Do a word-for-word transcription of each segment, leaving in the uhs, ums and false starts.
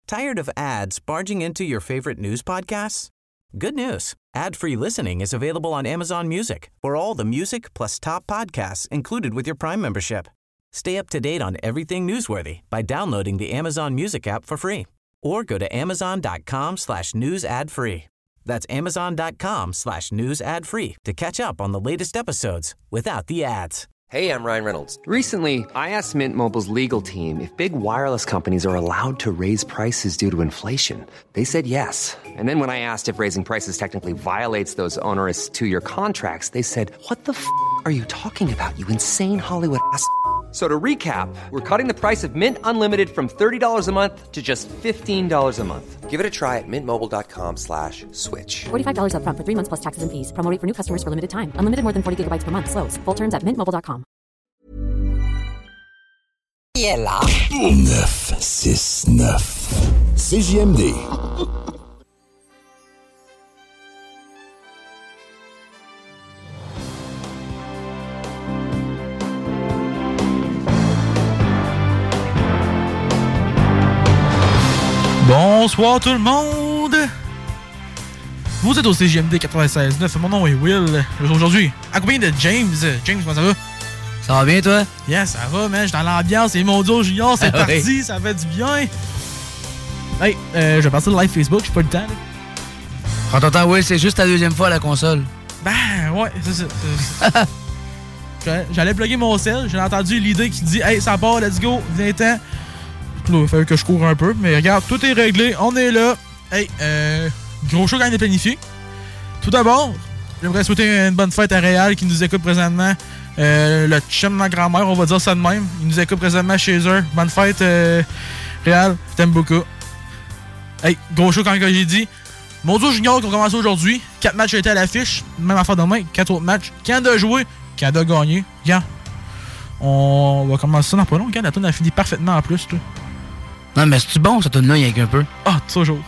Tired of ads barging into your favorite news podcasts? Good news. Ad-free listening is available on Amazon Music for all the music plus top podcasts included with your Prime membership. Stay up to date on everything newsworthy by downloading the Amazon Music app for free or go to amazon.com slash news ad free. That's amazon.com slash news ad free to catch up on the latest episodes without the ads. Hey, I'm Ryan Reynolds. Recently, I asked Mint Mobile's legal team if big wireless companies are allowed to raise prices due to inflation. They said yes. And then when I asked if raising prices technically violates those onerous two-year contracts, they said, what the f*** are you talking about, you insane Hollywood ass f- So to recap, we're cutting the price of Mint Unlimited from thirty dollars a month to just fifteen dollars a month. Give it a try at mintmobile.com slash switch. forty-five dollars up front for three months plus taxes and fees. Promo rate for new customers for limited time. Unlimited more than forty gigabytes per month. Slows full terms at mint mobile dot com. Qui est là? neuf six neuf C J M D. Bonsoir tout le monde! Vous êtes au C J M D quatre-vingt-seize neuf, mon nom est Will. Aujourd'hui, accompagné de James. James, comment ça va? Ça va bien, toi? Yes, ça va, man. Je suis dans l'ambiance. C'est Mondial Junior, c'est ah, parti, oui. Ça fait du bien. Hey, euh, je vais passer le live Facebook, j'ai pas le temps. Là. Prends ton temps, Will, c'est juste ta deuxième fois à la console. Ben, ouais, c'est ça. C'est ça. J'allais plugger mon sel, j'ai entendu l'idée qui dit « Hey, ça part, let's go, viens-t'en. » Il fallait que je cours un peu, mais regarde, tout est réglé, on est là. Hey, euh, gros show quand même planifié. Tout d'abord, j'aimerais souhaiter une bonne fête à Réal qui nous écoute présentement. Euh, le chum de ma grand-mère, on va dire ça de même. Il nous écoute présentement chez eux. Bonne fête, euh, Réal, je t'aime beaucoup. Hey, gros show quand même, j'ai dit. Mondial Junior qui ont commencé aujourd'hui. Quatre matchs étaient à l'affiche. Même affaire demain, quatre autres matchs. Canada a joué, Canada a gagné. Regarde, on va commencer ça dans pas long. Regarde, la tourne a fini parfaitement en plus, toi. Non, mais c'est-tu bon, cette tune-là, il y a un peu? Ah, toujours.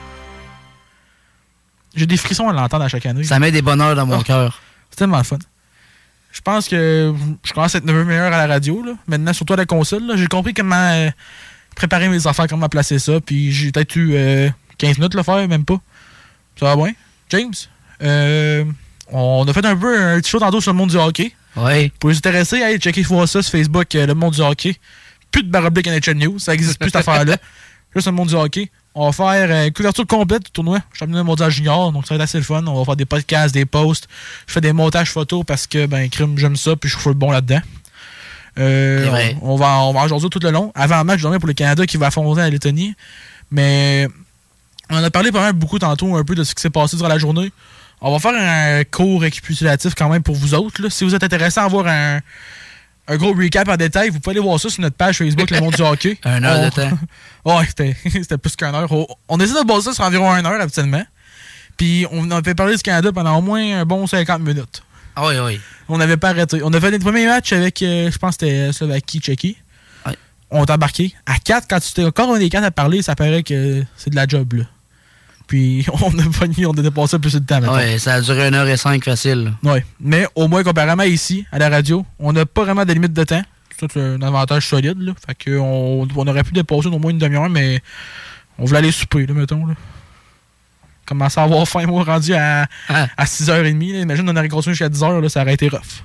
J'ai des frissons à l'entendre à chaque année. Ça met des bonheurs dans mon oh, cœur. C'est tellement fun. Je pense que je commence à être un peu meilleur à la radio, là. Maintenant, surtout à la console. Là. J'ai compris comment euh, préparer mes affaires, comment placer ça. Puis j'ai peut-être eu euh, quinze minutes à le faire, même pas. Ça va bien? James? Euh, on a fait un peu un petit show tantôt sur le monde du hockey. Oui. Pour vous intéresser, allez checker voir ça sur Facebook, euh, le monde du hockey. Plus de baroblique N H L News, ça n'existe plus cette affaire-là. Juste le monde du hockey. On va faire une euh, couverture complète du tournoi championnat mondial junior, donc ça va être assez le fun. On va faire des podcasts, des posts. Je fais des montages photos parce que ben crime, j'aime ça, puis je trouve le bon là-dedans. Euh, on, on va on va en jaser tout le long. Avant le match, je pour le Canada qui va affronter la Lettonie. Mais on en a parlé pendant beaucoup tantôt un peu de ce qui s'est passé durant la journée. On va faire un court récapitulatif quand même pour vous autres. Là. Si vous êtes intéressés à avoir un Un gros recap en détail, vous pouvez aller voir ça sur notre page Facebook, Le Monde du Hockey. Un heure on... de temps. Ouais, c'était, c'était plus qu'un heure. On essaie de bosser ça sur environ une heure habituellement. Puis on a fait parler du Canada pendant au moins un bon cinquante minutes. Ah oui, oui. On n'avait pas arrêté. On a fait les premiers matchs avec, euh, je pense que c'était Slovaquie, Tchéquie. Ouais. On t'a embarqué. À quatre, quand tu étais encore un des quatre à parler, ça paraît que c'est de la job, là. Puis on a pas mis, on a dépassé plus de temps maintenant. Ouais, ça a duré une heure et cinq facile. Ouais, mais au moins comparément ici, à la radio, on n'a pas vraiment de limite de temps. C'est un avantage solide, là. Fait qu'on on aurait pu dépasser au moins une demi-heure, mais on voulait aller souper, là, mettons, là. Commencer à avoir faim, moi, rendu à, ah. à six heures trente. Là. Imagine, on aurait continué jusqu'à dix heures, là, ça aurait été rough.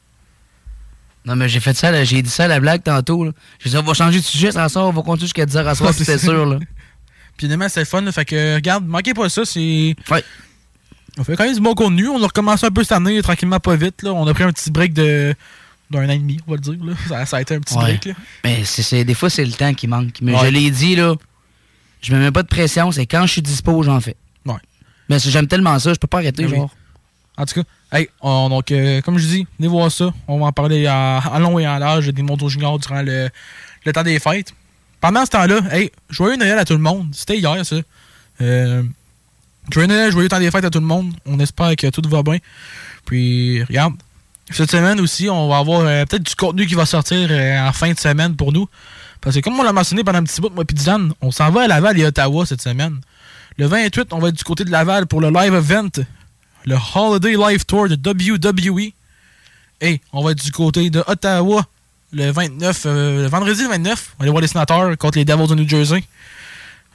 Non, mais j'ai fait ça, là, j'ai dit ça à la blague tantôt, là. J'ai dit, on va changer de sujet, ça sort, on va continuer jusqu'à dix heures à soir, c'est sûr, là. Puis évidemment, c'est le fun, là, fait que, regarde, manquez pas ça, c'est... Ouais. On fait quand même du bon contenu, on a recommencé un peu cette année, tranquillement, pas vite, là. On a pris un petit break de... d'un an et demi, on va le dire, là. Ça, ça a été un petit ouais. break, là. Mais c'est, c'est, des fois, c'est le temps qui manque. Mais ouais. je l'ai dit, là, je me mets pas de pression, c'est quand je suis dispo, j'en fais. Ouais. Mais j'aime tellement ça, je peux pas arrêter, oui. genre. En tout cas, hey, on, donc, euh, comme je dis, venez voir ça. On va en parler à, à long et en large des Mondial Junior durant le, le temps des fêtes. Pendant ce temps-là, hey, joyeux Noël à tout le monde. C'était hier, ça. Euh, joyeux Noël, joyeux temps des fêtes à tout le monde. On espère que tout va bien. Puis, regarde, cette semaine aussi, on va avoir euh, peut-être du contenu qui va sortir euh, en fin de semaine pour nous. Parce que comme on l'a mentionné pendant un petit bout, moi et Dylan, on s'en va à Laval et Ottawa cette semaine. Le vingt-huit, on va être du côté de Laval pour le live event, le Holiday Live Tour de W W E. Et on va être du côté de Ottawa le vingt-neuf, euh, le vendredi le vingt-neuf. On va aller voir les Sénateurs contre les Devils de New Jersey.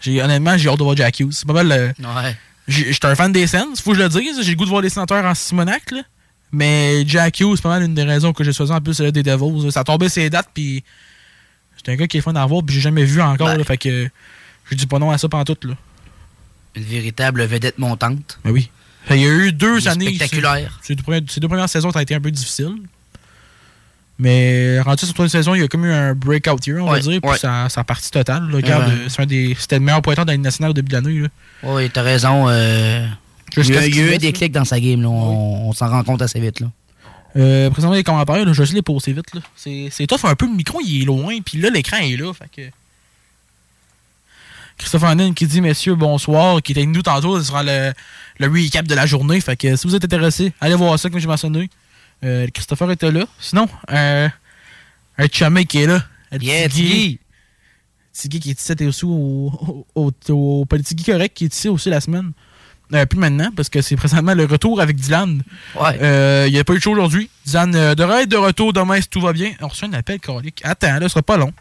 J'ai, honnêtement, j'ai hâte de voir Jack Hughes. C'est pas mal. Euh, ouais. J'étais un fan des Sens, faut que je le dise. J'ai le goût de voir les sénateurs en Simonac, là. Mais Jack Hughes, c'est pas mal une des raisons que j'ai choisi en plus là, des Devils. Ça tombait ses dates, puis j'étais un gars qui est fan d'en voir, puis j'ai jamais vu encore. Ben. Là, fait que je dis pas non à ça pendant tout. Là. Une véritable vedette montante. Ben oui. Il y a eu deux années. Spectaculaire. Ces deux, ces deux premières saisons, ça a été un peu difficile. Mais rendu sur la troisième saison, il y a comme eu un breakout year, on ouais, va dire. Puis ouais. ça, ça a parti total. Là. Regarde, ouais. c'est un des, c'était le meilleur pointeur de la Ligue nationale au début de l'année. Là. Oui, t'as raison. Euh, il y a, il y a eu des clics dans sa game. Là. On, oui. on s'en rend compte assez vite. Là. Euh, présentement, les commentaires, là, je vais juste les poser vite. Là. C'est, c'est tough un peu. Le micro, il est loin. Puis là, l'écran est là. Fait que... Christophe Annen qui dit, messieurs, bonsoir, qui était avec nous tantôt durant le, le recap de la journée. Fait que si vous êtes intéressés, allez voir ça, comme j'ai mentionné. Euh, Christopher était là. Sinon, euh, un chumé qui est là. Yeah, Tiggy. Tiggy qui est ici, c'était aussi au, au, au, au Politigui Correct qui est ici aussi la semaine. Euh, plus maintenant, parce que c'est présentement le retour avec Dylan. Ouais. Euh, il n'y a pas eu de show aujourd'hui. Dylan euh, devrait être de retour demain si tout va bien. On reçoit un appel, colique. Attends, là, ce sera pas long.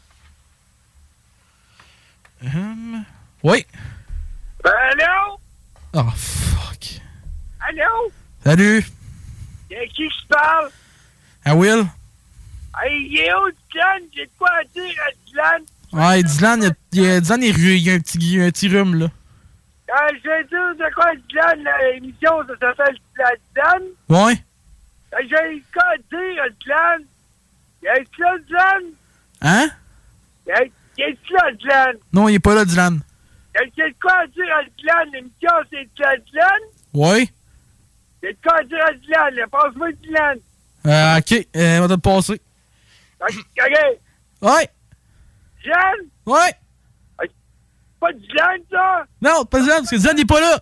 Um, oui. Allô? Oh, fuck. Allô? Salut. Y'a qui je parle? À Will? Hey, il est où, Dylan? J'ai de quoi à dire à Dylan? Ouais, Dylan, il, il, il, Dylan, il, il y a un petit, il y a un petit rhume, là. Euh, je vais dire de quoi Dylan, l'émission, ça s'appelle Dylan. Ouais. Euh, j'ai quoi à dire à Dylan? Y'a-tu là, Dylan? Hein? Y'a-tu là, Dylan? Non, il est pas là, Dylan. Y'a quoi à dire à Dylan? L'émission, c'est Dylan? Ouais. Y'a quoi à dire à Dylan? Passe-moi Dylan. Euh, ok, euh, on va te le passer. Ok, ok. Ouais. Dylan? Ouais. Pas Dylan, ça? Non, pas Dylan, parce que Dylan n'est pas là.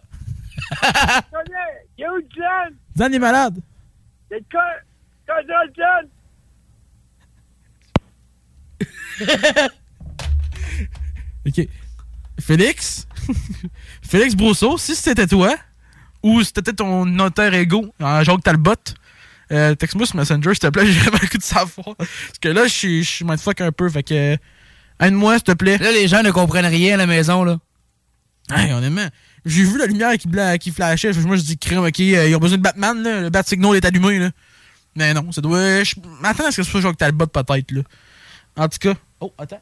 Il est où Dylan? Dylan est malade. C'est quoi? Quoi Dylan? Ok. Félix? Félix Brousseau, si c'était toi, ou si c'était ton notaire ego, en Jacques Talbot, euh, texte-moi sur Messenger, s'il te plaît, j'ai vraiment le coup de savoir. Parce que là, je suis, je suis mindfuck un peu, fait que... Aide-moi, s'il te plaît. Là, les gens ne comprennent rien à la maison, là. Hey, honnêtement, j'ai vu la lumière qui, bla- qui flashait. Moi, je dis, crème, ok, euh, ils ont besoin de Batman, là. Le Bat-Signal est allumé, là. Mais non, ça doit... Je m'attends à ce que ce soit Jacques Talbot, peut-être, là. En tout cas... Oh, attends.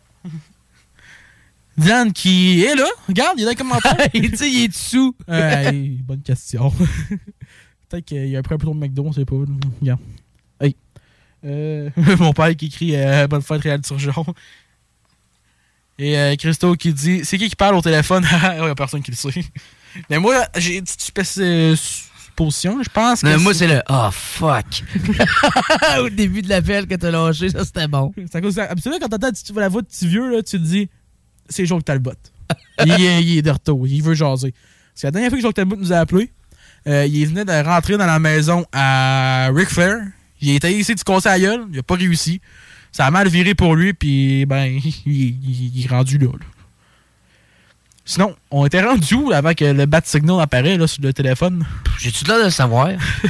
Diane qui est là. Regarde, il est dans les commentaires. Tu sais, il est dessous. euh, hey, bonne question. Peut-être qu'il y a un prêt plutôt de McDo, on sait pas. Regarde. Hey. Euh, mon père qui écrit euh, bonne fête, Réal Turgeon. Et euh, Christo qui dit c'est qui qui parle au téléphone? Il n'y a personne qui le sait. Mais moi, j'ai une petite supposition, je pense. Que non, moi, c'est le oh fuck. Au début de l'appel que t'as lâché, ça c'était bon. C'est à cause de ça. Absolument, quand t'entends la voix de petit vieux, là, tu te dis c'est Jacques Talbot. il, est, il est de retour, il veut jaser. Parce que la dernière fois que Jacques Talbot nous a appelé, euh, il venait de rentrer dans la maison à Ric Flair. Il a essayé de se casser la gueule, il a pas réussi. Ça a mal viré pour lui, puis ben, il, il, il est rendu là, là. Sinon, on était rendu où avant que le bat signal apparaît là, sur le téléphone? J'ai-tu l'air de le savoir?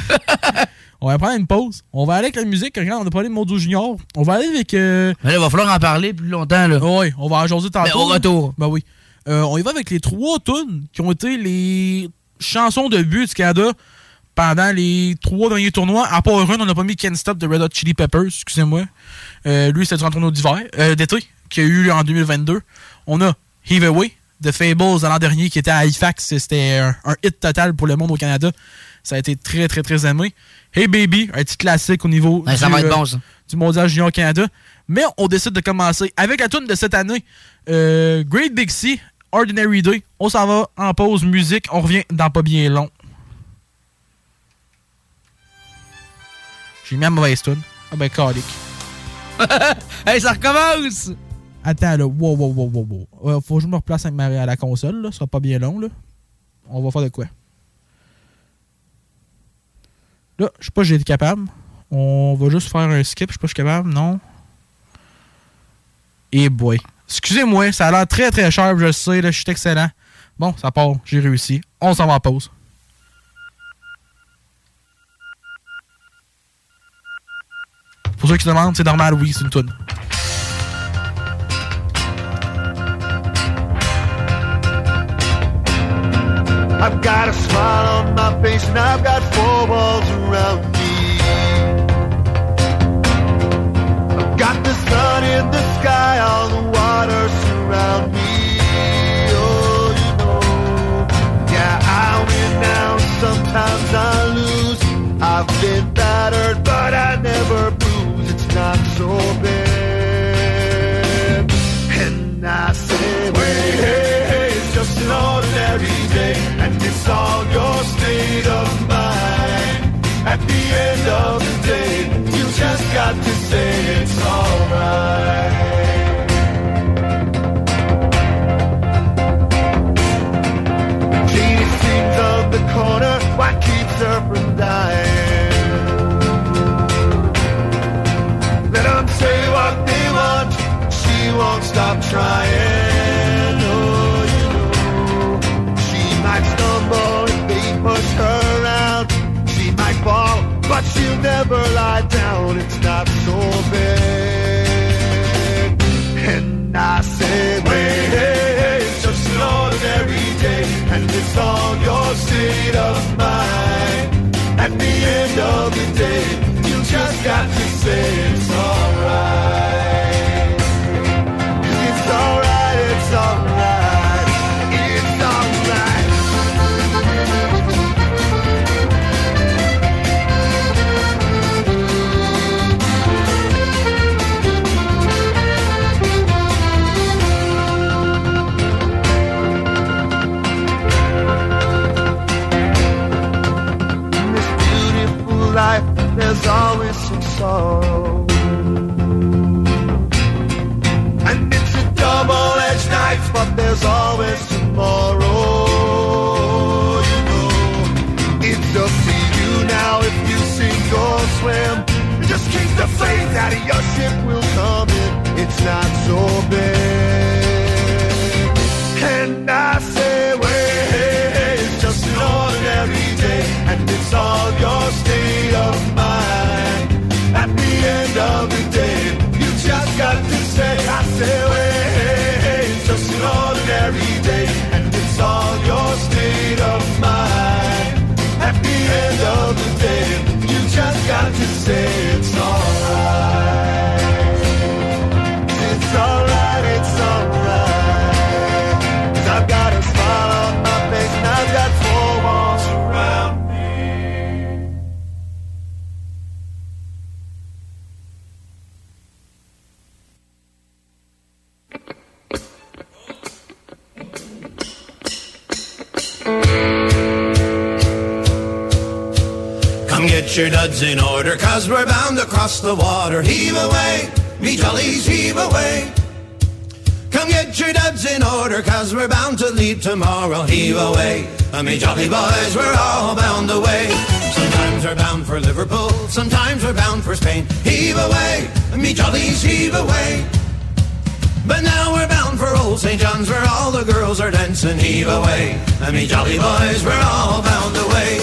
On va prendre une pause. On va aller avec la musique. Regarde, on a parlé de Mondo Junior. On va aller avec... Euh... Mais là, il va falloir en parler plus longtemps, là. Oui, on va en jaser tantôt. Mais au retour. Ben oui. Euh, on y va avec les trois tunes qui ont été les chansons de but du Canada pendant les trois derniers tournois. À part un, on n'a pas mis Can't Stop de Red Hot Chili Peppers, excusez-moi. Euh, lui, c'était durant le tournoi d'hiver, euh, d'été, qu'il y a eu en deux mille vingt-deux. On a Heave Away de Fables l'an dernier, qui était à Halifax. C'était un, un hit total pour le monde au Canada. Ça a été très, très, très aimé. Hey Baby, un petit classique au niveau ouais, du, ça va être bon, euh, ça. du Mondial Junior Canada. Mais on décide de commencer avec la tune de cette année. Euh, Great Big Sea, Ordinary Day. On s'en va en pause musique. On revient dans pas bien long. J'ai mis la mauvaise tune. Ah ben, calique. Hey, ça recommence! Attends, là. Wow, wow, wow, wow, wow. Euh, faut que je me replace avec ma, à la console, là. Ce sera pas bien long, là. On va faire de quoi? Là, je sais pas si j'ai été capable. On va juste faire un skip. Je sais pas si je suis capable. Non. Et boy. Excusez-moi, ça a l'air très très sharp, je sais. Là, je suis excellent. Bon, ça part. J'ai réussi. On s'en va en pause. Pour ceux qui se demandent, c'est normal, oui, c'est une toune. I've got a smile on my face and I've got four walls around me. I've got the sun in the sky, all the water surround me. Oh, you know, yeah, I win now, sometimes I lose. I've been battered, but I never bruise. It's not so bad. And I said, wait, hey, hey, it's just an ordinary day, and it's all your state of mind. At the end of the day, you just got to say it's alright. Jeannie sings on the corner, what keeps her from dying? Let them say what they want, she won't stop trying. Oh, you know, she might stumble if they push her around. She might fall, but she'll never lie down. It's not so bad. And I said, wait, hey, hey, it's just an ordinary day, and it's all your state of mind. At the end of the day, you just got to say it's alright. It's alright, it's alright, it's alright. In this beautiful life, there's always some sorrow. And it's a double-edged knife, but there's always tomorrow. You know, it's up to you now if you sink or swim. Just keep the faith that your ship will come in. It's not so bad. And I say, wait, hey, hey, it's just an ordinary day, and it's all your state of mind. At the end of the day, you just got to say, I say, wait, hey, hey, it's just an ordinary day, and it's all your state of mind. At the end of the day, you just got to say it's alright. It's alright, it's alright. 'Cause I've got a smile on my face and I've got four walls around me. Come get your duds in order, 'cause we're bound to cross the water. Heave away, me jollies, heave away. Come get your duds in order, 'cause we're bound to leave tomorrow. Heave away, me jolly boys, we're all bound away. Sometimes we're bound for Liverpool, sometimes we're bound for Spain. Heave away, me jollies, heave away. But now we're bound for old Saint John's, where all the girls are dancing. Heave away, me jolly boys, we're all bound away.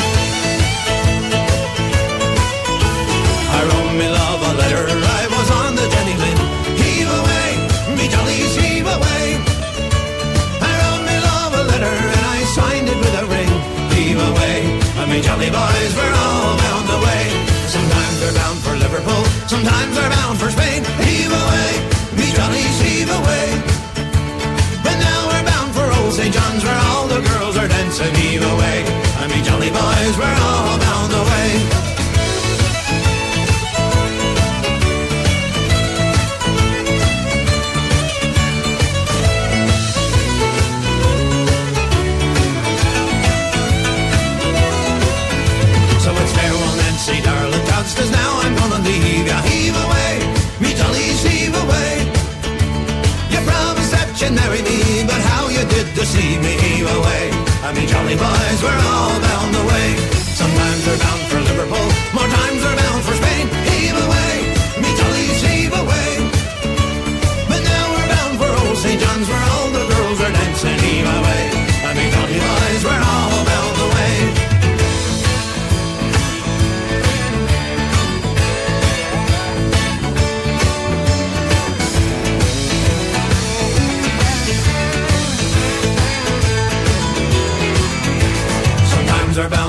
I wrote me love a letter, I was on the Jenny Lind. Heave away, me jollies, heave away. I wrote me love a letter and I signed it with a ring. Heave away, me jolly boys, we're all bound away. Sometimes we're bound for Liverpool, sometimes we're bound for Spain. Heave away, me jollies, heave away. But now we're bound for old Saint John's, where all the girls are dancing. Heave away, me jolly boys, we're all bound away. Say, darling, Cogstas, now I'm gonna leave ya. Heave away, me jollies, heave away. You promised that you'd marry me, but how you did deceive me.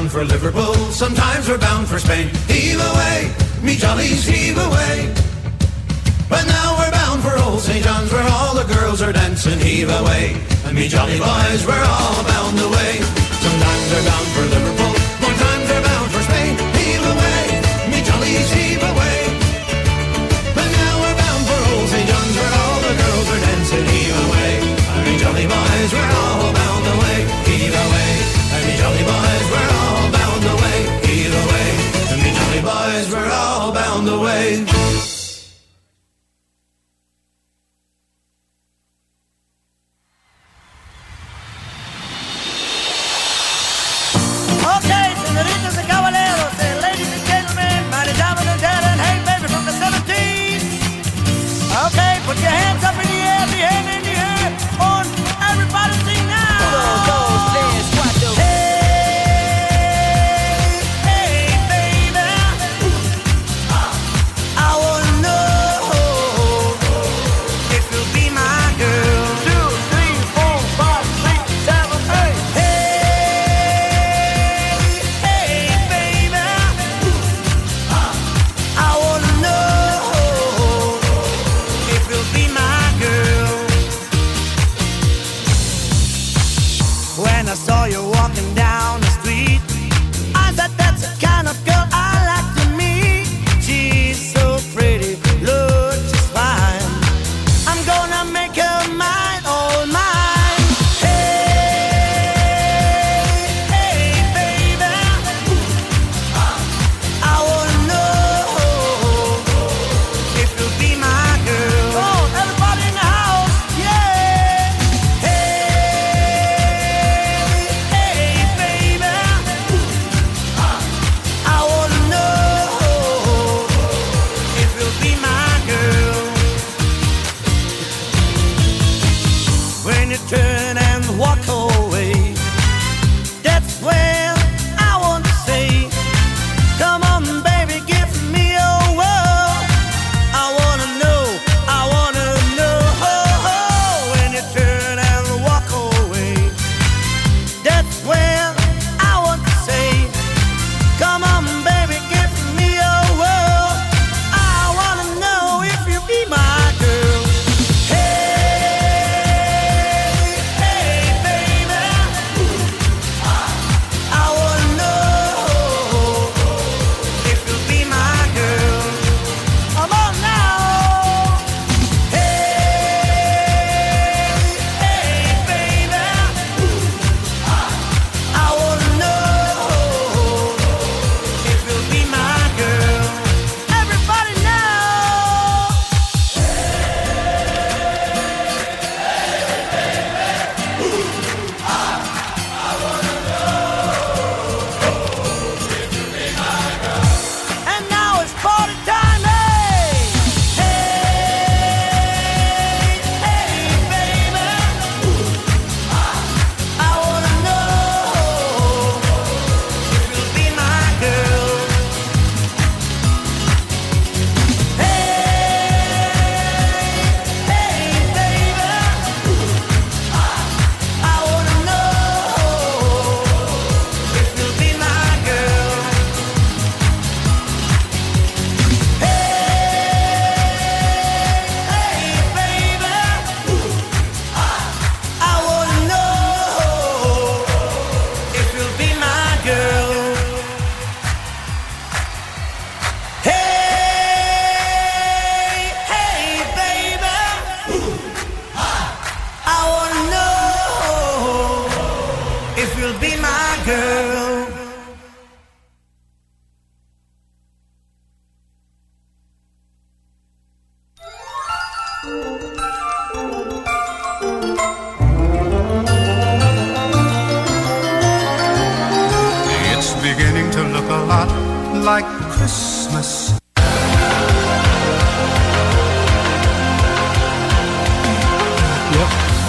bound for Liverpool, sometimes we're bound for Spain. Heave away, me jollies, heave away. But now we're bound for old Saint John's, where all the girls are dancing. Heave away, and me jolly boys, we're all bound away. Sometimes we're bound for Liverpool, more times we're bound for Spain. Heave away, me jollies, heave away. But now we're bound for old Saint John's, where all the girls are dancing. Heave away, and me jolly boys, we're all bound away. Heave away, and me jolly boys, we're all bound away. Heave away, and me jolly boys, we're all bound away. Put your hands up in the air, the hand in the air, on everybody sing now. Those days, what the hey, hey, baby, I wanna know if you'll be my girl. Two, three, four, five, six, seven, eight. Hey, hey, baby, I wanna know. Be my girl. When I saw you walking down the street, I thought that's the kind of girl I like to meet. She's so pretty, looks just fine. I'm gonna make her mine, all mine. Hey, hey, baby, I wanna know if you'll be my girl. Everybody in the house, yeah. Hey, hey, baby, I wanna know if you'll be my girl. When you turn and walk away, that's when I want to say, come on, baby, give me your world. I wanna know, I wanna know. When you turn and walk away, that's when I want to say, come on, baby, give me your world. I wanna know if you be my girl. Hey, hey, baby, I wanna know if you be my girl. Come on now. Hey, hey, baby, I wanna know if you'll be my girl. Everybody now. And now it's party time, hey! Hey, hey, baby, I wanna know if you'll be my girl. Hey, hey, baby, I wanna know if you'll be my girl. Hey, baby, I wanna know if you'll be my girl. Hey, hey, baby, I wanna know if you'll be my girl. It's beginning to look a lot like Christmas. Yep.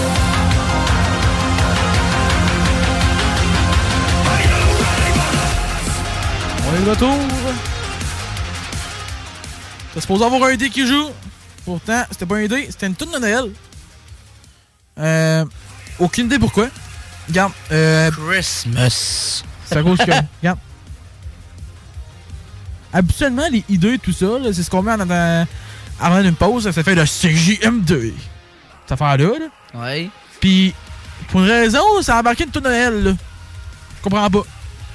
On est de retour. T'es supposé avoir un dé qui joue. Pourtant, c'était pas un dé, c'était une toune de Noël. Euh, aucune idée pourquoi. Regarde. Euh, Christmas. C'est à cause que... Regarde. Habituellement, les I deux et tout ça, là, c'est ce qu'on met en, en, avant d'une pause. Ça fait le C J M deux. Cette affaire-là. Là. Ouais. Puis, pour une raison, ça a embarqué une toune Noël. Là. Je comprends pas.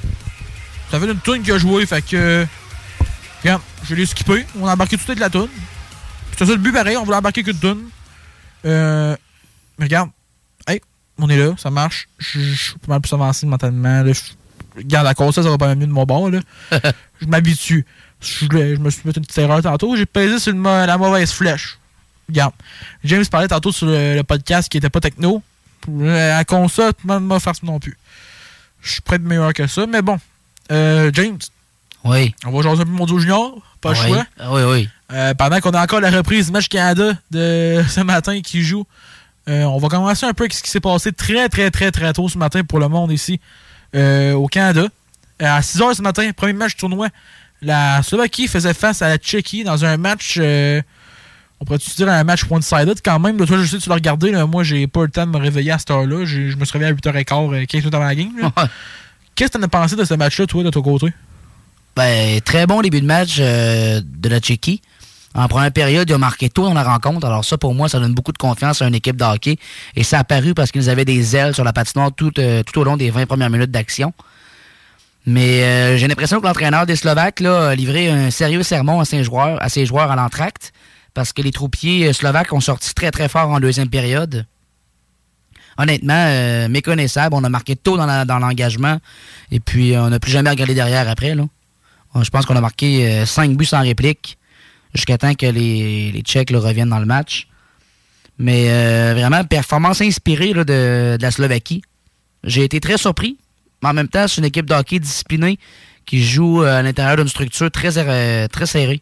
Ça fait une toune qui a joué, fait que... Regarde, je l'ai skippé. On a embarqué tout de suite la toune. C'est ça le but pareil, on voulait embarquer qu'une toune. Euh... Mais regarde. Hey, on est là, ça marche. Je suis pas mal plus avancé mentalement. Là. Regarde, la console, ça va pas mieux de mon bord. Là. Je m'habitue. Je, je me suis mis une petite erreur tantôt. J'ai pesé sur le, la mauvaise flèche. Regarde. James parlait tantôt sur le, le podcast qui était pas techno. La console, ne m'a fait non plus. Je suis près de meilleur que ça. Mais bon. Euh, James. Oui. On va jaser un peu mon duo junior. Pas le oui. choix. Oui, oui. Euh, pendant qu'on a encore la reprise du match Canada de ce matin qui joue. Euh, on va commencer un peu avec ce qui s'est passé très, très, très, très tôt ce matin pour le monde ici. Euh, au Canada. Euh, à six heures ce matin, premier match du tournoi, la Slovaquie faisait face à la Tchéquie dans un match, euh, on pourrait-tu dire un match one-sided quand même. Là, toi, je sais que tu l'as regardé. Là, moi, j'ai pas eu le temps de me réveiller à cette heure-là. J'ai, je me suis réveillé à huit heures quinze, quinze minutes avant la game. Là. Qu'est-ce que t'en as pensé de ce match-là, toi, de ton côté? Ben, très bon début de match euh, de la Tchéquie. En première période, ils ont marqué tôt dans la rencontre. Alors ça, pour moi, ça donne beaucoup de confiance à une équipe de hockey. Et ça a apparu parce qu'ils avaient des ailes sur la patinoire tout, euh, tout au long des vingt premières minutes d'action. Mais euh, j'ai l'impression que l'entraîneur des Slovaques là, a livré un sérieux sermon à ses joueurs, à ses joueurs à l'entracte. Parce que les troupiers slovaques ont sorti très très fort en deuxième période. Honnêtement, euh, méconnaissable. On a marqué tôt dans, la, dans l'engagement. Et puis, on n'a plus jamais regardé derrière après. Là. Je pense qu'on a marqué euh, cinq buts sans réplique. Jusqu'à temps que les, les Tchèques là, reviennent dans le match. Mais euh, vraiment, performance inspirée là, de, de la Slovaquie. J'ai été très surpris. Mais en même temps, c'est une équipe de hockey disciplinée qui joue à l'intérieur d'une structure très, euh, très serrée.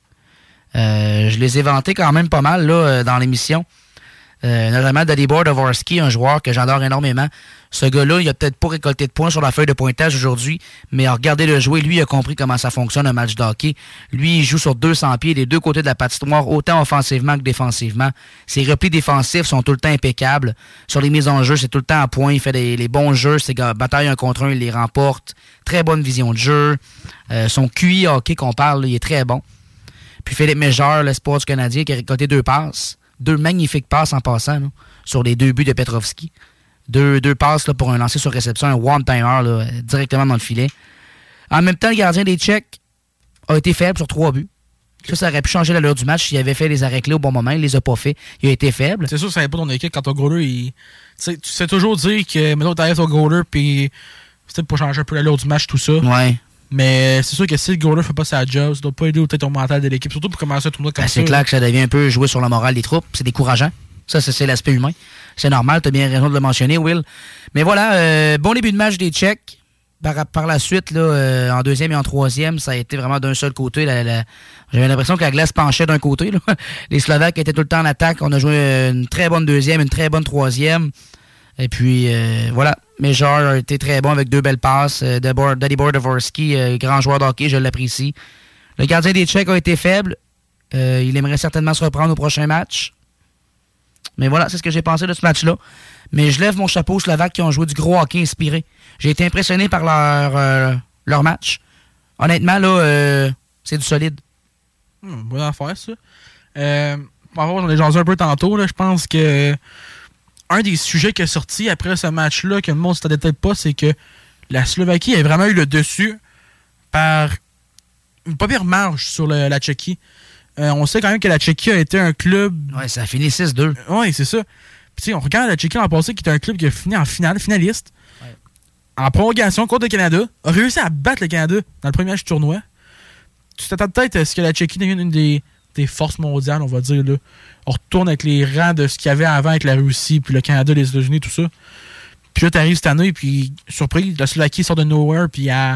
Euh, je les ai vantés quand même pas mal là, dans l'émission. Euh, notamment Dalibor Dvorsky, un joueur que j'adore énormément. Ce gars-là, il a peut-être pas récolté de points sur la feuille de pointage aujourd'hui, mais à regarder le jouer, lui, il a compris comment ça fonctionne un match de hockey. Lui, il joue sur deux cents pieds des deux côtés de la patinoire, autant offensivement que défensivement. Ses replis défensifs sont tout le temps impeccables. Sur les mises en jeu, c'est tout le temps à point. Il fait des, les bons jeux. Ses batailles un contre un, il les remporte. Très bonne vision de jeu. Euh, son Q I hockey qu'on parle, là, il est très bon. Puis Philippe Méjeure, l'espoir du Canadien, qui a récolté deux passes. Deux magnifiques passes en passant là, sur les deux buts de Petrovski. Deux, deux passes là, pour un lancer sur réception, un one-timer là, directement dans le filet. En même temps, le gardien des Tchèques a été faible sur trois buts. Ça, ça aurait pu changer l'allure du match s'il avait fait les arrêts clés au bon moment. Il les a pas fait. Il a été faible. C'est sûr que ça n'avait pas ton équipe quand ton goaler, il... tu sais toujours dire que maintenant tu arrives ton goaler puis c'est peut-être pour changer un peu l'allure du match, tout ça. Ouais. Mais c'est sûr que si le goaler fait pas sa job, ça doit pas aider peut-être au mental de l'équipe, surtout pour commencer un tournoi comme ben, ça. C'est clair que ça devient un peu jouer sur le moral des troupes. C'est décourageant. Ça, c'est, c'est l'aspect humain. C'est normal, tu as bien raison de le mentionner, Will. Mais voilà, euh, bon début de match des Tchèques. Par, par la suite, là, euh, en deuxième et en troisième, ça a été vraiment d'un seul côté. La, la, j'avais l'impression que la glace penchait d'un côté. Là. Les Slovaques étaient tout le temps en attaque. On a joué une très bonne deuxième, une très bonne troisième. Et puis, euh, voilà. Méjeure a été très bon avec deux belles passes. Euh, Dalibor Dvorsky, euh, grand joueur de hockey, je l'apprécie. Le gardien des Tchèques a été faible. Euh, il aimerait certainement se reprendre au prochain match. Mais voilà, c'est ce que j'ai pensé de ce match-là. Mais je lève mon chapeau aux Slovaques qui ont joué du gros hockey inspiré. J'ai été impressionné par leur, euh, leur match. Honnêtement, là, euh, c'est du solide. Hum, bonne affaire, ça. Euh, j'en ai jasé un peu tantôt. Là, je pense que un des sujets qui est sorti après ce match-là, que le monde ne s'attendait peut-être pas, c'est que la Slovaquie a vraiment eu le dessus par une pas pire marge sur le, la Tchéquie. Euh, on sait quand même que la Tchéquie a été un club... Ouais, ça a fini six deux. Oui, c'est ça. Puis, tu sais, on regarde la Tchéquie l'an passé, qui était un club qui a fini en finale, finaliste. Ouais. En prolongation contre le Canada. A réussi à battre le Canada dans le premier match du tournoi. Tu t'attends peut-être à ce que la Tchéquie devienne une des, des forces mondiales, on va dire. Là. On retourne avec les rangs de ce qu'il y avait avant avec la Russie, puis le Canada, les États-Unis, tout ça. Puis là, t'arrives cette année, puis surprise, la Slovaquie sort de nowhere, puis elle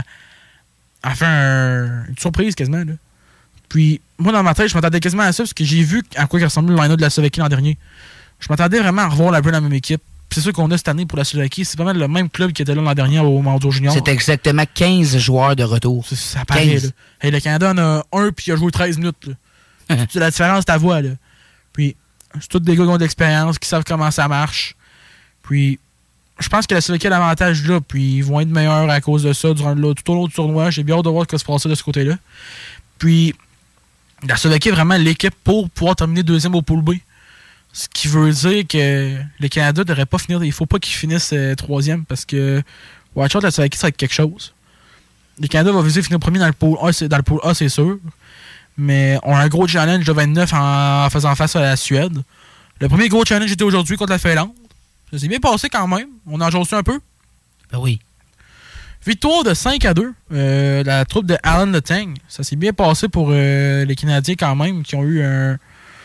a fait un, une surprise quasiment. Là. Puis, moi, dans ma tête, je m'attendais quasiment à ça, parce que j'ai vu à quoi il ressemblait le line-up de la Slovaquie l'an dernier. Je m'attendais vraiment à revoir un peu la même équipe. Puis c'est sûr qu'on a cette année pour la Slovaquie. C'est pas mal le même club qui était là l'an dernier au Mondial Junior. C'est exactement quinze joueurs de retour. C'est, ça paraît, là. Hey, le Canada en a un, puis il a joué treize minutes. Là. C'est la différence, ta voix, là. Puis, c'est tous des gars qui ont de l'expérience, qui savent comment ça marche. Puis, je pense que la Slovaquie a l'avantage là, puis ils vont être meilleurs à cause de ça durant le, tout au long du tournoi. J'ai bien hâte de voir ce qui se passe de ce côté-là. Puis, la Slovaquie est vraiment l'équipe pour pouvoir terminer deuxième au pool B. Ce qui veut dire que le Canada ne devrait pas finir. Il ne faut pas qu'ils finissent euh, troisième parce que, watch out, la Slovaquie, ça va être quelque chose. Le Canada va viser finir premier dans le pool A, c'est, dans le pool A, c'est sûr. Mais on a un gros challenge de vingt-neuf en, en faisant face à la Suède. Le premier gros challenge était aujourd'hui contre la Finlande. Ça s'est bien passé quand même. On en joué un peu. Ben oui. Victoire de cinq à deux. Euh, la troupe de Alan Letang. Ça s'est bien passé pour euh, les Canadiens quand même, qui ont eu un,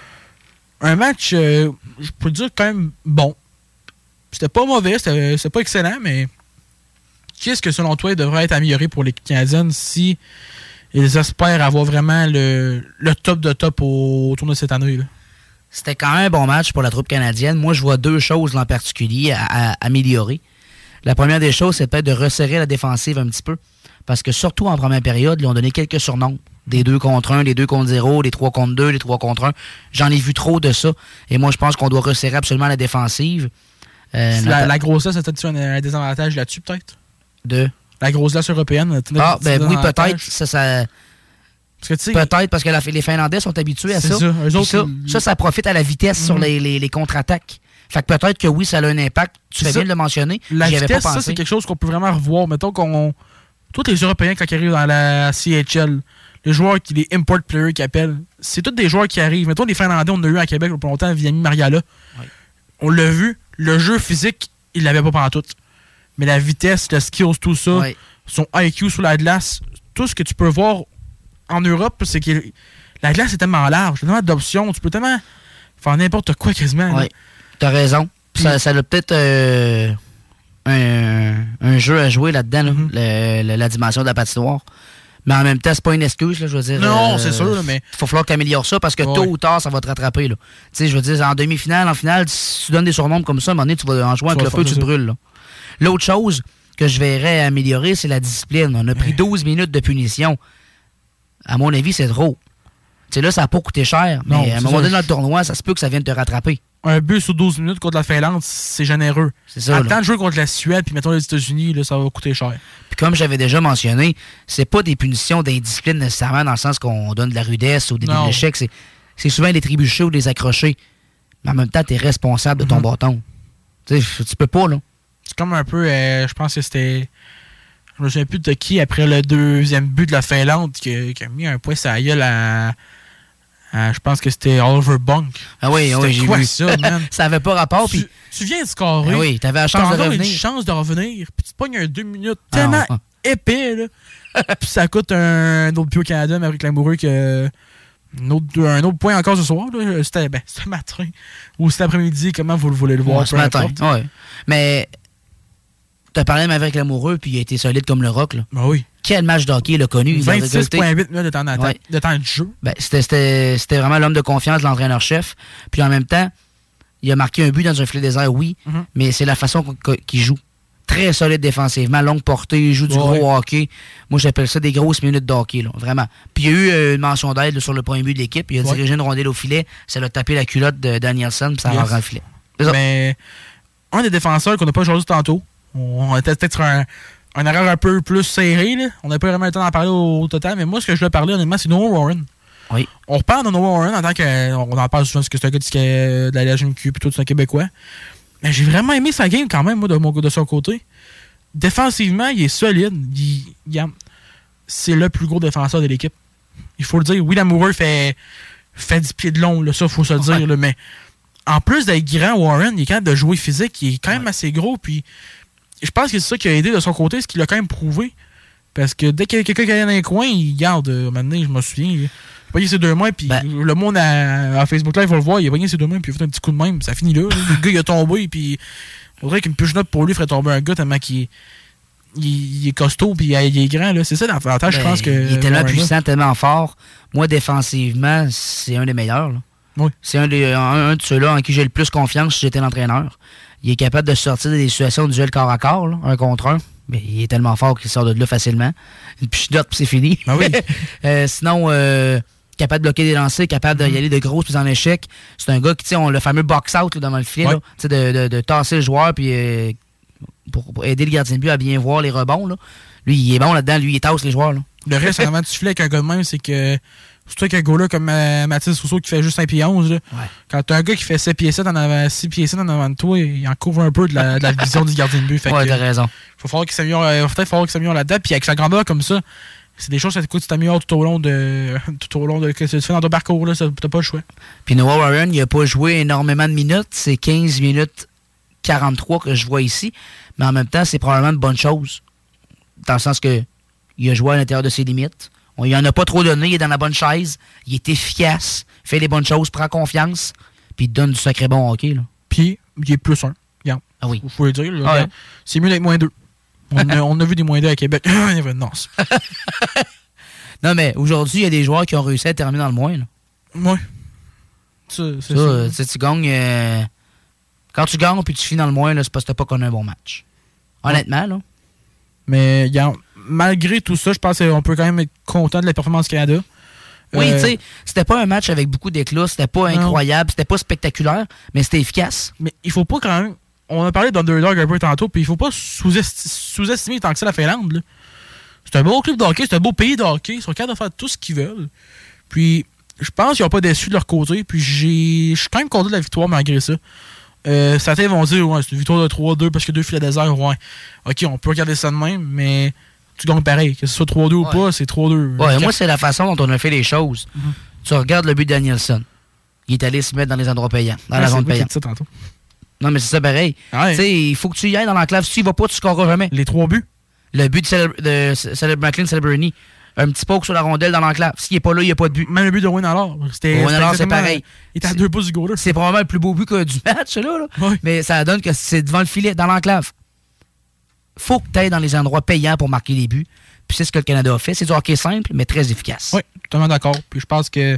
un match, euh, je peux dire, quand même bon. C'était pas mauvais, c'était, c'était pas excellent, mais qu'est-ce que selon toi devrait être amélioré pour les Canadiennes si ils espèrent avoir vraiment le, le top de top au, au tournoi de cette année là? C'était quand même un bon match pour la troupe canadienne. Moi, je vois deux choses en particulier à, à améliorer. La première des choses, c'est peut-être de resserrer la défensive un petit peu. Parce que surtout en première période, ils ont donné quelques surnoms. Des deux contre un, des deux contre zéro, des trois contre deux, des trois contre un. J'en ai vu trop de ça. Et moi, je pense qu'on doit resserrer absolument la défensive. Euh, la, la grossesse, c'était un, un désavantage là-dessus, peut-être? De? La grossesse européenne. Ah, ben oui, peut-être. Ça, ça... Parce que, peut-être parce que la, les Finlandais sont habitués à ça. ça. Eux autres, ça, ça, ça profite à la vitesse mm-hmm. sur les, les, les contre-attaques. Fait que peut-être que oui, ça a un impact. Tu fais bien de le mentionner. La J'y vitesse, avais pas pensé. Ça, c'est quelque chose qu'on peut vraiment revoir. Mettons qu'on... Tous les Européens, quand ils arrivent dans la C H L, les joueurs, qui, les import players qu'ils appellent, c'est tous des joueurs qui arrivent. Mettons, les Finlandais, on en a eu à Québec pour longtemps, Viami Mariala. Oui. On l'a vu. Le jeu physique, il l'avait pas pendant tout. Mais la vitesse, le skills, tout ça, oui. son I Q sur la glace, tout ce que tu peux voir en Europe, c'est que la glace est tellement large, tellement d'options, tu peux tellement faire n'importe quoi quasiment. Oui, t'as raison. Puis, ça, ça a peut-être euh, un, un jeu à jouer là-dedans, là, mm-hmm. le, le, la dimension de la patinoire. Mais en même temps, c'est pas une excuse, là, je veux dire. Non, euh, c'est sûr, là, mais... Il va falloir que tu améliores ça parce que ouais. tôt ou tard, ça va te rattraper. Tu sais, je veux dire, en demi-finale, en finale, si tu donnes des surnoms comme ça, à un moment donné, tu vas en jouer avec le feu, tu te brûles. Là. L'autre chose que je verrais améliorer, c'est la discipline. On a pris douze minutes de punition. À mon avis, c'est trop. Tu sais, là, ça n'a pas coûté cher, mais non, à un moment donné dans le tournoi, ça se peut que ça vienne te rattraper. Un but sur douze minutes contre la Finlande, c'est généreux. C'est ça. Attends de jouer contre la Suède, puis mettons les États-Unis, là, ça va coûter cher. Puis comme j'avais déjà mentionné, c'est pas des punitions d'indiscipline nécessairement dans le sens qu'on donne de la rudesse ou des échecs. C'est, c'est souvent des trébuchés ou des accrochés. Mais en même temps, t'es responsable de ton mm-hmm. bâton. Tu sais, tu peux pas, là. C'est comme un peu, euh, je pense que c'était... Je me souviens plus de qui, après le deuxième but de la Finlande, qui, qui a mis un point sur la gueule à... à je pense que c'était Oliver Bunk. Ah oui, oui, j'ai quoi, vu ça, man? Ça avait pas rapport. Tu, pis... tu viens de scorer. Ah oui, t'avais la chance de revenir. une chance de revenir, puis tu te pognes un deux minutes tellement ah, épais, là. Puis ça coûte un, un autre but au Canada, mais avec l'amoureux que... Un autre, un autre point encore ce soir, là. C'était ben, ce matin ou cet après-midi, comment vous le voulez le voir? Ouais, ce matin, oui. Mais... T'as parlé même avec l'amoureux, puis il a été solide comme le rock. Là. Ben oui. Quel match d'hockey il a connu. vingt-six virgule huit minutes de temps, ouais. de temps de jeu. Ben, c'était, c'était, c'était vraiment l'homme de confiance de l'entraîneur-chef. Puis en même temps, il a marqué un but dans un filet désert, oui, mm-hmm. mais c'est la façon qu'il joue. Très solide défensivement, longue portée, il joue du ouais. gros hockey. Moi, j'appelle ça des grosses minutes de hockey, là, vraiment. Puis il y a eu euh, une mention d'aide là, sur le premier but de l'équipe. Il a ouais. dirigé une rondelle au filet. Ça l'a tapé la culotte de Danielson, puis ça a yes. rentré le filet. Mais un des défenseurs qu'on n'a pas joué tantôt, on était peut-être sur un, un horaire un peu plus serré. Là. On n'a pas vraiment le temps d'en parler au, au total. Mais moi, ce que je voulais parler, honnêtement, c'est Noah Warren. Oui. On reparle de Noah Warren en tant que... On en parle souvent parce que c'est un gars de la L G M Q et tout, c'est un Québécois. Mais j'ai vraiment aimé sa game quand même, moi, de, mon, de son côté. Défensivement, il est solide. Il, il, c'est le plus gros défenseur de l'équipe. Il faut le dire. Oui, l'amoureux fait, fait dix pieds de long. Là, ça, il faut se le dire. Là, mais en plus d'être grand, Warren, il est capable de jouer physique. Il est quand même ouais. assez gros. Puis je pense que c'est ça qui a aidé de son côté, ce qu'il a quand même prouvé. Parce que dès qu'il y a quelqu'un qui est dans les coins, il garde. Euh, maintenant, je me souviens, il a pogné ses deux mains, puis ben. le monde à, à Facebook Live va le voir, il a pogné ses deux mains, puis il a fait un petit coup de main, puis ça finit là. Le gars, il a tombé, puis on dirait qu'une push note pour lui ferait tomber un gars tellement qu'il il, il est costaud, puis il, il est grand. Là. C'est ça l'avantage, ben, je pense. que il est tellement puissant, là. Tellement fort. Moi, défensivement, c'est un des meilleurs. Là. Oui. C'est un, des, un, un de ceux-là en qui j'ai le plus confiance si j'étais l'entraîneur. Il est capable de sortir des situations de duel corps à corps, là, un contre un. Mais il est tellement fort qu'il sort de là facilement. Une pichinote, puis c'est fini. Ah oui. euh, sinon, euh, capable de bloquer des lancers, capable mm-hmm. d'y aller de grosses prises en échec. C'est un gars qui, tu sais, on le fameux box-out là, devant le filet, ouais. de, de, de tasser le joueur, puis euh, pour, pour aider le gardien de but à bien voir les rebonds. Là. Lui, il est bon là-dedans. Lui, il tasse les joueurs. Là. Le reste, avant de siffler avec un gars de même, c'est que surtout avec un gars-là comme euh, Mathis Rousseau qui fait juste cinq pieds onze. Là. Ouais. Quand t'as un gars qui fait sept pieds sept en avant, six pieds sept en avant de toi, il en couvre un peu de la, de la vision du gardien de but. Fait ouais, que, t'as raison. Il va falloir qu'il s'améliore, euh, peut-être falloir qu'il s'améliore là-dedans. Puis avec sa grandeur comme ça, c'est des choses que tu t'améliores tout au long de tout au long de que tu fais dans ton parcours. Là, ça, t'as pas le choix. Puis Noah Warren, il a pas joué énormément de minutes. C'est quinze minutes quarante-trois que je vois ici. Mais en même temps, c'est probablement une bonne chose. Dans le sens que il a joué à l'intérieur de ses limites. On lui en a pas trop donné. Il est dans la bonne chaise. Il est efficace. Fait les bonnes choses. Prend confiance. Puis il donne du sacré bon hockey. Là. Puis il est plus un. Regarde. Ah oui. Faut le dire. Là, ah ouais. C'est mieux d'être moins deux. On a, on a vu des moins deux à Québec. non, non, mais aujourd'hui, il y a des joueurs qui ont réussi à terminer dans le moins. Là. Oui. Ça, c'est ça. ça. Tu gagnes... Euh... Quand tu gagnes puis tu finis dans le moins, là, c'est parce que t'as pas connu un bon match. Honnêtement, ouais. là. Mais regarde, malgré tout ça, je pense qu'on peut quand même être content de la performance du Canada. Oui, euh... tu sais, c'était pas un match avec beaucoup d'éclat, c'était pas non. incroyable, c'était pas spectaculaire, mais c'était efficace. Mais il faut pas quand même... On a parlé d'Underdog un peu tantôt, puis il faut pas sous-esti- sous-estimer tant que ça la Finlande. Là. C'est un beau club de hockey, c'est un beau pays de hockey. Ils sont capables de faire tout ce qu'ils veulent. Puis, je pense qu'ils n'ont pas déçu de leur côté. Puis, j'ai... je suis quand même content de la victoire malgré ça. Euh, certains vont dire, ouais, c'est une victoire de trois deux parce que deux filets désert, ouais. Ok, on peut regarder ça de même, mais tu gagnes pareil. Que ce soit trois deux ouais. ou pas, c'est trois deux. Ouais, moi, c'est la façon dont on a fait les choses. Mm-hmm. Tu regardes le but de Danielson. Il est allé se mettre dans les endroits payants, dans ouais, la zone payante. Ça, tantôt. Non, mais c'est ça pareil. Ouais. Tu sais, il faut que tu y ailles dans l'enclave. Si tu y vas pas, tu scoreras jamais. Les trois buts? Le but de, Cele- de Cele- McLean Celebrini. Un petit poke sur la rondelle dans l'enclave. S'il n'est pas là, il n'y a pas de but. Même le but de Wayne Allard. C'était, Wayne Allard, c'est pareil. Il était à deux pouces du goal. C'est probablement le plus beau but que du match, là. là. Oui. Mais ça donne que c'est devant le filet, dans l'enclave. Faut que tu ailles dans les endroits payants pour marquer les buts. Puis c'est ce que le Canada a fait. C'est du hockey simple, mais très efficace. Oui, totalement d'accord. Puis je pense que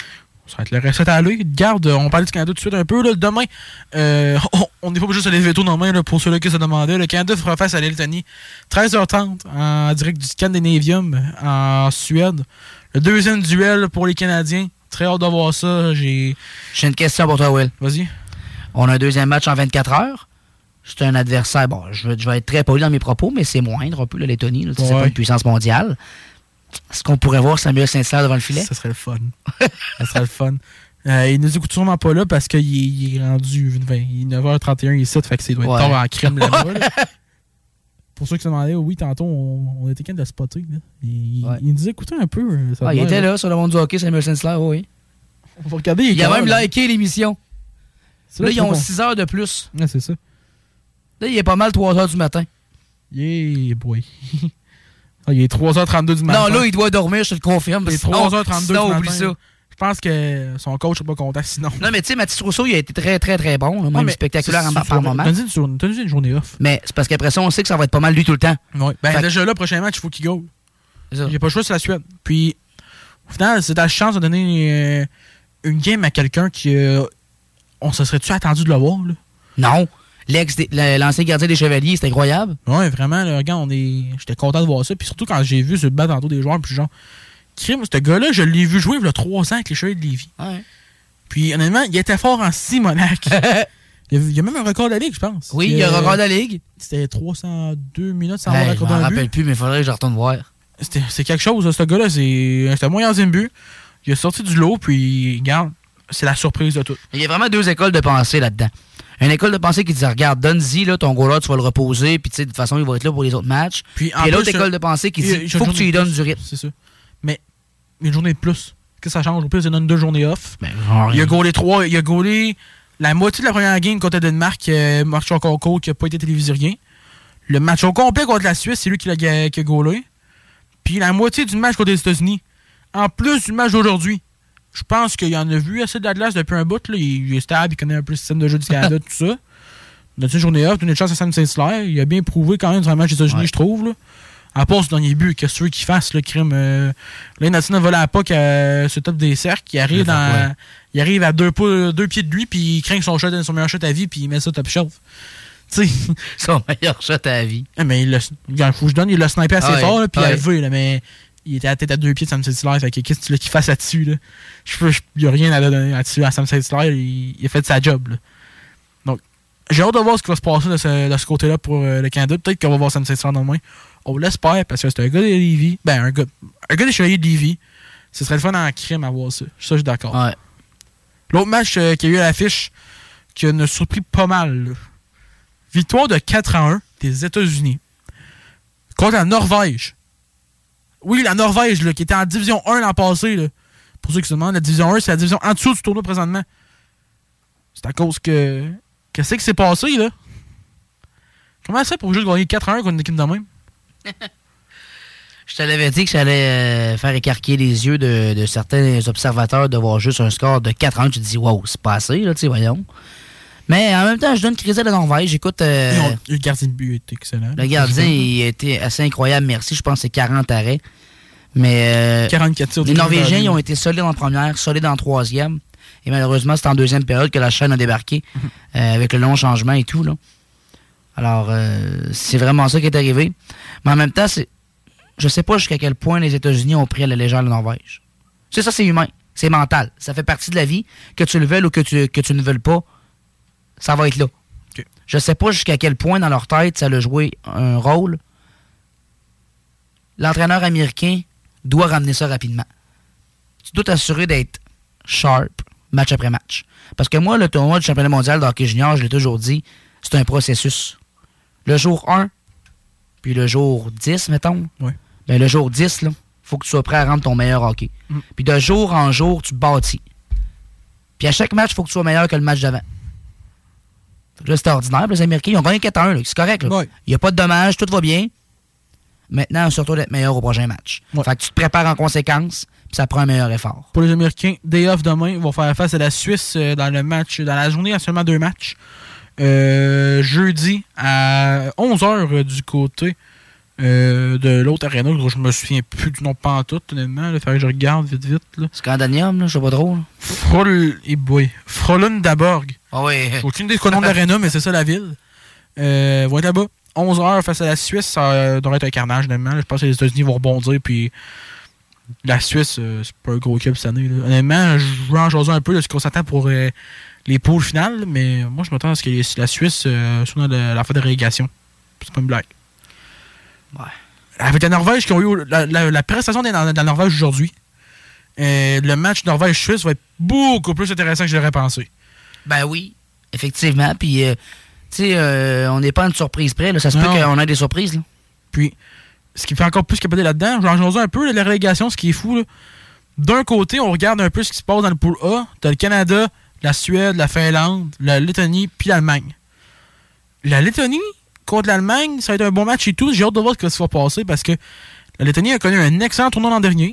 ça va être le recette à lui. Garde, on parlait du Canada tout de suite un peu. Là. Demain, euh, on n'est pas obligé de se lever tôt demain là, pour ceux-là qui se demandaient. Le Canada fera face à la Lettonie. treize heures trente en direct du Scandinavium en Suède. Le deuxième duel pour les Canadiens. Très hâte de voir ça. J'ai, J'ai une question pour toi, Will. Vas-y. On a un deuxième match en vingt-quatre heures. C'est un adversaire. Bon, je vais, je vais être très poli dans mes propos, mais c'est moindre un peu, la Lettonie. Là, ouais. C'est pas une puissance mondiale. Est-ce qu'on pourrait voir Samuel Saint-Hilaire devant le filet? Ça serait le fun. Ça serait le fun. Euh, il nous écoute sûrement pas là parce qu'il est, il est rendu vingt, il est neuf heures trente et un ici, fait que c'est doit être ouais. tard en crème là-bas. Là. Pour ceux qui se demandaient, oui, tantôt, on, on était quand de le spotter. Là. Il, ouais. il nous écoutait un peu. Ça ah, il était là, là sur le monde du hockey, Samuel Saint-Hilaire, oui. On va regarder. Il, il a même là, liké l'émission. Là, là ils ont six heures de plus. Ouais, c'est ça. Là, il est pas mal trois heures du matin. Yeah, boy. Ah, il est trois heures trente-deux du matin. Non, là, il doit dormir, je te le confirme. Il est trois heures trente-deux sinon, du matin. oublie ça. Je pense que son coach n'est pas content sinon. Non, mais tu sais, Mathis Rousseau, il a été très, très, très bon. Là, même ouais, spectaculaire en, par moment. T'as dit une, une journée off. Mais c'est parce qu'après ça, on sait que ça va être pas mal lui tout le temps. Oui. Ben, fait déjà là, prochain match, il faut qu'il go. Il n'y a pas le choix, c'est la Suède. Puis, au final, c'est ta chance de donner euh, une game à quelqu'un qui. Euh, on se serait-tu attendu de le voir, là? Non. L'ex des, l'ancien gardien des Chevaliers, c'est incroyable. Oui, vraiment, là, regarde, on est. J'étais content de voir ça. Puis surtout quand j'ai vu ce bat tantôt des joueurs, puis genre, crime, ce gars-là, je l'ai vu jouer il y a trois ans avec les Chevaliers de Lévis. Ouais. Puis honnêtement, il était fort en Simonac. il, y a même un record de la Ligue, je pense. Oui, il y a un record de la Ligue. C'était trois cent deux minutes sans hey, avoir record d'un but. Je m'en rappelle plus, mais il faudrait que je retourne voir. C'était, c'est quelque chose, là, ce gars-là. C'est, c'était un moyen but. Il a sorti du lot, puis regarde, c'est la surprise de tout. Il y a vraiment deux écoles de pensée là-dedans. Une école de pensée qui dit regarde, donne-y là, ton goal-là, tu vas le reposer, puis de toute façon, il va être là pour les autres matchs. Puis, puis l'autre école de pensée qui dit il faut que tu lui donnes du rythme. C'est ça. Mais une journée de plus. Qu'est-ce que ça change? Au pire, il donne deux journées off. Ben, il a gaulé trois. Il a gaulé la moitié de la première game contre le Danemark, euh, match au concours qui n'a pas été télévisé rien. Le match au complet contre la Suisse, c'est lui qui l'a qui a gaulé. Puis la moitié du match contre les États-Unis. En plus du match d'aujourd'hui. Je pense qu'il en a vu assez de la glace depuis un bout. Là. Il, il est stable, il connaît un peu le système de jeu du Canada, tout ça. Notre journée off, donné une chance à Sam Saint-Hilaire. Il a bien prouvé quand même sur un match des États-Unis, ouais. Je trouve. Là. À part ce dernier but, qu'est-ce que tu veux qu'il fasse, le crime? Euh, là, Nathan a volé à la puck à ce top des cercles. Il arrive, dans, ouais. il arrive à deux, deux pieds de lui, puis il craint son, shot, son meilleur shot à vie, puis il met ça top shelf. Tu sais. Son meilleur shot à vie. Mais il il faut que je donne, il l'a snipé assez ouais. fort, là, puis ouais. il a levé, là, mais. Il était à la tête à deux pieds de Sam Saint-Hilaire. Fait que qu'est-ce que tu veux qu'il fasse là-dessus? Là? Je peux, il n'y a rien à donner là-dessus à Sam Saint-Hilaire. Il, il a fait sa job. Là. Donc, J'ai hâte de voir ce qui va se passer de ce, de ce côté-là pour euh, le Canada. Peut-être qu'on va voir Sam Saint-Cyr demain. On l'espère parce que c'est un gars de Lévis. Ben, un gars, un gars des Chevaliers de Lévis. Ce serait le fun en crime à voir ça. Ça, je suis d'accord. Ouais. L'autre match euh, qui a eu à l'affiche, qui nous a surpris pas mal. Là. Victoire de quatre à un des États-Unis contre la Norvège. Oui, la Norvège, là, qui était en Division un l'an passé. Là. Pour ceux qui se demandent, la Division un, c'est la division en dessous du tournoi présentement. C'est à cause que... Qu'est-ce qui s'est passé, là? Comment ça pour juste gagner quatre à un contre une équipe de même? Je te l'avais dit que j'allais euh, faire écarquer les yeux de, de certains observateurs de voir juste un score de quatre à un. Tu te dis, wow, c'est pas assez, là, tu sais, voyons. Mais en même temps, je donne crédit à la Norvège. Écoute. Euh, ont, le gardien de but était excellent. Le gardien, il a été assez incroyable, merci. Je pense que c'est quarante arrêts. Mais. Euh, quarante-quatre tirs. Les Norvégiens, ils ont été solides en première, solides en troisième. Et malheureusement, c'est en deuxième période que la chaîne a débarqué, euh, avec le long changement et tout, là. Alors, euh, c'est vraiment ça qui est arrivé. Mais en même temps, c'est. Je sais pas jusqu'à quel point les États-Unis ont pris à la légère la Norvège. C'est ça, c'est humain. C'est mental. Ça fait partie de la vie. Que tu le veuilles ou que tu, que tu ne veuilles pas, ça va être là. Okay. Je sais pas jusqu'à quel point dans leur tête ça a joué un rôle. L'entraîneur américain doit ramener ça rapidement. Tu dois t'assurer d'être sharp match après match. Parce que moi, le tournoi du championnat mondial de hockey junior, je l'ai toujours dit, c'est un processus. Le jour un, puis le jour dix, mettons, ouais. ben le jour dix, il faut que tu sois prêt à rendre ton meilleur hockey. Mm. Puis de jour en jour, tu bâtis. Puis à chaque match, il faut que tu sois meilleur que le match d'avant. Là, c'est ordinaire. Les Américains, ils ont gagné quatre à un. Là. C'est correct. Il ouais. n'y a pas de dommages, tout va bien. Maintenant, surtout d'être meilleur au prochain match. Ouais. Fait que tu te prépares en conséquence, puis ça prend un meilleur effort. Pour les Américains, day off demain, ils vont faire face à la Suisse euh, dans le match, dans la journée, il y a seulement deux matchs. Euh, jeudi à onze heures euh, du côté euh, de l'autre aréna. Je me souviens plus du nom pantoute, honnêtement. Il fallait que je regarde vite, vite. Là. Scandanium, là, je sais pas trop. Frol... Eh boy. Frolundaborg. Ah oui. J'ai aucune idée du nom de l'aréna, mais c'est ça la ville. Euh, vont être là-bas. onze heures face à la Suisse, ça euh, devrait être un carnage, honnêtement. Je pense que les États-Unis vont rebondir, puis la Suisse, euh, c'est pas un gros club cette année. Là. Honnêtement, je vais en jaser un peu de ce qu'on s'attend pour euh, les poules finales, mais moi, je m'attends à ce que la Suisse euh, soit dans la, la phase de relégation. C'est pas une blague. Ouais. Avec la Norvège, qui ont eu la, la, la prestation de la, de la Norvège aujourd'hui, euh, le match Norvège-Suisse va être beaucoup plus intéressant que je l'aurais pensé. Ben oui, effectivement. Puis, euh, tu sais, euh, on n'est pas à une surprise près. Là. Ça se non. peut qu'on ait des surprises. Là. Puis, ce qui me fait encore plus capoter là-dedans, j'en jase un peu, là, la relégation, ce qui est fou. Là. D'un côté, on regarde un peu ce qui se passe dans le pool A. T'as le Canada, la Suède, la Finlande, la Lettonie, puis l'Allemagne. La Lettonie contre l'Allemagne, ça va être un bon match et tout. J'ai hâte de voir ce qui va se passer parce que la Lettonie a connu un excellent tournoi l'an dernier.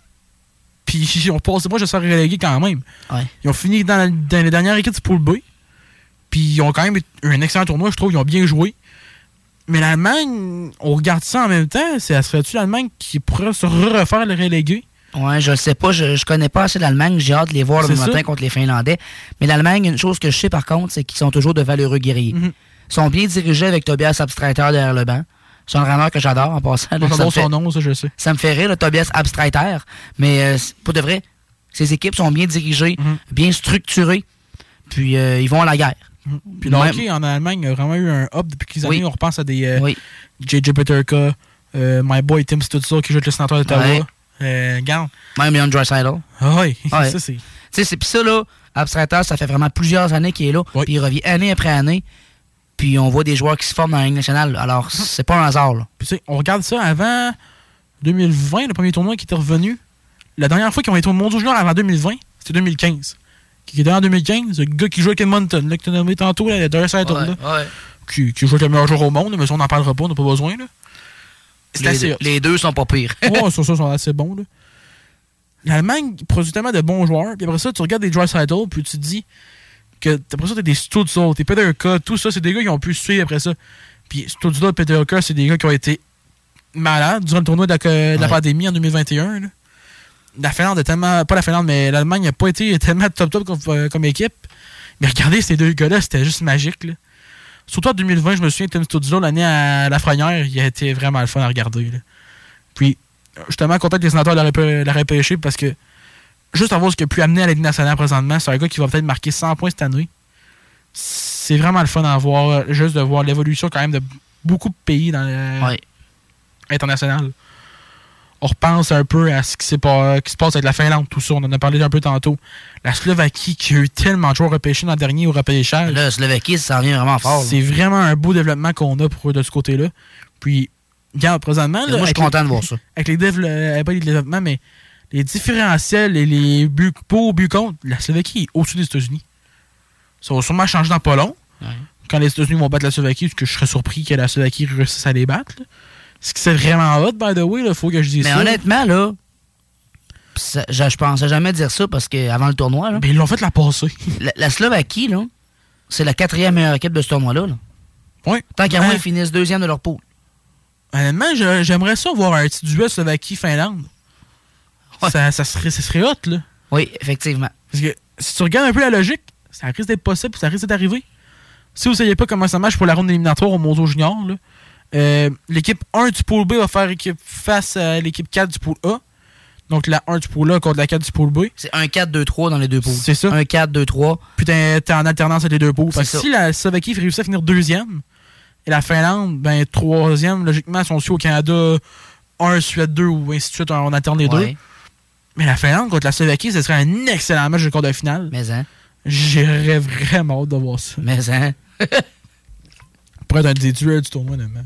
Puis ils ont passé moi je serais relégué quand même. Ouais. Ils ont fini dans, la, dans les dernières équipes du pool B. Puis ils ont quand même eu un excellent tournoi, je trouve. Ils ont bien joué. Mais l'Allemagne, on regarde ça en même temps. Ça serait-tu l'Allemagne qui pourrait se refaire le relégué? Ouais, je le sais pas. Je, je connais pas assez l'Allemagne. J'ai hâte de les voir le matin contre les Finlandais. Mais l'Allemagne, une chose que je sais par contre, c'est qu'ils sont toujours de valeureux guerriers. Mm-hmm. Ils sont bien dirigés avec Tobias Abstreiter derrière le banc. C'est un entraîneur que j'adore en passant. J'adore son nom, ça je sais. Ça me fait rire, le Tobias Abstreiter. Mais euh, pour de vrai, ces équipes sont bien dirigées, mm-hmm. bien structurées. Puis euh, ils vont à la guerre. Mm-hmm. Puis le hockey en Allemagne a vraiment eu un up depuis quelques années. Oui. On repense à des euh, oui. J J Peterka, euh, My Boy Tim Stutzel qui joue avec le sénateur d'Ottawa. Ouais. Euh, garde. Même Leon Draisaitl. Ah oui, ouais. ça c'est. Tu sais, c'est puis ça là, Abstreiter, ça fait vraiment plusieurs années qu'il est là. Oui. Puis il revient année après année. Puis on voit des joueurs qui se forment dans la Ligue nationale. Alors, c'est pas un hasard. Là. Puis, on regarde ça avant deux mille vingt, le premier tournoi qui était revenu. La dernière fois qu'ils ont été au Mondial Junior avant deux mille vingt, c'était deux mille quinze. Qui était en deux mille quinze, le gars qui joue avec Edmonton, là, que tu as nommé tantôt, là, le Draisaitl, ouais, là, ouais. qui, qui joue avec le meilleur joueur au monde, mais ça, on n'en parlera pas, on n'a pas besoin. Là. Les, assez, deux, les deux sont pas pires. Ouais, sur ça, sont assez bons. Là. L'Allemagne produit tellement de bons joueurs, puis après ça, tu regardes des Draisaitl, puis tu te dis que après ça, t'as des Stutzel, t'es Peterka, tout ça, c'est des gars qui ont pu suivre après ça. Puis Stutzel et Peterka, c'est des gars qui ont été malades durant le tournoi de la, de la ouais. pandémie en deux mille vingt et un. Là. La Finlande est tellement... Pas la Finlande, mais l'Allemagne n'a pas été tellement top-top comme, comme équipe. Mais regardez, ces deux gars-là, c'était juste magique. Là. Surtout en deux mille vingt, je me souviens, Tim Stutzel, l'année à Lafrenière, il a été vraiment le fun à regarder. Là. Puis, justement, content que les sénateurs l'auraient repêché parce que juste à voir ce qu'il a pu amener à la Ligue nationale présentement, c'est un gars qui va peut-être marquer cent points cette année. c'est vraiment le fun à voir, juste de voir l'évolution quand même de beaucoup de pays dans le ouais. international. On repense un peu à ce qui, s'est pas, qui se passe avec la Finlande, tout ça. On en a parlé un peu tantôt. La Slovaquie, qui a eu tellement de joueurs repêchés l'an dernier au repêchage. La Slovaquie, ça en vient vraiment fort. C'est là. Vraiment un beau développement qu'on a pour eux de ce côté-là. Puis, regarde, présentement... Là, moi, je suis content les, de voir ça. Avec les, dévelop- pas les développements, mais les différentiels et les buts pour, buts contre, la Slovaquie est au-dessus des États-Unis. Ça va sûrement changer dans pas long. Ouais. Quand les États-Unis vont battre la Slovaquie, parce que je serais surpris que la Slovaquie réussisse à les battre. Là. Ce qui c'est vraiment hot, by the way, il faut que je dise mais ça. Mais honnêtement, là, ça, je, je pensais jamais dire ça parce qu'avant le tournoi. Là, mais ils l'ont fait la passer. La, la Slovaquie, là, c'est la quatrième meilleure équipe de ce tournoi-là. Là. Oui. Tant qu'à moi, ils finissent deuxième de leur poule. Honnêtement, je, j'aimerais ça voir un petit duel Slovaquie-Finlande. Ouais. Ça, ça, serait, ça serait hot, là. Oui, effectivement. Parce que si tu regardes un peu la logique, ça risque d'être possible, ça risque d'arriver. Si vous ne savez pas comment ça marche pour la ronde éliminatoire au Mondo Junior, là, euh, l'équipe un du pôle B va faire équipe face à l'équipe quatre du pôle A. Donc la un du pôle A contre la quatre du pôle B. C'est un quatre deux trois dans les deux pôles. C'est ça. un quatre deux trois. Puis t'es, t'es en alternance avec les deux pôles. Parce que ça. si la Slovaquie réussit à finir deuxième, et la Finlande, ben troisième, logiquement, sont aussi au Canada un, Suède deux, ou ainsi de suite, on alterne les ouais. deux. Mais la Finlande contre la Slovaquie, ce serait un excellent match de quart de finale. Mais hein. J'aurais vraiment hâte de voir ça. Mais hein. Pour être un des duels du tournoi, même.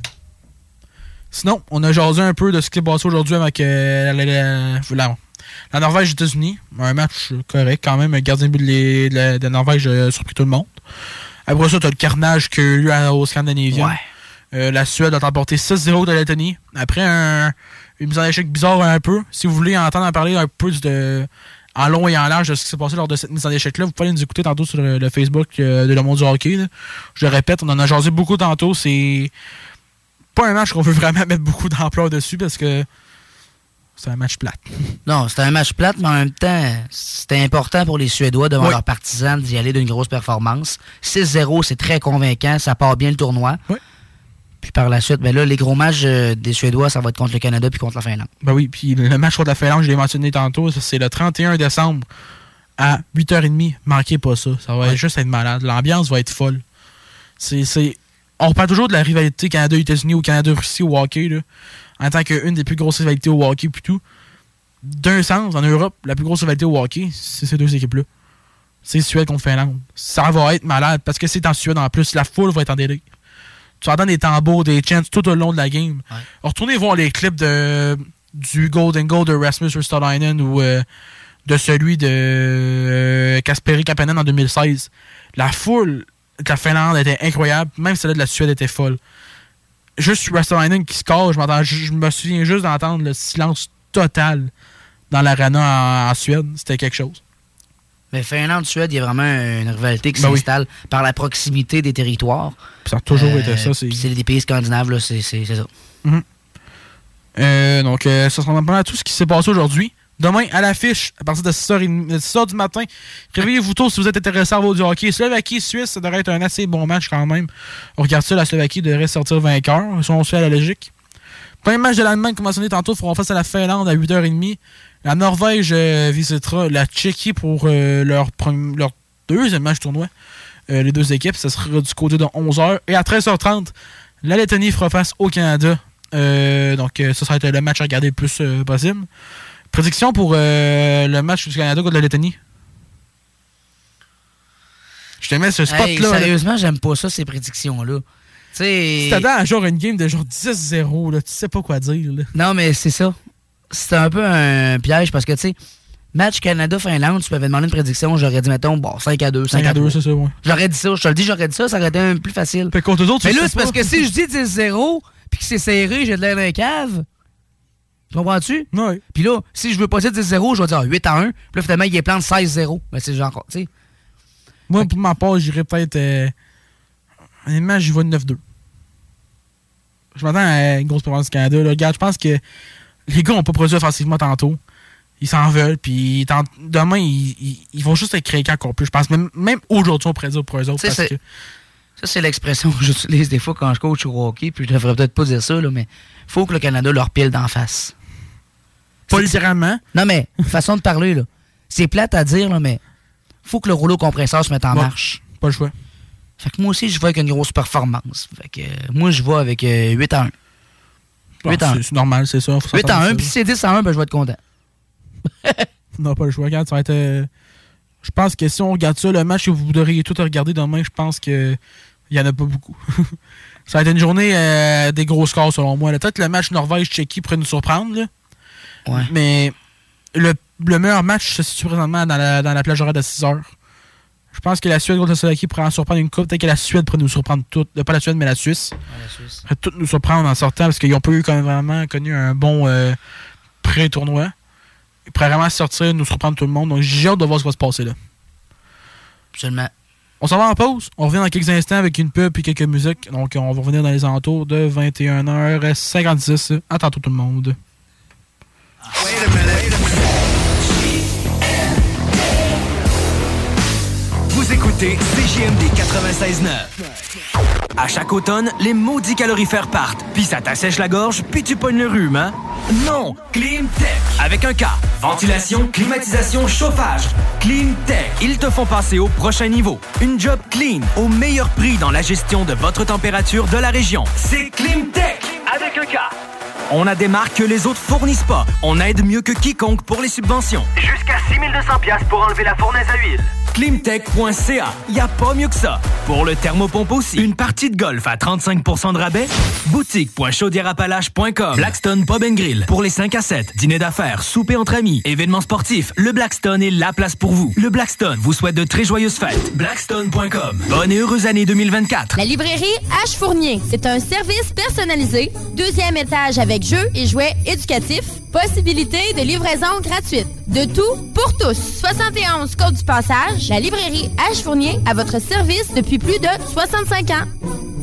Sinon, on a jasé un peu de ce qui s'est passé aujourd'hui avec euh, la, la, la, la Norvège et les États-Unis. Un match correct quand même. Un gardien de but de, de, la, de la Norvège a surpris tout le monde. Après ça, tu as le carnage qu'il y a eu à, au Scandinavien. Ouais. Euh, la Suède a emporté six zéro de la Lettonie. Après un, une mise en échec bizarre un peu. Si vous voulez entendre en parler un peu de, en long et en large de ce qui s'est passé lors de cette mise en échec-là, vous pouvez aller nous écouter tantôt sur le, le Facebook euh, de Le Monde du Hockey. Là. Je le répète, on en a jasé beaucoup tantôt. C'est pas un match qu'on veut vraiment mettre beaucoup d'ampleur dessus parce que c'est un match plate. Non, c'était un match plate, mais en même temps, c'était important pour les Suédois devant oui. leurs partisans d'y aller d'une grosse performance. six zéro, c'est très convaincant, ça part bien le tournoi. Oui. Puis par la suite, ben là, les gros matchs euh, des Suédois, ça va être contre le Canada puis contre la Finlande. Ben oui, puis le match contre la Finlande, je l'ai mentionné tantôt, c'est le trente et un décembre à huit heures trente. Manquez pas ça. Ça va ouais. juste être malade. L'ambiance va être folle. C'est, c'est... On parle toujours de la rivalité Canada-États-Unis ou Canada-Russie au hockey, là, en tant qu'une des plus grosses rivalités au hockey puis tout. D'un sens, en Europe, la plus grosse rivalité au hockey, c'est ces deux équipes-là. C'est Suède contre Finlande. Ça va être malade parce que c'est en Suède en plus. La foule va être en délire. Tu entends des tambours, des chants tout au long de la game. Ouais. Retournez voir les clips de, du Golden Goal de Rasmus Ristolainen ou euh, de celui de euh, Kasperi Kapanen en deux mille seize. La foule de la Finlande était incroyable. Même celle de la Suède était folle. Juste Ristolainen qui score, je, m'entends, je, je me souviens juste d'entendre le silence total dans l'arena en, en Suède. C'était quelque chose. Mais Finlande-Suède, il y a vraiment une rivalité qui ben s'installe oui. par la proximité des territoires. Ça a toujours euh, été ça. C'est, c'est des pays scandinaves, là, c'est, c'est, c'est ça. Mm-hmm. Euh, donc, euh, ça sera pas mal tout ce qui s'est passé aujourd'hui. Demain, à l'affiche, à partir de six heures du matin, réveillez-vous tôt si vous êtes intéressé à voir du hockey. Slovaquie-Suisse, ça devrait être un assez bon match quand même. On regarde ça, la Slovaquie devrait sortir vainqueur, si on suit à la logique. Premier match de l'Allemagne, comme mentionné tantôt, feront face à la Finlande à huit heures trente. La Norvège euh, visitera la Tchéquie pour euh, leur, premier, leur deuxième match tournoi. Euh, les deux équipes, ça sera du côté de onze heures. Et à treize heures trente, la Lettonie fera face au Canada. Euh, donc, euh, ça sera le match à regarder le plus euh, possible. Prédiction pour euh, le match du Canada contre la Lettonie? Je te mets ce spot-là. Hey, sérieusement, là. J'aime pas ça, ces prédictions-là. T'sais... Si t'attends à genre une game de genre dix zéro, là, tu sais pas quoi dire. Là. Non, mais c'est ça. C'est un peu un piège parce que, tu sais, match Canada-Finlande, tu m'avais demandé une prédiction, j'aurais dit, mettons, bon, cinq à deux, cinq à deux, c'est ça, ouais. J'aurais dit ça, je te le dis, j'aurais dit ça, ça aurait été un peu plus facile. Fait contre eux autres, mais là, c'est pas. Parce que si je dis dix zéro, puis que c'est serré, j'ai de l'air d'un cave. Tu comprends-tu? Oui. Puis là, si je veux pas dire dix zéro, je vais dire huit à un. Puis là, finalement, il est plan de seize zéro. Ben, c'est genre, tu sais. Moi, pour ma part, j'irais peut-être. Euh... Honnêtement, j'y vais de neuf deux. Je m'attends à une grosse performance du Canada. Là. Regarde, je pense que les gars n'ont pas produit offensivement tantôt. Ils s'en veulent. Puis tentent... demain, ils, ils, ils vont juste être créés encore plus. Je pense même, même aujourd'hui, on pourrait dire pour eux autres. Parce que... Ça, c'est l'expression que j'utilise des fois quand je coach au hockey. Puis je devrais peut-être pas dire ça, là, mais il faut que le Canada leur pile d'en face. Pas c'est... littéralement. Non, mais façon de parler, là. C'est plate à dire, là, mais faut que le rouleau compresseur se mette en ouais, marche. Pas le choix. Fait que moi aussi, je vais avec une grosse performance. Fait que euh, moi, je vais avec euh, huit à un. Bon, huit à un. C'est, c'est normal, c'est ça. huit à un, puis si c'est dix à un, ben je vais être content. Non, pas le choix. Regarde, ça va être... Euh, je pense que si on regarde ça, le match que vous voudriez tout regarder demain, je pense que il y en a pas beaucoup. Ça va être une journée euh, des gros scores, selon moi. Là, peut-être le match Norvège-Tchéquie pourrait nous surprendre. Là. Ouais. Mais le, le meilleur match se situe présentement dans la, dans la plage horaire de six heures. Je pense que la Suède contre la Slovaquie pourrait en surprendre une coupe. Peut-être que la Suède pourrait nous surprendre toutes. Pas la Suède, mais la Suisse. Ouais, la Suisse. Pourrait toutes nous surprendre en sortant parce qu'ils ont pas eu quand même vraiment connu un bon euh, pré-tournoi. Ils pourraient vraiment sortir, nous surprendre tout le monde. Donc j'ai hâte de voir ce qui va se passer là. Absolument. On s'en va en pause. On revient dans quelques instants avec une pub et quelques musiques. Donc on va revenir dans les alentours de vingt et une heures cinquante-six. À tantôt tout le monde. Wait a minute. Vous écoutez C J M D quatre-vingt-seize neuf. À chaque automne, les maudits calorifères partent, puis ça t'assèche la gorge, puis tu pognes le rhume, hein? Non! Climtech! Avec un K. Ventilation, climatisation, chauffage. Climtech. Ils te font passer au prochain niveau. Une job clean, au meilleur prix dans la gestion de votre température de la région. C'est Climtech! Avec un K. On a des marques que les autres fournissent pas. On aide mieux que quiconque pour les subventions. Jusqu'à six mille deux cents dollars pour enlever la fournaise à huile. Climtech point c a. Y a pas mieux que ça. Pour le thermopompe aussi. Une partie de golf à trente-cinq pour cent de rabais. boutique point chaudière appalaches point com. Blackstone Pub and Grill. Pour les cinq à sept. Dîner d'affaires, souper entre amis, événements sportifs. Le Blackstone est la place pour vous. Le Blackstone vous souhaite de très joyeuses fêtes. Blackstone point com. Bonne et heureuse année deux mille vingt-quatre. La librairie H. Fournier. C'est un service personnalisé. Deuxième étage avec jeux et jouets éducatifs. Possibilité de livraison gratuite. De tout pour tous. soixante et onze Côte du Passage. La librairie H. Fournier à votre service depuis plus de soixante-cinq ans.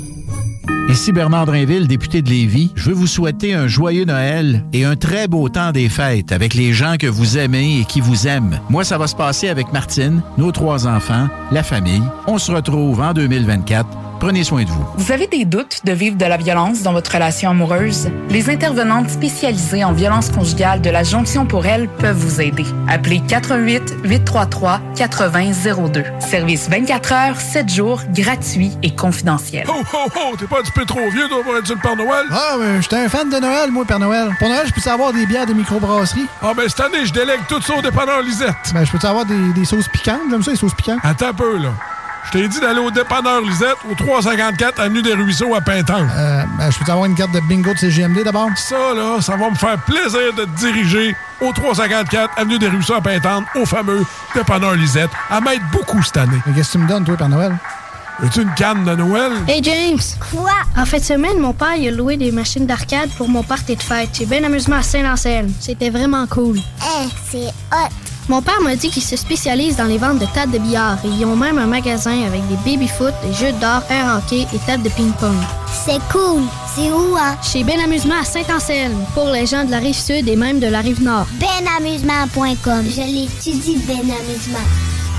Ici Bernard Drainville, député de Lévis. Je veux vous souhaiter un joyeux Noël et un très beau temps des fêtes avec les gens que vous aimez et qui vous aiment. Moi, ça va se passer avec Martine, nos trois enfants, la famille. On se retrouve en deux mille vingt-quatre. Prenez soin de vous. Vous avez des doutes de vivre de la violence dans votre relation amoureuse? Les intervenantes spécialisées en violence conjugale de la Jonction pour elle peuvent vous aider. Appelez quatre un huit, huit trois trois, quatre zéro zéro deux. Service vingt-quatre heures, sept jours, gratuit et confidentiel. Oh, oh, oh! T'es pas un petit peu trop vieux, toi, pour être sur le Père Noël? Ah, mais j'étais un fan de Noël, moi, Père Noël. Pour Noël, je peux avoir des bières de microbrasserie? Ah, ben cette année, je délègue tout ça au dépanneur Lisette. Ben, je peux avoir des, des sauces piquantes? J'aime ça, les sauces piquantes. Attends un peu, là. Je t'ai dit d'aller au dépanneur Lisette, au trois cent cinquante-quatre Avenue des Ruisseaux à Pintanque. Euh, ben, je peux avoir une carte de bingo de C G M D d'abord? Ça, là, ça va me faire plaisir de te diriger au trois cent cinquante-quatre Avenue des Ruisseaux à Pintanque, au fameux dépanneur Lisette, à m'aide beaucoup cette année. Mais qu'est-ce que tu me donnes, toi, Père Noël? Veux-tu une canne de Noël? Hey James! Quoi? En fin de semaine, mon père il a loué des machines d'arcade pour mon party de fête. J'ai bien amusement à Saint-Anselme. C'était vraiment cool. Eh, hey, c'est hot! Mon père m'a dit qu'il se spécialise dans les ventes de tables de billard et ils ont même un magasin avec des baby-foot, des jeux d'or, air hockey et tables de ping-pong. C'est cool! C'est où, hein? Chez Ben Amusement à Saint-Anselme, pour les gens de la Rive-Sud et même de la Rive-Nord. ben amusement point com. Je l'étudie, Ben Amusement.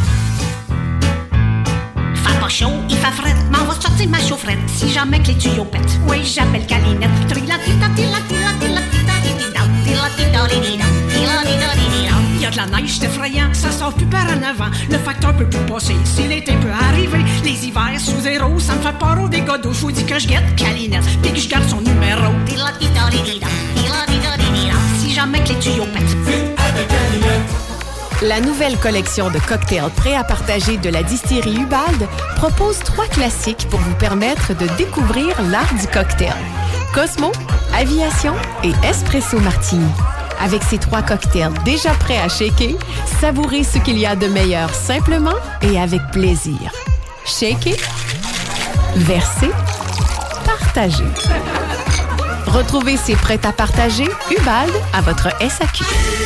Il fait pas chaud, il fait frais, m'en va sortir ma chaufferette si jamais que les tuyaux pètent. Oui, j'appelle Calinette. Il y a de la neige, c'est effrayant, ça sort plus par en avant. Le facteur peut plus passer, si l'été peut arriver. Les hivers sous zéro, ça me fait peur au dégâts d'eau. Faut dire que je guette Calinette, puis que je garde son numéro. Si jamais que les tuyaux pètent. Avec Calinette. La nouvelle collection de cocktails prêts à partager de la distillerie Ubald propose trois classiques pour vous permettre de découvrir l'art du cocktail. Cosmo, Aviation et Espresso Martini. Avec ces trois cocktails déjà prêts à shaker, savourez ce qu'il y a de meilleur simplement et avec plaisir. Shaker, verser, partager. Retrouvez ces prêts à partager Ubald à votre S A Q.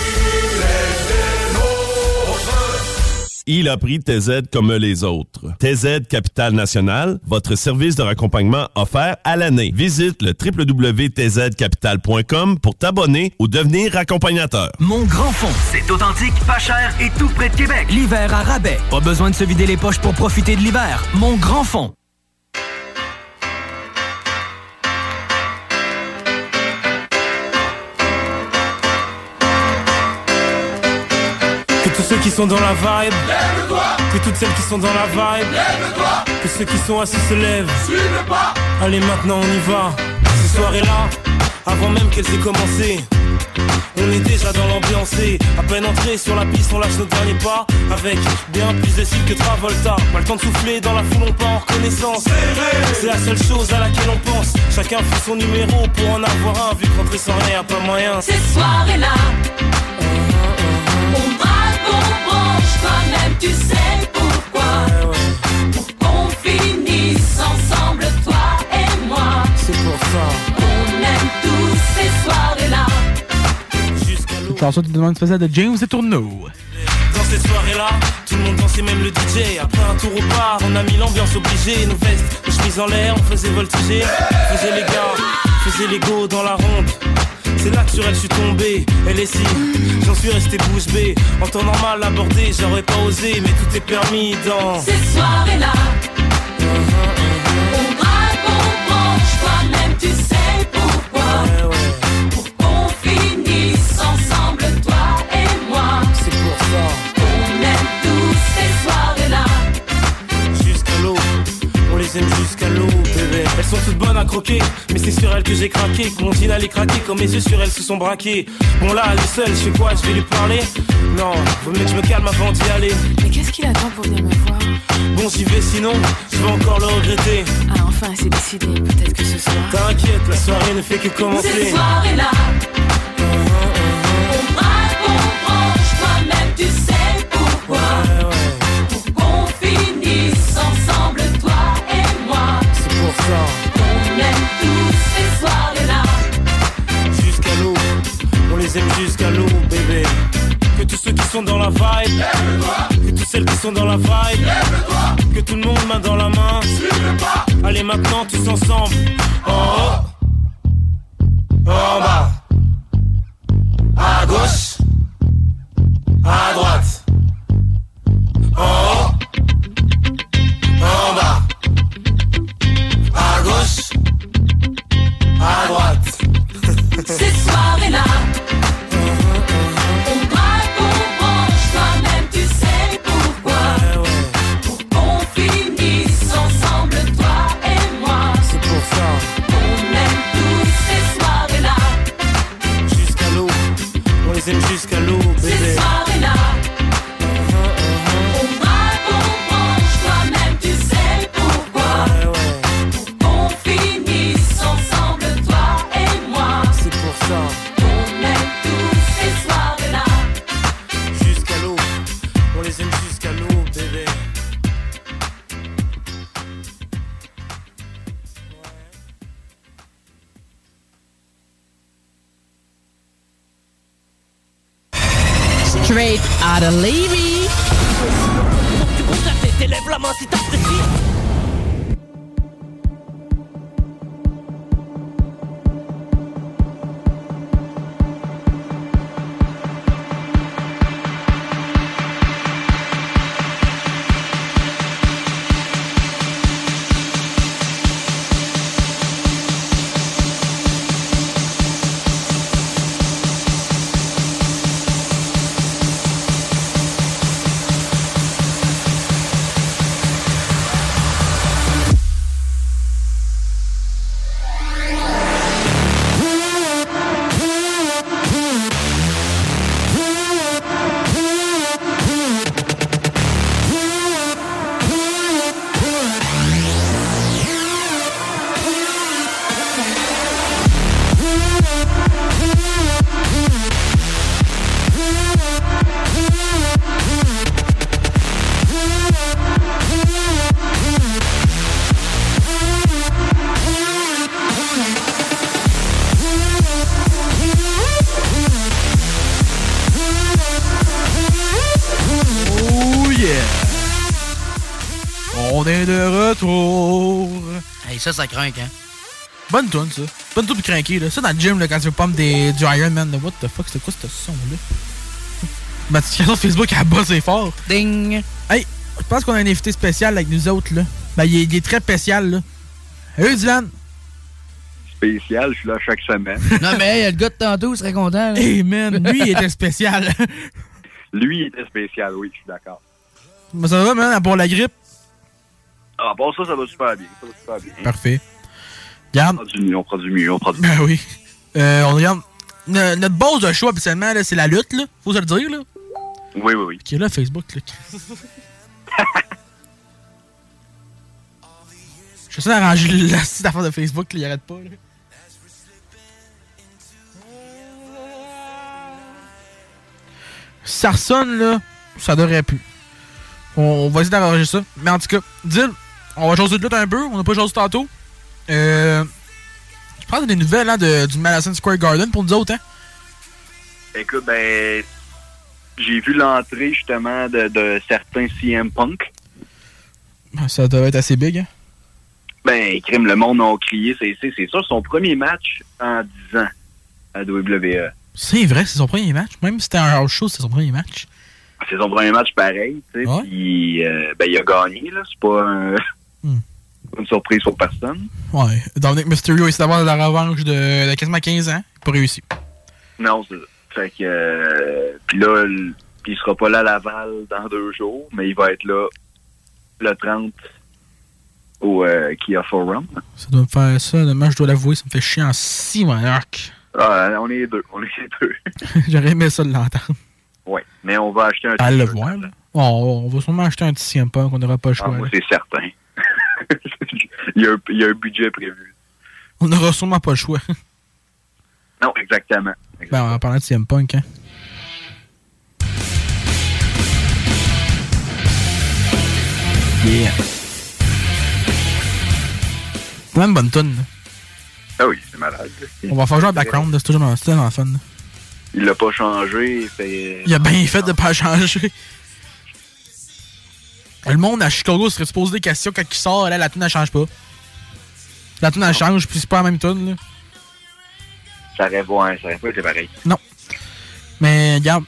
Il a pris T Z comme les autres. T Z Capital National, votre service de raccompagnement offert à l'année. Visite le w w w point t z capital point com pour t'abonner ou devenir accompagnateur. Mon Grand Fond, c'est authentique, pas cher et tout près de Québec. L'hiver à rabais. Pas besoin de se vider les poches pour profiter de l'hiver. Mon Grand Fond. Que tous ceux qui sont dans la vibe, lève-toi. Que toutes celles qui sont dans la vibe, lève-toi. Que ceux qui sont assis se lèvent, suivez pas. Allez maintenant on y va. Ces soirées-là, avant même qu'elles aient commencé, on est déjà dans l'ambiance et à peine entré sur la piste on lâche nos derniers pas. Avec bien plus de style que Travolta. Pas le temps de souffler dans la foule, on part en reconnaissance. C'est la seule chose à laquelle on pense. Chacun fait son numéro pour en avoir un. Vu que rentrer sans rien y'a pas moyen. Ces soirées-là, on braque, on branche. Toi-même tu sais pourquoi. Pour qu'on finisse ensemble, toi et moi. C'est pour ça on aime tous ces soirées-là. Chanson de demande spéciale de James et Tourneau. Dans cette soirée-là, tout le monde dansait, même le D J. Après un tour au bar, on a mis l'ambiance obligée. Nos vestes, nos chemises en l'air, on faisait voltiger. Faisait les gars, faisait les go dans la ronde. C'est là que sur elle je suis tombé. Elle est si, j'en suis resté bouche bée. En temps normal abordé, j'aurais pas osé. Mais tout est permis dans ces soirées-là. On braque, on branche. Toi-même tu sais pourquoi. Ouais, ouais. Pour qu'on finisse ensemble, toi et moi. C'est pour ça on aime tous ces soirées-là. Jusqu'à l'eau, on les aime jusqu'à l'eau, bébé. Elles sont toutes bonnes à croquer, mais c'est sur elles que j'ai craqué. Continue à les craquer quand mes yeux sur elles se sont braqués. Bon là, elle est seule, je fais quoi, je vais lui parler? Non, vaut mieux que je me calme avant d'y aller. Mais qu'est-ce qu'il attend pour venir me voir? Bon, j'y vais, sinon, je vais encore le regretter. Ah, enfin, c'est décidé, peut-être que ce soir. T'inquiète, la soirée ne fait que commencer. Ces soirées-là, on braque, on branche. Toi-même tu sais pourquoi. Ouais, ouais. Pour qu'on finisse ensemble, toi et moi. C'est pour ça on aime tous ces soirées-là. Jusqu'à l'eau, on les aime jusqu'à l'eau, bébé. Que tous ceux qui sont dans la vibe, lève-toi. Que toutes celles qui sont dans la vibe, lève-toi. Que tout le monde main dans la main, suivez pas. Allez maintenant tous ensemble. En haut, en bas, à gauche, à droite. En haut, en bas, à gauche, à droite. Ces soirées-là, on braque, on branche. Toi-même tu sais pourquoi. Pour qu'on finisse ensemble, toi et moi. C'est pour ça on aime tous ces soirées-là. jusqu'à l'eau, on les aime jusqu'à l'eau, Ces bébé. soirées-là, on braque, on branche. Toi-même tu sais pourquoi. Pour qu'on finisse ensemble, toi et moi. C'est pour ça On aime tous ces soirées-là. jusqu'à l'eau, on les aime jusqu'à l'eau, bébé. Straight out of Levy. Tu constates tes lèvres la main si t'apprécies. On est de retour. Hey, ça, ça craint, hein? Bonne toune, ça. Bonne toune pour craquer, là. Ça, dans le gym, là, quand tu veux pump des, du Iron Man, là. What the fuck, c'était quoi ce son-là? Ma notification Facebook, elle bosse fort. Ding! Hey, je pense qu'on a un invité spécial avec nous autres, là. Ben, il est, il est très spécial, là. Hey, Dylan! Spécial, je suis là chaque semaine. Non, mais hey, le gars de tantôt serait content, là. Hey, man, lui, il était spécial. Lui, il était spécial, oui, je suis d'accord. Mais ça va, man, pour la grippe? Ah, bon, ça, ça va super bien. Ça va super bien. Parfait. Regarde. On prend du mieux, on prend du mieux, on prend du mieux. Ben oui. Euh, on regarde. Ne- notre base de choix, habituellement, là, c'est la lutte, là. Faut se le dire, là. Oui, oui, oui. Qui est là, Facebook, là. Je suis d'arranger la petite affaire de Facebook, là, il arrête pas, là. Si ça ressonne, là, ça devrait plus. On, on va essayer d'arranger ça. Mais en tout cas, Dil, on va jaser de lutte un peu. On n'a pas jasé tantôt. Euh... Je pense des nouvelles hein, de, du Madison Square Garden pour nous autres, hein? Écoute, ben, j'ai vu l'entrée, justement, de, de certains C M Punk. Ça doit être assez big, hein? Ben, crime, le monde a crié, c'est, c'est, c'est ça, son premier match en dix ans à W W E. C'est vrai, c'est son premier match. Même si c'était un house show, c'est son premier match. C'est son premier match pareil, tu sais, ouais. Puis euh, ben, il a gagné, là, c'est pas un... hmm. une surprise pour personne. Ouais, Dominic Mysterio essaie d'avoir la revanche de, de quasiment quinze ans, il n'a pas réussi. Non, c'est ça. Fait que, euh, puis là, l- il sera pas là à Laval dans deux jours, mais il va être là le trente au euh, Kia Forum. Ça doit me faire ça, demain, je dois l'avouer, ça me fait chier en si, mon arc. Ah, on est deux, on est deux. J'aurais aimé ça de l'entendre. Ouais, mais on va acheter un À le voir, là. Oh, on va sûrement acheter un petit C M Punk, on n'aura pas le choix. Ah, moi, là. c'est certain. il, y a un, il y a un budget prévu. On n'aura sûrement pas le choix. Non, exactement. Ben, en parlant de C M Punk, hein. Yeah. C'est même une bonne tune. Ah oui, c'est malade. On va faire jouer un background, c'est toujours dans, c'est dans le fun. Il l'a pas changé. Fait... Il a bien fait de pas changer. Le monde à Chicago serait se poser des questions quand il sort, là, la tune elle change pas. La tune elle change, puis c'est pas la même tune, là. Ça aurait, ouais, ça aurait pas été pareil. Non. Mais, regarde,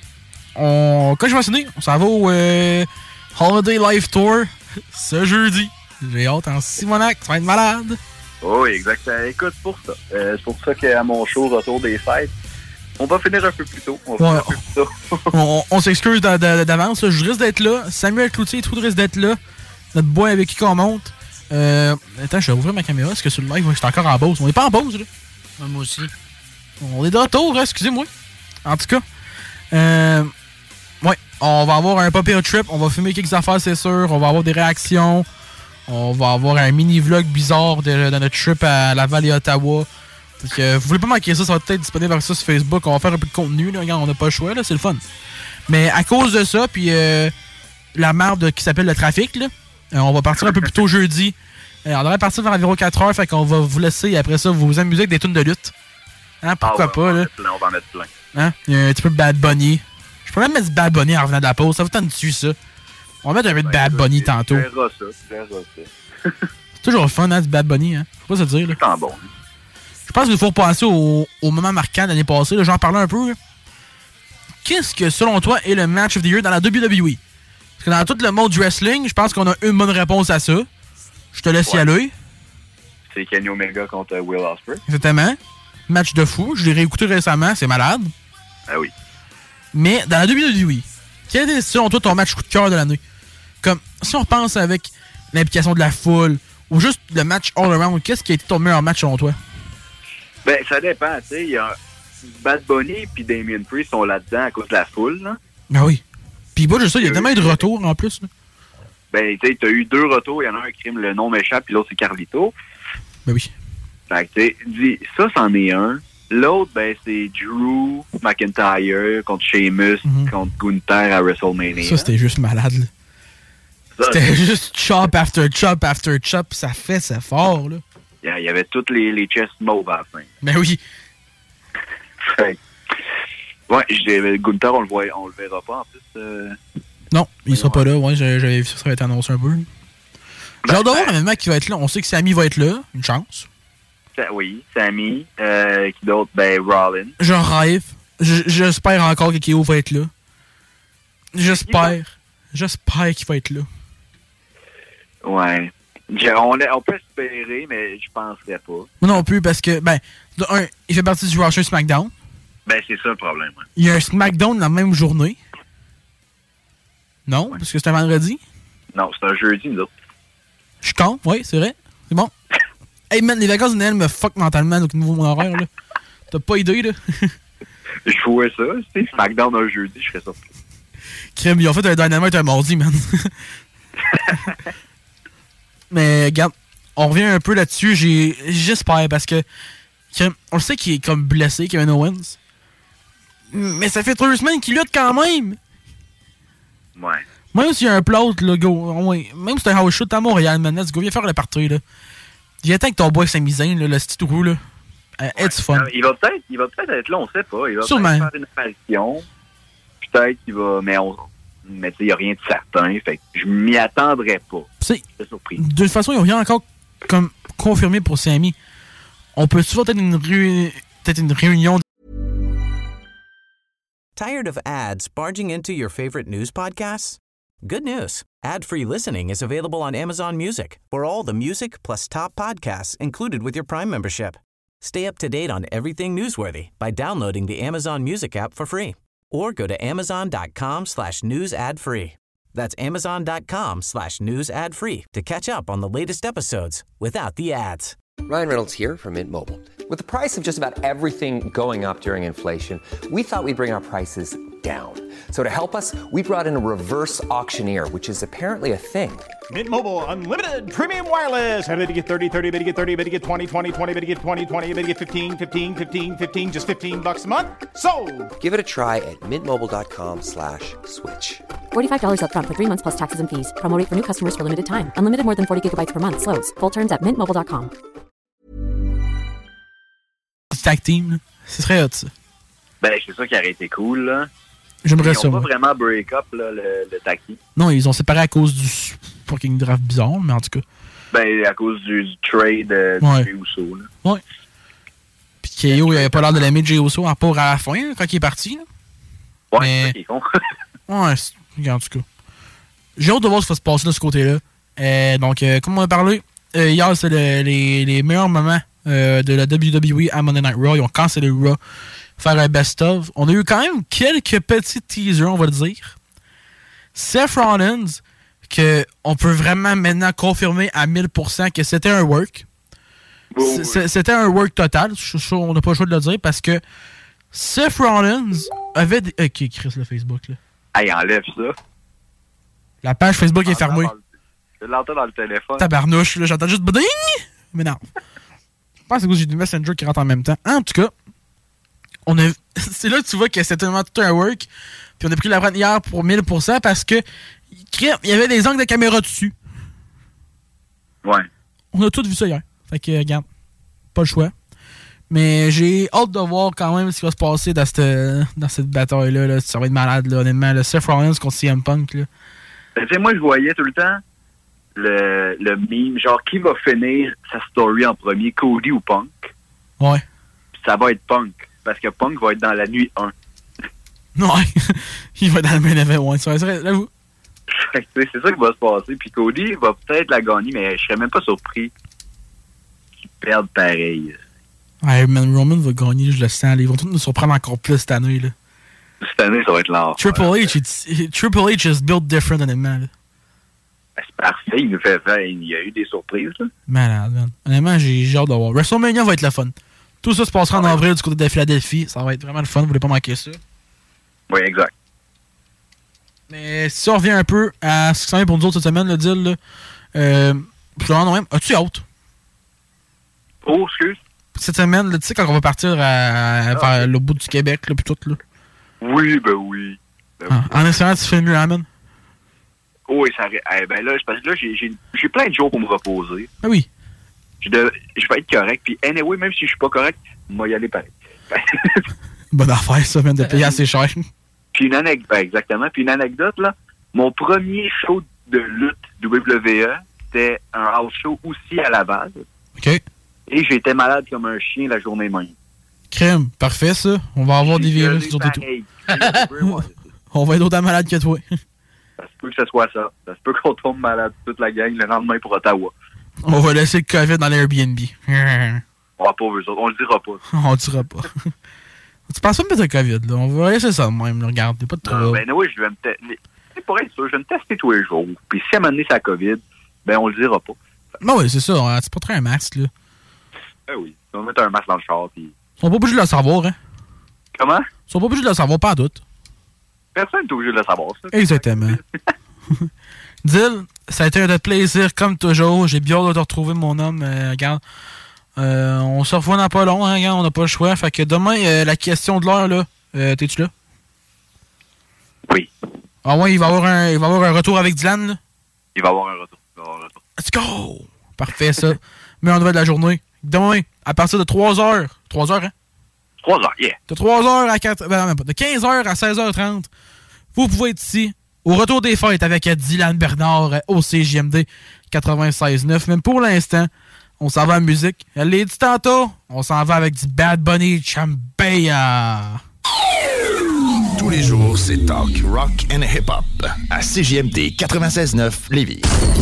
on, comme je mentionné, on s'en va au euh, Holiday Life Tour ce jeudi. J'ai hâte en Simonac, ça va être malade. Oui, exactement. Écoute, pour ça. Euh, c'est pour ça qu'à mon show Retour des fêtes, on va finir un peu plus tôt. On va Ouais, finir un peu plus tôt. on on s'excuse d'a- d'a- d'avance, là. Je risque d'être là. Samuel Cloutier, tout risque d'être là. Notre boy avec qui on monte. Euh, attends, je vais ouvrir ma caméra. Est-ce que sur le live, je suis encore en pause? On n'est pas en pause, là. Moi aussi. On est de retour, hein, excusez-moi. En tout cas, euh, ouais, on va avoir un pop-up trip. On va filmer quelques affaires, c'est sûr. On va avoir des réactions. On va avoir un mini-vlog bizarre de, de notre trip à Laval et Ottawa. Fait que, euh, vous voulez pas manquer ça, ça va peut-être disponible vers ça sur Facebook. On va faire un peu de contenu, là. Regarde, on n'a pas le choix, là, c'est le fun. Mais à cause de ça, puis euh, la merde qui s'appelle le trafic, là, euh, on va partir un peu plus tôt jeudi. Euh, on devrait partir vers environ quatre heures, fait qu'on va vous laisser et après ça, vous vous amuser avec des tunes de lutte. Hein, pourquoi Ah ouais, pas, là? plein, on va en mettre plein. Hein? Il y a un petit peu de Bad Bunny. Je peux même mettre du Bad Bunny en revenant de la pause. Ça vous tente dessus, ça? On va mettre un peu de Bad Bunny tantôt. Tu verras ça, tu verras ça. C'est toujours le fun, hein, du Bad Bunny, hein? Faut pas se dire, là. C'est bon. Je pense qu'il faut repenser au, au moment marquant de l'année passée. là. J'en parlais un peu. là. Qu'est-ce que, selon toi, est le match of the year dans la W W E? Parce que dans tout le monde du wrestling, je pense qu'on a une bonne réponse à ça. Je te laisse y Ouais. aller. C'est Kenny Omega contre Will Ospreay. Exactement. Match de fou. Je l'ai réécouté récemment. C'est malade. Ah oui. Mais dans la W W E, quel est, selon toi, ton match coup de cœur de l'année? Comme, si on repense avec l'implication de la foule ou juste le match all-around, qu'est-ce qui a été ton meilleur match selon toi? Ben, ça dépend, tu sais. Il y a Bad Bunny et Damien Priest sont là-dedans à cause de la foule, là. Ben oui. Puis pas juste ça, il y a tellement eu de retours en plus. Là. Ben, tu sais, t'as eu deux retours. Il y en a un qui crime le nom m'échappe, puis l'autre, c'est Carlito. Ben oui. Fait que, tu sais, dis, ça, c'en est un. L'autre, ben, c'est Drew McIntyre contre Sheamus, Mhm. contre Gunther à WrestleMania. Ça, c'était juste malade. là. Ça, C'était juste chop after chop after chop. Ça fait, c'est fort, là. Il y avait toutes les, les chest mauves à la fin. Ben oui. Fait que, ouais, je dirais, Gunther, on le voit, on le verra pas, en plus. euh, Non, il sera pas là. Ouais, j'avais j'avais vu ça, ça va être annoncé un peu. J'ai hâte de voir un événement qui va être là. On sait que Sami va être là. Une chance. Ça- oui, Sammy, euh, qui d'autre? Ben, Rollins. Je rêve. J- J'espère encore que K O va être là. J'espère. J'espère qu'il va être là. Ouais. Je- On, on peut espérer, mais je penserais pas. Moi non plus, parce que, ben, de un, il fait partie du Raw SmackDown. Ben, c'est ça le problème. Ouais. Il y a un SmackDown la même journée. Non, ouais. Parce que c'est un vendredi. Non, c'est un jeudi, nous autres. Je suis con, oui, c'est vrai. C'est bon. Hey man, les vacances de Noël me fuck mentalement au niveau de mon horaire, là. T'as pas idée, là? Je jouais ça, tu sais, SmackDown un jeudi, je serais surpris. Crème, ils ont fait un Dynamite un mardi, man. Mais, regarde, on revient un peu là-dessus, j'ai j'espère, parce que crème, on le sait qu'il est comme blessé, Kevin Owens. Mais ça fait trois semaines qu'il lutte quand même. Ouais. Même s'il y a un plot, là, go. Ouais. Même si c'est un house shoot à Montréal, man, let's go, viens faire le party, là. Viens avec ton boy Sami-Zayn, là, le petit roux, là. Uh, ouais. It's fun. Euh, il va peut-être il va peut-être être là, on sait pas. Il va Sûrement. peut-être faire une apparition. Peut-être qu'il va. Mais on. Mais tu sais, il n'y a rien de certain. Fait que je m'y attendrais pas. C'est. Je suis surpris. De toute façon, il n'y a rien encore comme confirmé pour Sami. On peut souvent peut-être une, ré... peut-être une réunion. Tired of ads barging into your favorite news podcasts? Good news. Ad-free listening is available on Amazon Music for all the music plus top podcasts included with your Prime membership. Stay up to date on everything newsworthy by downloading the Amazon Music app for free or go to amazon.com slash news ad free. That's amazon.com slash news ad free to catch up on the latest episodes without the ads. Ryan Reynolds here from Mint Mobile. With the price of just about everything going up during inflation, we thought we'd bring our prices down. So to help us, we brought in a reverse auctioneer, which is apparently a thing. Mint Mobile Unlimited Premium Wireless. How to get thirty, thirty, how to get thirty, how to get twenty, twenty, twenty, how to get twenty, twenty, how to get fifteen, fifteen, fifteen, fifteen, just fifteen bucks a month? Sold! Give it a try at mintmobile.com slash switch. forty-five dollars up front for three months plus taxes and fees. Promo rate for new customers for limited time. Unlimited more than forty gigabytes per month. Slows full terms at mint mobile dot com. Tag team, ce serait hot, ça. Ben, c'est ça qui aurait été cool, là. J'aimerais ça. Ils n'ont pas moi. vraiment break-up, là, le, le tag team. Non, ils ont séparé à cause du fucking draft bizarre, mais en tout cas. Ben, à cause du, du trade euh, du ouais. Jey Uso, là. Ouais. Puis K O, il avait pas l'air de l'aimer, Jey Uso, à part à la fin, quand il est parti, là. Ouais, mais... c'est ça qui est con. ouais, regarde, en tout cas. J'ai hâte de voir ce qui va se passer de ce côté-là. Euh, donc, euh, comme on a parlé, euh, hier, c'est le, les, les meilleurs moments euh, de la W W E à Monday Night Raw. Ils ont cancellé le Raw. Faire un best-of. On a eu quand même quelques petits teasers, on va le dire. Seth Rollins, que on peut vraiment maintenant confirmer à mille pour cent que c'était un work. Oh, oui. C'était un work total. Je suis sûr, on n'a pas le choix de le dire parce que Seth Rollins avait des... Ok, Chris, le Facebook, là. Hey, enlève ça. La page Facebook est fermée. Je l'entends dans le téléphone. Tabarnouche, là, j'entends juste ding! Mais non. Je pense que c'est que j'ai du Messenger qui rentre en même temps. En tout cas, on a... c'est là que tu vois que c'était tellement tout un work. Puis on a pris la prendre hier pour mille pour cent parce que il y avait des angles de caméra dessus. Ouais. On a tous vu ça hier. Fait que, regarde, pas le choix. Mais j'ai hâte de voir quand même ce qui va se passer dans cette, dans cette bataille-là. Là. Ça va être malade, là, honnêtement. Le Seth Rollins contre C M Punk. Là. Ben, tu sais, moi, je voyais tout le temps le, le meme, genre, qui va finir sa story en premier, Cody ou Punk? Ouais. Puis ça va être Punk, parce que Punk va être dans la nuit un. Ouais. Il va être dans le main event, ouais. C'est vrai, j'avoue. C'est ça qui va se passer. Puis Cody va peut-être la gagner, mais je serais même pas surpris qu'il perde pareil. Ouais, man, Roman va gagner, je le sens. Ils vont tous nous surprendre encore plus cette année. Là. Cette année, ça va être l'enfer. Triple H, it's, Triple H is built different, honnêtement. Là. C'est parfait, il nous fait faire. Il y a eu des surprises. Là. Malade, man. Honnêtement, j'ai hâte de voir. WrestleMania va être le fun. Tout ça se passera en avril du côté de Philadelphie. Ça va être vraiment le fun, vous voulez pas manquer ça. Oui, exact. Mais si on revient un peu à ce qui s'en vient pour nous autres cette semaine, le deal, là, euh, je demande même, as-tu hâte? Oh, excuse. Cette semaine, là, tu sais, quand on va partir à, à, vers le bout du Québec, là, puis tout, là. Oui, ben oui. Ben ah, oui. En espérant, tu fais mieux, Amen. Oh, oui, ça eh, ben là, parce que là, j'ai, j'ai, j'ai plein de jours pour me reposer. Ah oui. Je, de, je vais être correct. Puis, anyway, même si je suis pas correct, moi y aller pareil. Bonne affaire, ça, même de payer assez cher. Puis une anecdote, ben exactement. Puis une anecdote, là, mon premier show de lutte W W E, c'était un house show aussi à Laval. OK. Et j'étais malade comme un chien la journée même. Crème, parfait, ça. On va avoir des virus sur tout. On va être autant malade que toi. Ça se peut que ce soit ça. Ça se peut qu'on tombe malade toute la gang le lendemain pour Ottawa. On va laisser le COVID dans l'Airbnb. On va pas eux autres. On le dira pas. On le dira pas. Tu penses pas me mettre le COVID, là. On va laisser ça de même, là. Regarde, t'es pas de trop. Ben oui, je vais me pour être sûr, je vais me tester tous les jours. Puis si à un moment donné, c'est la COVID, ben on le dira pas. Non, oui, c'est ça. Hein, c'est pas très un masque, là. Ben oui. On va mettre un masque dans le char, puis... Ils sont pas obligés de le savoir, hein? Comment? Ils sont pas obligés de le savoir, pas à doute. Personne n'est obligé de le savoir, ça. Exactement. Dil, ça a été un plaisir, comme toujours. J'ai bien hâte de te retrouver, mon homme. Euh, regarde, euh, on se revoit dans pas long, hein, regarde, on n'a pas le choix. Fait que demain, euh, la question de l'heure, là, euh, t'es-tu là? Oui. Ah ouais, il va y avoir un, il va y avoir un retour avec Dylan, là? Il va y avoir un retour. Il va y avoir un retour. Let's go! Parfait, ça. Mais on va de la journée. Demain, à partir de trois heures. trois heures, hein? trois heures, yeah. De trois heures à quatre... Ben, même pas. De quinze heures à seize heures trente. Vous pouvez être ici, au retour des fêtes, avec Dylan Bernard au C J M D quatre-vingt-seize neuf. Même pour l'instant, on s'en va en musique. Elle l'a dit tantôt, on s'en va avec du Bad Bunny Chambea. Tous les jours, c'est talk, rock and hip-hop à C J M D quatre-vingt-seize neuf Lévis.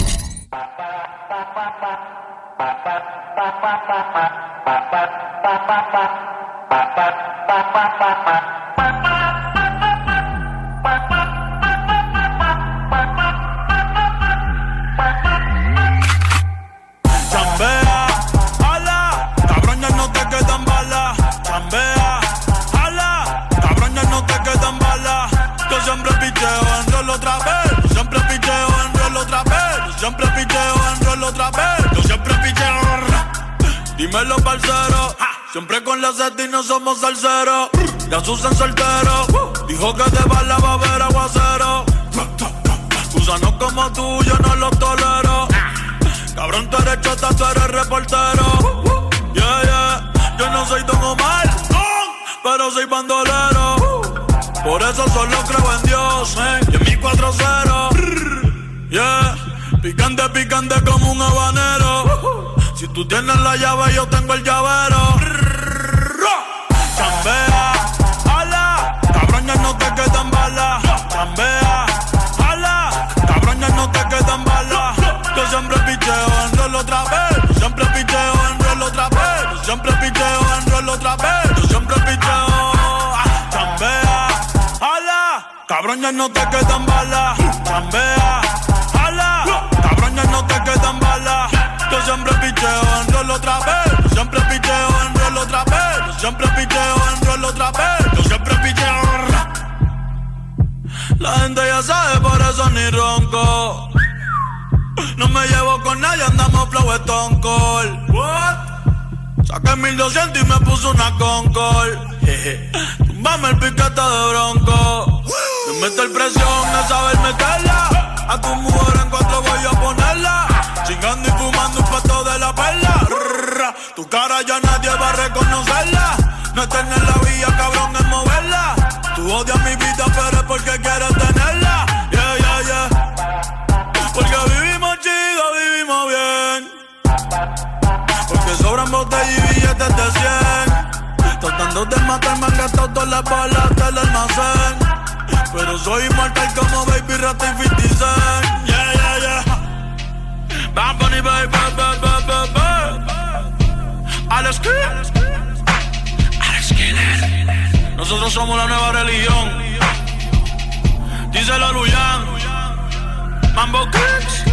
Chambea, ala, cabrón ya no te quedan balas. Chambea, ala, cabrón ya no te quedan balas. Yo siempre picheo en rol otra vez. Yo siempre picheo en rol otra vez. Yo siempre picheo en rol otra vez. Yo siempre picheo. Dímelo, parcero. Siempre con la seta y no somos salseros. Ya Susan soltero. Dijo que de bala va a haber aguacero. Gusanos como tú yo no los tolero. Cabrón, tú eres chota, tú eres reportero. Yeah, yeah. Yo no soy Don Omar, pero soy bandolero. Por eso solo creo en Dios, man. Y en mi cuatro cero. Yeah. Picante, picante como un habanero. Si tú tienes la llave, yo tengo el llavero. Chambea, ala, cabrón, ya no te quedan balas. Chambea, ala, cabrón, ya no te quedan balas. Yo siempre picheo en rol otra vez. Siempre picheo en rol otra vez. Siempre picheo en rol otra vez. Yo siempre picheo. Chambea, ala, cabrón, ya no te quedan balas. Chambea, ala, cabrón, ya no te quedan balas. Yo siempre picheo en rol otra vez. Siempre picheo en rol otra vez. Siempre picheo en rol otra vez. Yo siempre picheo. La gente ya sabe, por eso ni ronco. No me llevo con nadie, andamos flow Stone Cold. What? Saqué mil doscientos y me puso una Concord. Tumbame el piquete de bronco. Me mete el presión de saber meterla. A tu mujer en cuatro voy a ponerla. Chingando y fumando un pato de la perla. Rrr, tu cara ya nadie va a reconocerla. No estar en la vía, cabrón, es moverla. Tú odias mi vida, pero es porque quieres tenerla. Yeah, yeah, yeah. Porque vivimos chido, vivimos bien. Porque sobran botellas y billetes de cien. Tratando de matarme han gastado todas las balas del almacén. Pero soy inmortal como Baby Rata y fifty Cent. Yeah, yeah, yeah. Bad Bunny, baby, baby, baby, baby. Alex Kidd. Alex Kidd. Nosotros somos la nueva religión. Díselo a Luyan. Mambo Kicks.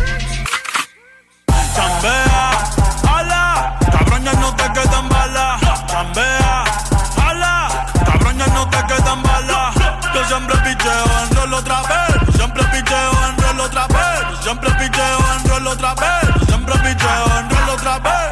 Chambea, ala, cabrón, ya no te quedan balas. Chambea, ala, cabrón, ya no te quedan balas. Yo siempre picheo en rol otra vez. Siempre picheo en rol otra vez. Siempre picheo en rol otra vez. Siempre picheo en rol otra vez.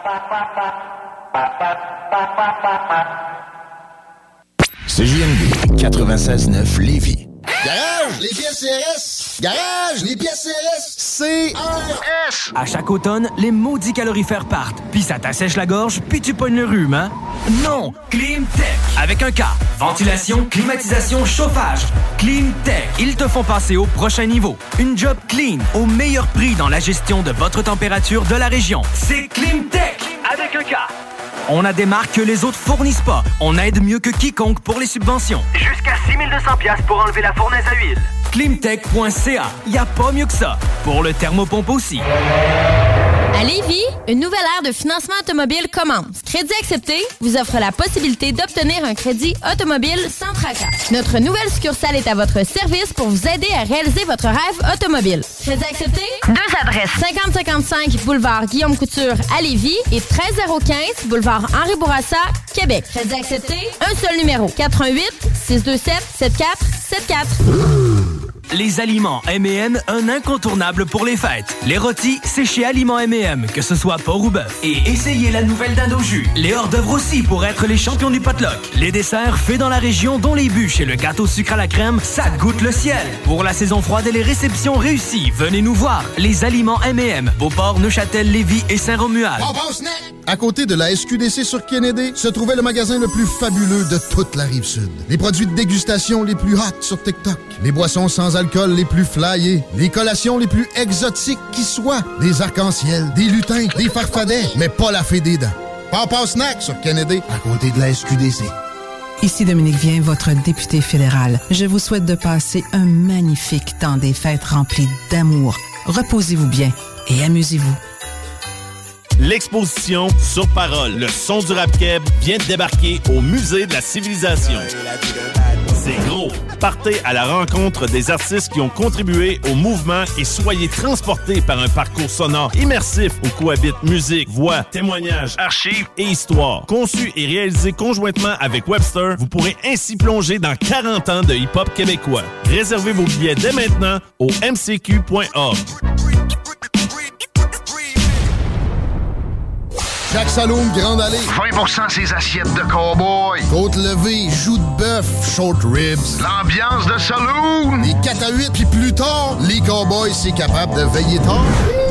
C J M D quatre-vingt-seize neuf Lévis. Garage, les pièces C R S! Garage, les pièces C R S! C R S! À chaque automne, les maudits calorifères partent. Puis ça t'assèche la gorge, puis tu pognes le rhume, hein? Non! Climtech! Avec un K. Ventilation, climatisation, chauffage. Climtech. Ils te font passer au prochain niveau. Une job clean, au meilleur prix dans la gestion de votre température de la région. C'est Climtech! Avec un K. On a des marques que les autres fournissent pas. On aide mieux que quiconque pour les subventions. Jusqu'à six mille deux cents dollars pour enlever la fournaise à huile. Climtech point c a. Y a pas mieux que ça. Pour le thermopompe aussi. À Lévis, une nouvelle ère de financement automobile commence. Crédit Accepté vous offre la possibilité d'obtenir un crédit automobile sans tracas. Notre nouvelle succursale est à votre service pour vous aider à réaliser votre rêve automobile. Crédit Accepté, deux adresses. cinquante cinquante-cinq boulevard Guillaume Couture à Lévis et treize zéro quinze boulevard Henri Bourassa, Québec. Crédit Accepté, un seul numéro. quatre un huit, six deux sept, sept quatre sept quatre. Les aliments M et M, un incontournable pour les fêtes. Les rôtis, c'est chez Aliments M et M, que ce soit porc ou bœuf. Et essayez la nouvelle dinde au jus. Les hors-d'œuvre aussi pour être les champions du potluck. Les desserts faits dans la région, dont les bûches et le gâteau sucre à la crème, ça goûte le ciel. Pour la saison froide et les réceptions réussies, venez nous voir. Les aliments M et M, Beauport, Neuchâtel, Lévis et Saint-Romuald. À côté de la S Q D C sur Kennedy, se trouvait le magasin le plus fabuleux de toute la Rive-Sud. Les produits de dégustation les plus hot sur TikTok. Les boissons sans alcool les plus flyées. Les collations les plus exotiques qui soient. Des arcs-en-ciel, des lutins, des farfadets, mais pas la fée des dents. Papa Snack sur Kennedy, à côté de la S Q D C. Ici Dominique Vien, votre député fédéral. Je vous souhaite de passer un magnifique temps des fêtes rempli d'amour. Reposez-vous bien et amusez-vous. L'exposition Sur Parole, le son du rap keb vient de débarquer au Musée de la Civilisation. C'est gros. Partez à la rencontre des artistes qui ont contribué au mouvement et soyez transportés par un parcours sonore immersif où cohabitent musique, voix, témoignages, archives et histoire. Conçu et réalisé conjointement avec Webster, vous pourrez ainsi plonger dans quarante ans de hip-hop québécois. Réservez vos billets dès maintenant au m c q point org. Jacques Saloum, Grande Allée. vingt pour cent ses assiettes de cow-boy. Côte levée, joues de bœuf, short ribs. L'ambiance de saloon. Les quatre à huit, puis plus tard, les cowboys, c'est capable de veiller tard.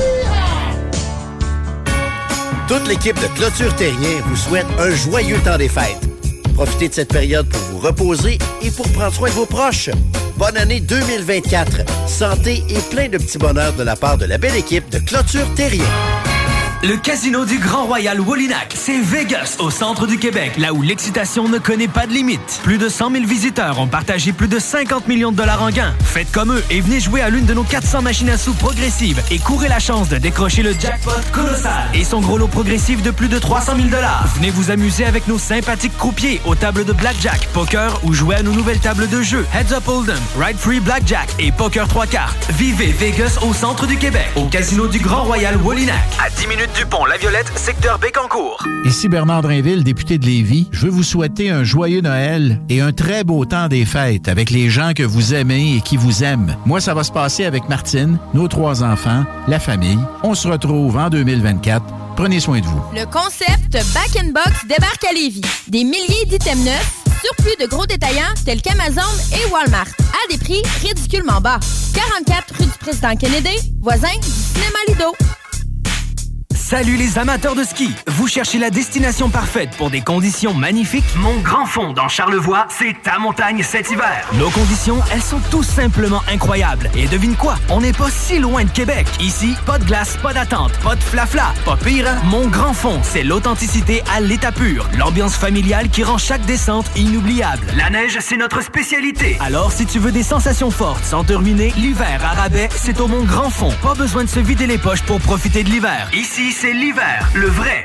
Toute l'équipe de Clôture Terrien vous souhaite un joyeux temps des fêtes. Profitez de cette période pour vous reposer et pour prendre soin de vos proches. Bonne année deux mille vingt-quatre. Santé et plein de petits bonheurs de la part de la belle équipe de Clôture Terrien. Le casino du Grand Royal Wallinac, c'est Vegas, au centre du Québec, là où l'excitation ne connaît pas de limite. Plus de cent mille visiteurs ont partagé plus de cinquante millions de dollars en gains. Faites comme eux et venez jouer à l'une de nos quatre cents machines à sous progressives et courez la chance de décrocher le jackpot colossal et son gros lot progressif de plus de trois cent mille dollars. Venez vous amuser avec nos sympathiques croupiers aux tables de blackjack, poker ou jouer à nos nouvelles tables de jeu Heads Up Hold'em, Ride Free Blackjack et Poker trois cartes. Vivez Vegas au centre du Québec, au casino du Grand Royal Wallinac. À dix minutes du pont La Violette, secteur Bécancour. Ici Bernard Drainville, député de Lévis. Je veux vous souhaiter un joyeux Noël et un très beau temps des fêtes avec les gens que vous aimez et qui vous aiment. Moi, ça va se passer avec Martine, nos trois enfants, la famille. On se retrouve en deux mille vingt-quatre. Prenez soin de vous. Le concept Back in Box débarque à Lévis. Des milliers d'items neufs, surplus de gros détaillants tels qu'Amazon et Walmart, à des prix ridiculement bas. quarante-quatre rue du Président Kennedy, voisin du cinéma Lido. Salut les amateurs de ski! Vous cherchez la destination parfaite pour des conditions magnifiques? Mon Grand Fond dans Charlevoix, c'est ta montagne cet hiver. Nos conditions, elles sont tout simplement incroyables. Et devine quoi? On n'est pas si loin de Québec. Ici, pas de glace, pas d'attente, pas de flafla. Pas pire, hein? Mon Grand Fond, c'est l'authenticité à l'état pur. L'ambiance familiale qui rend chaque descente inoubliable. La neige, c'est notre spécialité. Alors, si tu veux des sensations fortes sans te ruiner, l'hiver à rabais, c'est au Mon Grand Fond. Pas besoin de se vider les poches pour profiter de l'hiver. Ici, c'est l'hiver, le vrai.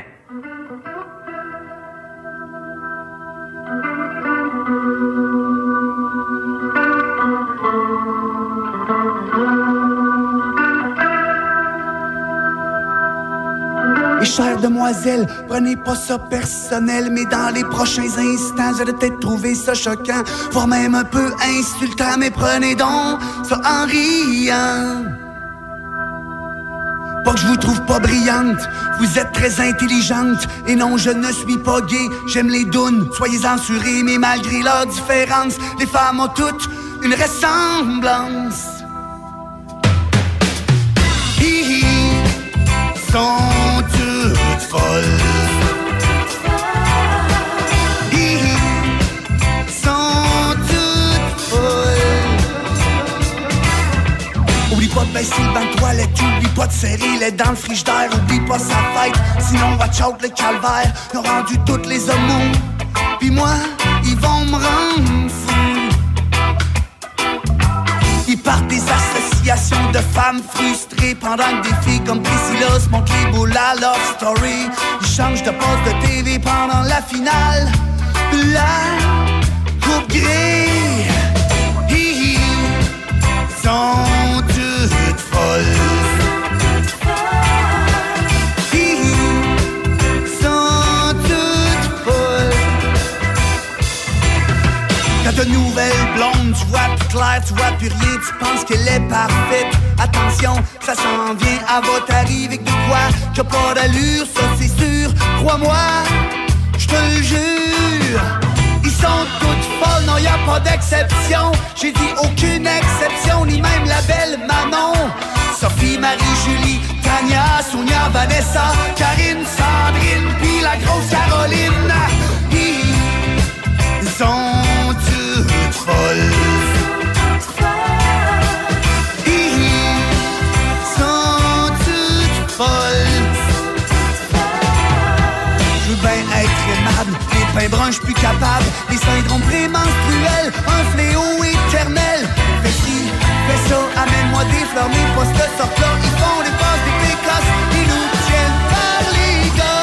Et chère demoiselle, prenez pas ça personnel, mais dans les prochains instants, vous allez peut-être trouver ça choquant, voire même un peu insultant, mais prenez donc ça en riant. Pas que je vous trouve pas brillante, vous êtes très intelligente. Et non, je ne suis pas gay, j'aime les dounes, soyez censurés, mais malgré leurs différences, les femmes ont toutes une ressemblance. Hi hi, sont toutes folles. Hi hi, sont toutes folles. Oublie pas de baisser le banc de toilette, oublie pas de serrer les dents le frigidaire, oublie pas sa fête, sinon watch out le calvaire. Ils ont rendu toutes les homos, pis moi, ils vont me rendre fou. Ils partent des associations de femmes frustrées pendant que des filles comme Priscilla se montrent les boules à Love Story. Ils changent de poste de T V pendant la finale. La coupe grise. Hi-hi. Sont toutes folles. Hi-hi. Sont toutes folles. Quand de nouvelles blondes, tu vois plus clair, tu vois plus rien, tu penses qu'elle est parfaite. Attention, ça s'en vient, elle va t'arriver avec de quoi qui a pas d'allure, ça c'est sûr. Crois-moi, je te le jure. Ils sont toutes folles, non y'a pas d'exception. J'ai dit aucune exception, ni même la belle Manon. Sophie, Marie, Julie, Tania, Sonia, Vanessa, Karine, Sandrine, puis la grosse Caroline. Ils sont toutes folles. Ils sont toutes folles. Je veux bien être aimable, les pains bruns, j'suis plus capable. Les syndromes prémenstruels, un fléau éternel. Fais ci, fais ça, amène-moi des fleurs, mais pas cette sorte-là. Ils font des passes, des pécosses, ils nous tiennent par les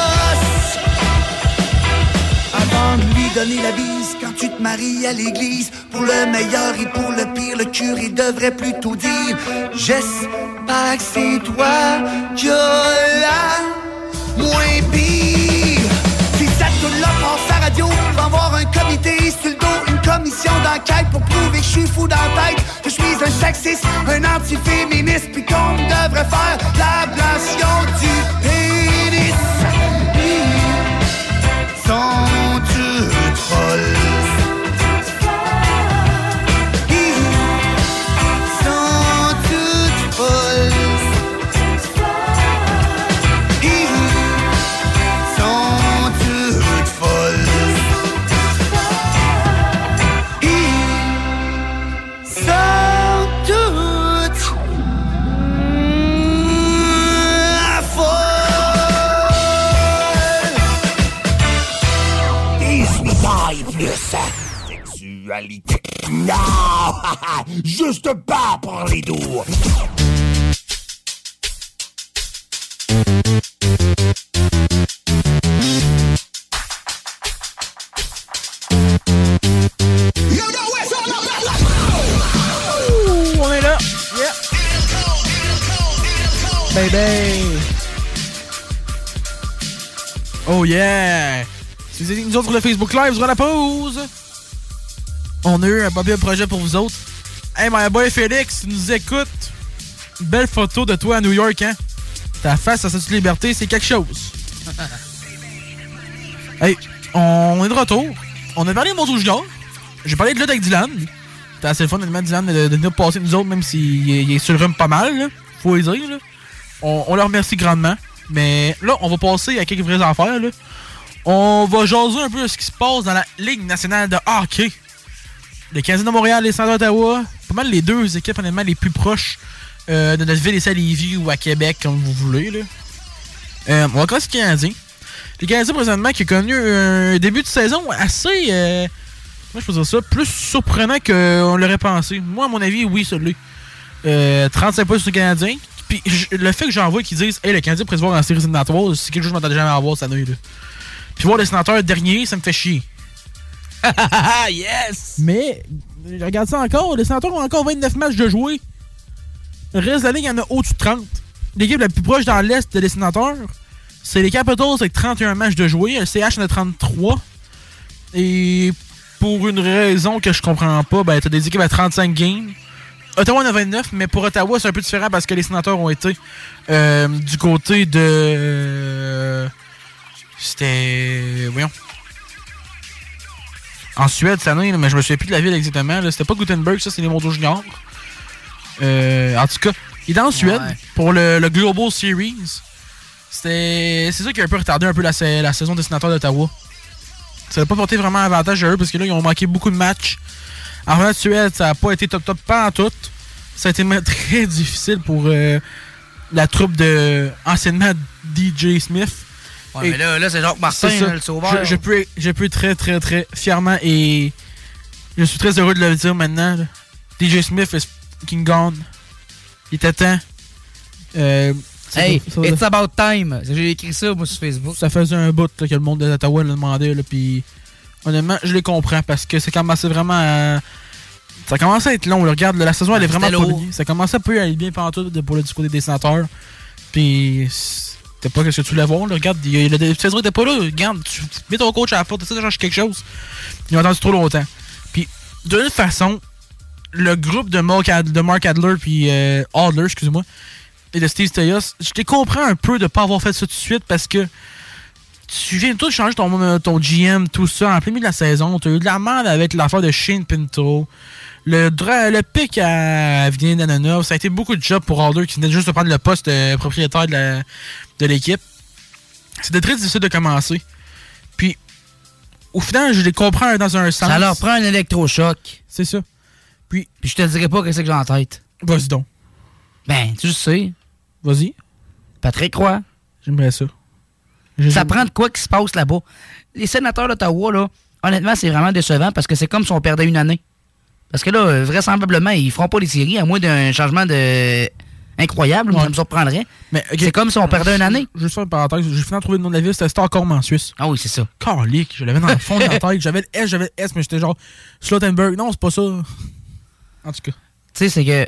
gosses. Avant de lui donner la bise, quand tu te maries à l'église, pour le meilleur et pour le pire, le curé devrait plutôt dire: j'espère que c'est toi qui as la moins pire. Si ça te la passe à radio, va avoir un comité sur le dos, une commission d'enquête pour prouver que je suis fou dans la tête, que je suis un sexiste, un anti-féministe, puis qu'on devrait faire l'ablation du pénis. Ils sont toutes folles. Sexualité. Non! Juste pas pour les doux. On est là. Yeah. Baby. Oh yeah. Si vous êtes nous autres sur le Facebook Live, durant la pause, on a eu un pas bien projet pour vous autres. Hey, my boy Félix, tu nous écoutes. Belle photo de toi à New York, hein? Ta face à cette liberté, c'est quelque chose. Hey, on est de retour. On a parlé de Moto Junior. J'ai parlé de lutte avec Dylan. C'était assez le fun de mettre Dylan de, de venir passer nous autres, même s'il il est sur le rhume pas mal, là. Faut le dire, là. On, on le remercie grandement. Mais là, on va passer à quelques vraies affaires, là. On va jaser un peu de ce qui se passe dans la Ligue nationale de hockey. Les Canadiens de Montréal et les Sénateurs d'Ottawa, pas mal les deux équipes honnêtement les plus proches euh, de notre ville, ici à Lévis ou à Québec, comme vous voulez. Là. Euh, on va commencer avec les Canadiens. Les Canadiens, présentement, qui ont connu un début de saison assez, euh, moi je peux dire ça, plus surprenant qu'on l'aurait pensé. Moi, à mon avis, oui, celui-là. Euh, trente-cinq points sur les Canadiens. Puis le fait que j'en vois qu'ils disent « Hey, le Canadien pourrait se voir en série éliminatoire, c'est quelque chose que je m'attendais jamais à voir cette année. » Puis voir les Sénateurs derniers, ça me fait chier. Yes! Mais, regarde ça encore, les Sénateurs ont encore vingt-neuf matchs de jouer. Le reste de la ligue, il y en a au-dessus de trente. L'équipe la plus proche dans l'Est des Sénateurs, c'est les Capitals avec trente et un matchs de jouer. Le C H en a trente-trois. Et pour une raison que je comprends pas, ben t'as des équipes à trente-cinq games. Ottawa en a vingt-neuf, mais pour Ottawa, c'est un peu différent parce que les Sénateurs ont été euh, du côté de... Euh, c'était... Voyons. En Suède cette année, mais je me souviens plus de la ville exactement. Là. C'était pas Gothenburg, ça, c'est les Moto Juniors. Euh, en tout cas, il est en Suède ouais. pour le, le Global Series. C'était, c'est ça qui a un peu retardé un peu la, la saison des Sénateurs d'Ottawa. Ça n'a pas porté vraiment avantage à eux parce que là, ils ont manqué beaucoup de matchs. En fait, Suède, ça n'a pas été top top pas en tout. Ça a été très difficile pour euh, la troupe de anciennement D J Smith. Ouais, et mais là, là c'est Jacques Martin, c'est là, le sauveur. Je, je, peux, je peux très, très, très fièrement et je suis très heureux de le dire maintenant. Là. D J Smith is fucking gone. Il était temps. Euh, Hey, ça, ça, it's about time. J'ai écrit ça, moi, sur Facebook. Ça faisait un bout là, que le monde d'Ottawa l'a demandé, là, puis honnêtement, je les comprends parce que c'est commencé vraiment à... Ça commence à être long. Là. Regarde, là, la saison, elle est vraiment pas bien. Ça commençait à peu aller bien pendant tout pour le discours des sénateurs. Puis, c'était pas ce que tu voulais voir. Là. Regarde, il, la, la saison était pas là. Regarde, tu, tu mets ton coach à la porte, tu essaies de changer quelque chose. Ils ont attendu trop longtemps. Puis, de toute façon, le groupe de Mark, Ad, de Mark Adler puis euh, Adler, excusez-moi, et de Steve Staios, je les comprends un peu de pas avoir fait ça tout de suite parce que tu viens tout changer ton, ton G M, tout ça, en plein milieu de la saison. Tu as eu de la merde avec l'affaire de Shane Pinto. Le, le pic à Vinny Danonov, ça a été beaucoup de job pour Adler qui venait juste de prendre le poste de propriétaire de, la, de l'équipe. C'était très difficile de commencer. Puis, au final, je les comprends dans un sens. Ça leur prend un électrochoc. C'est ça. Puis, Puis je te dirai pas qu'est-ce que j'ai en tête. Vas-y donc. Ben, tu le sais. Vas-y. Patrick Roy. J'aimerais ça. J'ai ça prend de quoi qui se passe là-bas. Les sénateurs d'Ottawa, là, honnêtement, c'est vraiment décevant parce que c'est comme si on perdait une année. Parce que là, vraisemblablement, ils feront pas les séries à moins d'un changement de... incroyable, ouais. Ça me surprendrait. Mais okay. C'est comme si on perdait une année. Juste faire une parenthèse, j'ai fini de trouver le nom de la ville, c'était Stockholm en Suisse. Ah oui, c'est ça. Carlick, je l'avais dans le fond de la tête. J'avais le S, j'avais le S, mais j'étais genre Slottenberg. Non, c'est pas ça. En tout cas. Tu sais, c'est que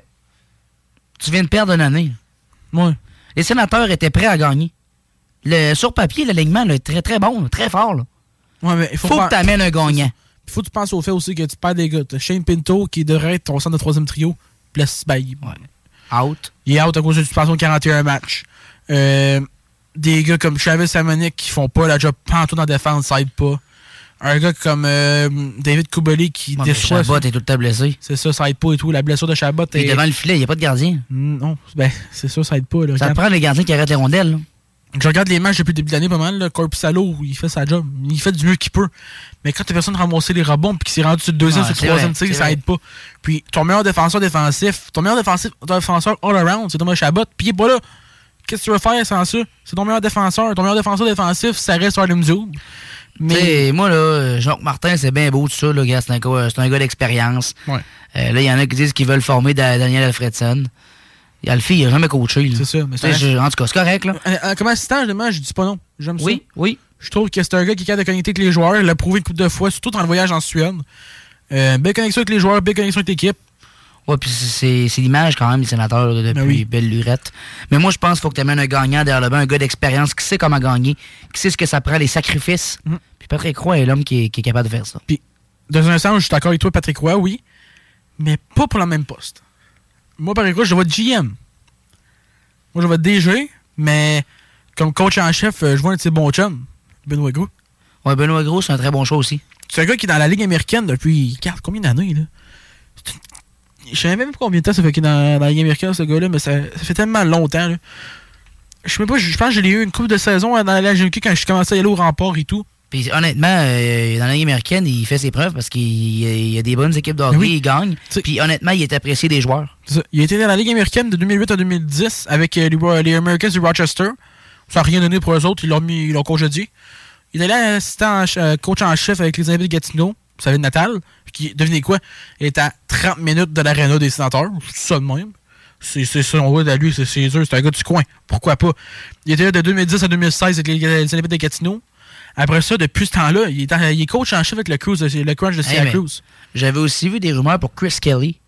tu viens de perdre une année. Ouais. Les sénateurs étaient prêts à gagner. Le, sur papier, l'alignement là, est très très bon, là, très fort. Là. Ouais, mais il faut, faut que tu amènes un gagnant. Il faut que tu penses au fait aussi que tu perds des gars. T'as Shane Pinto qui devrait être ton centre de troisième trio. Plus, ben, il... ouais. Out. Il est out à cause de la suspension de quarante et un matchs. Euh, des gars comme Travis Hamonic qui font pas la job pantoute en défense, ça aide pas. Un gars comme euh, David Kubalik qui ouais, déçoit. Chabot est tout le temps blessé. C'est ça, ça aide pas et tout. La blessure de Chabot est... devant le filet, il n'y a pas de gardien. Non, ben, c'est ça, ça aide pas. Là. Ça prend les gardiens qui arrêtent les rondelles. Là. Je regarde les matchs depuis le début de l'année pas mal. Corpusalo, il fait sa job. Il fait du mieux qu'il peut. Mais quand t'as personne de ramasser les rebonds puis qu'il s'est rendu sur le deuxième, ouais, sur le troisième tir, ça vrai. Aide pas. Puis ton meilleur défenseur défensif, ton meilleur défensif, défenseur all-around, c'est Thomas Chabot. Puis il est pas là. Qu'est-ce que tu veux faire sans ça? C'est ton meilleur défenseur. Ton meilleur défenseur défensif, ça reste Artem Zoub. Mais t'sais, moi, là, Jacques Martin, c'est bien beau tout ça. Là, gars, c'est, un gars, c'est un gars d'expérience. Ouais. Euh, là, il y en a qui disent qu'ils veulent former Daniel Alfredson. Alfie, il n'a jamais coaché. Là. C'est ça. Mais c'est je, en tout cas, c'est correct. Là. Euh, euh, comme assistant, je je dis pas non. J'aime oui, ça. Oui, Je trouve que c'est un gars qui est capable de connecter avec les joueurs. Il l'a prouvé une couple de fois, surtout dans le voyage en Suède. Euh, belle connexion avec les joueurs, belle connexion avec l'équipe. Ouais, puis c'est, c'est l'image quand même des sénateurs là, depuis ben oui. Belle lurette. Mais moi, je pense qu'il faut que tu amènes un gagnant derrière le banc, un gars d'expérience qui sait comment gagner, qui sait ce que ça prend, les sacrifices. Mm-hmm. Puis Patrick Roy est l'homme qui est, qui est capable de faire ça. Puis, dans un sens, je suis d'accord avec toi, Patrick Roy, oui, mais pas pour le même poste. Moi, Patrick Roy, je vois G M. Moi, je vois D G, mais comme coach en chef, je vois un de ses bons chums, Benoît Gros. Ouais, Benoît Gros, c'est un très bon choix aussi. C'est un gars qui est dans la Ligue américaine depuis, regarde, combien d'années, là? Je sais même pas combien de temps ça fait qu'il est dans, dans la Ligue américaine, ce gars-là, mais ça, ça fait tellement longtemps, là. Je sais même pas, je pense que je l'ai eu une couple de saison dans la G M Q quand je commençais à aller au remport et tout. Puis honnêtement, euh, dans la Ligue américaine, il fait ses preuves parce qu'il il y a des bonnes équipes de hockey, oui. Il gagne. Puis honnêtement, il est apprécié des joueurs. C'est ça. Il a été dans la Ligue américaine de deux mille huit à deux mille dix avec euh, les, les Americans du Rochester. Ça n'a rien donné pour eux autres, ils l'ont mis, ils l'ont congédié. Il est allé assistant en, euh, coach en chef avec les Olympiques de Gatineau, sa ville natale. Qui, devinez quoi? Il est à trente minutes de l'aréna des sénateurs. C'est ça de même. C'est, c'est son route à lui, c'est chez eux, c'est un gars du coin. Pourquoi pas? Il était là de deux mille dix à deux mille seize avec les, les Olympiques de Gatineau. Après ça, depuis ce temps-là, il est, en, il est coach en chef avec le Cruz, le Crunch de Syracuse. Hey, j'avais aussi vu des rumeurs pour Chris Kelly.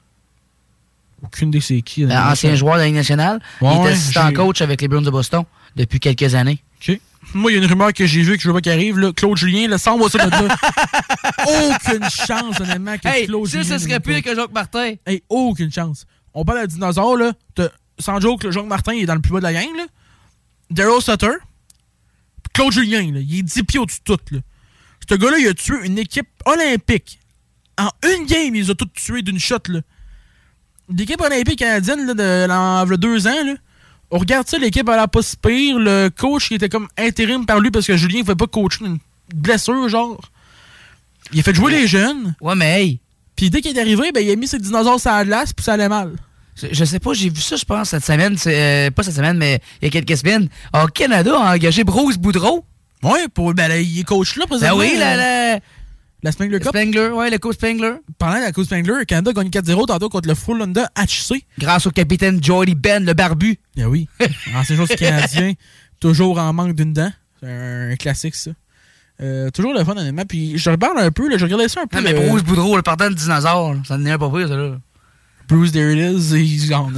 Aucune idée c'est qui. Là, ancien ça. Joueur de la Ligue nationale. Ouais, il était assistant j'ai... coach avec les Bruins de Boston depuis quelques années. OK. Moi, il y a une rumeur que j'ai vue que je veux pas qu'il arrive. Là. Claude Julien, là, sans moi ça de là. Aucune chance, honnêtement, que hey, Claude ça, Julien... ça serait pire que Jacques Martin. Hey, aucune chance. On parle de dinosaure, là. T'as, sans joke, là, Jacques Martin, il est dans le plus bas de la gang, là. Daryl Sutter. Claude Julien, là, il est dix pieds au-dessus de tout. Là. Ce gars-là, il a tué une équipe olympique. En une game, il les a tous tués d'une shot. Là. L'équipe olympique canadienne, là, de, de, de deux ans, là, on regarde ça, l'équipe a l'air pas si pire. Le coach, il était comme intérim par lui parce que Julien ne pouvait pas coacher une blessure, genre. Il a fait jouer ouais. les jeunes. Ouais, mais hey. Puis dès qu'il est arrivé, ben, il a mis ses dinosaures sur la glace, puis ça allait mal. Je sais pas, j'ai vu ça, je pense, cette semaine. C'est, euh, pas cette semaine, mais il y a quelques semaines. Au Canada a engagé Bruce Boudreau. Oui, pour, ben, là, il est coach là, présentement. Ben oui, la, la, La Spengler Cup. Spengler, ouais, le Coupe Spengler. Pendant la Coupe Spengler, le Canada gagne quatre zéro tantôt contre le Frölunda H C. Grâce au capitaine Jody Ben, le barbu. Ben oui. Ancien joueur canadien, toujours en manque d'une dent. C'est un classique, ça. Euh, toujours le fun, honnêtement. Puis je reparle un peu, là, je regardais ça un peu. Non, mais euh... Bruce Boudreau, le partant de dinosaure, ça ne n'est pas pire, ça, là. Bruce, there it is, he's gone.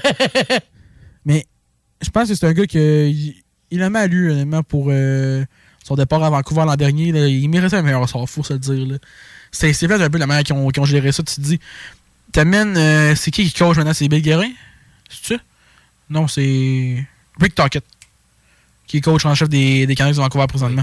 Mais je pense que c'est un gars qui il, il a mal eu, honnêtement, pour euh, son départ à Vancouver l'an dernier. Là. Il méritait un meilleur sort, faut se le dire. Là. C'est, c'est fait un peu la manière qu'ils ont, qu'ils ont géré ça. Tu te dis, t'amènes, euh, c'est qui qui coach maintenant? C'est Bill Guérin? C'est ça? Non, c'est Rick Tocchet, qui est coach en chef des, des Canucks de Vancouver présentement.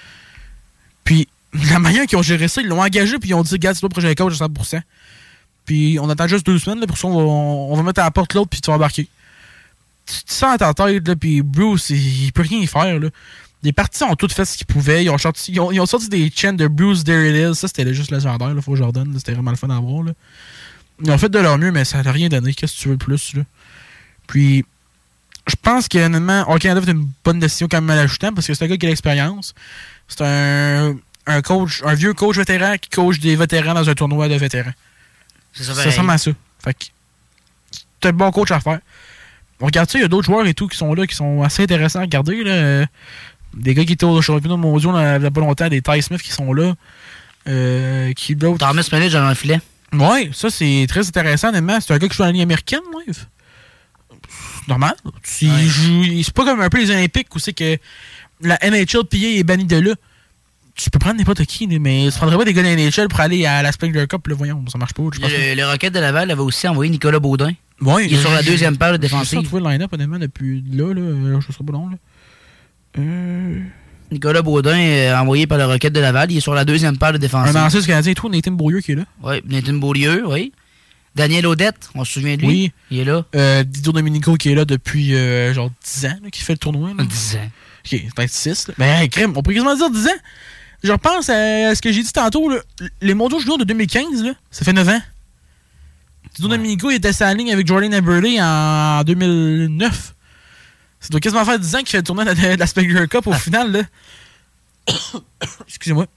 Puis, la manière qu'ils ont géré ça, ils l'ont engagé, puis ils ont dit, regarde, c'est toi le prochain coach à cent pour cent. Puis, on attend juste deux semaines, là, pour ça, on va, on va mettre à la porte l'autre, puis tu vas embarquer. Tu te sens à ta tête, là, puis Bruce, il, il peut rien y faire, là. Les parties ont toutes fait ce qu'ils pouvaient. Ils ont, sorti, ils ont, ils ont sorti des chants de Bruce, there it is. Ça, c'était juste légendaire, là, faut que je leur donne. C'était vraiment le fun à voir, là. Ils ont fait de leur mieux, mais ça n'a rien donné. Qu'est-ce que tu veux de plus, là? Puis, je pense que, honnêtement, Hockey Canada fait une bonne décision quand même à l'ajoutant, parce que c'est un gars qui a l'expérience. C'est un, un coach, un vieux coach vétéran qui coach des vétérans dans un tournoi de vétérans. C'est ça, ça ressemble à ça. Fait que, c'est un bon coach à faire. On regarde ça, il y a d'autres joueurs et tout qui sont là, qui sont assez intéressants à regarder, là. Des gars qui étaient au championnat mondial il n'y a pas longtemps, des Ty Smith qui sont là. Euh, qui d'autres? Thomas Smith dans un filet. Ouais, ça c'est très intéressant, honnêtement. C'est un gars qui joue dans la ligne américaine, live. Normal. Ouais. Il joue, c'est pas comme un peu les Olympiques où c'est que la N H L P A est bannie de là. Tu peux prendre n'importe qui, mais tu prendrais pas des gars de la N H L pour aller à la Spengler Cup, là, voyons, ça marche pas. Je pense le, que... le Rocket de Laval avait aussi envoyé Nicolas Baudin. Ouais, il est sur la deuxième paire de défensive. J'ai trouvé le line-up, honnêtement, depuis là, là, je sais pas long, là. Euh... Nicolas Baudin, euh, envoyé par le Rocket de Laval, il est sur la deuxième paire de défensive. Un ancien Canadien et tout, Nathan Beaulieu qui est là. Oui, Nathan Beaulieu, oui. Daniel Audette, on se souvient de lui. Oui. Il est là. Euh, Didier Domenico qui est là depuis euh, genre dix ans, là, qui fait le tournoi. Là. dix ans. Ok, peut-être six. Là. Ben, hey, crème, on pourrait quasiment dire dix ans. Je repense à ce que j'ai dit tantôt. Là. Les mondiaux juniors de deux mille quinze, là, ça fait neuf ans. Didier ouais. Domenico il était sur la ligne avec Jordan Eberle en deux mille neuf. Ça doit quasiment faire dix ans qu'il fait le tournoi de la, de la Spengler Cup au final. Là. Excusez-moi.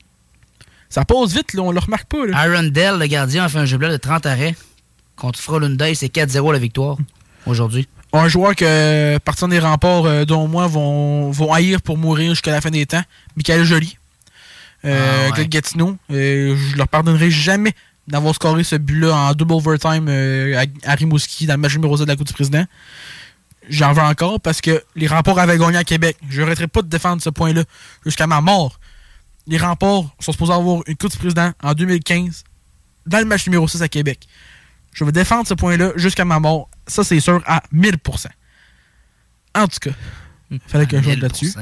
Ça passe vite, là, on le remarque pas. Là. Aaron Dell, le gardien, a fait un jeu blanc de trente arrêts contre Frölunda. C'est quatre zéro la victoire aujourd'hui. Un joueur que, partant des remparts, euh, dont moi, vont, vont haïr pour mourir jusqu'à la fin des temps. Michael Joly. Euh, ah, ouais. Gatineau. Euh, je leur pardonnerai jamais d'avoir scoré ce but-là en double overtime euh, à, à Rimouski dans le match numéro sept de la Coupe du Président. J'en veux encore parce que les remparts avaient gagné à Québec. Je n'arrêterai pas de défendre ce point-là jusqu'à ma mort. Les remparts sont supposés avoir une Coupe du Président en deux mille quinze dans le match numéro six à Québec. Je vais défendre ce point-là jusqu'à ma mort. Ça, c'est sûr, à mille pour cent. En tout cas, il fallait que je joue là-dessus.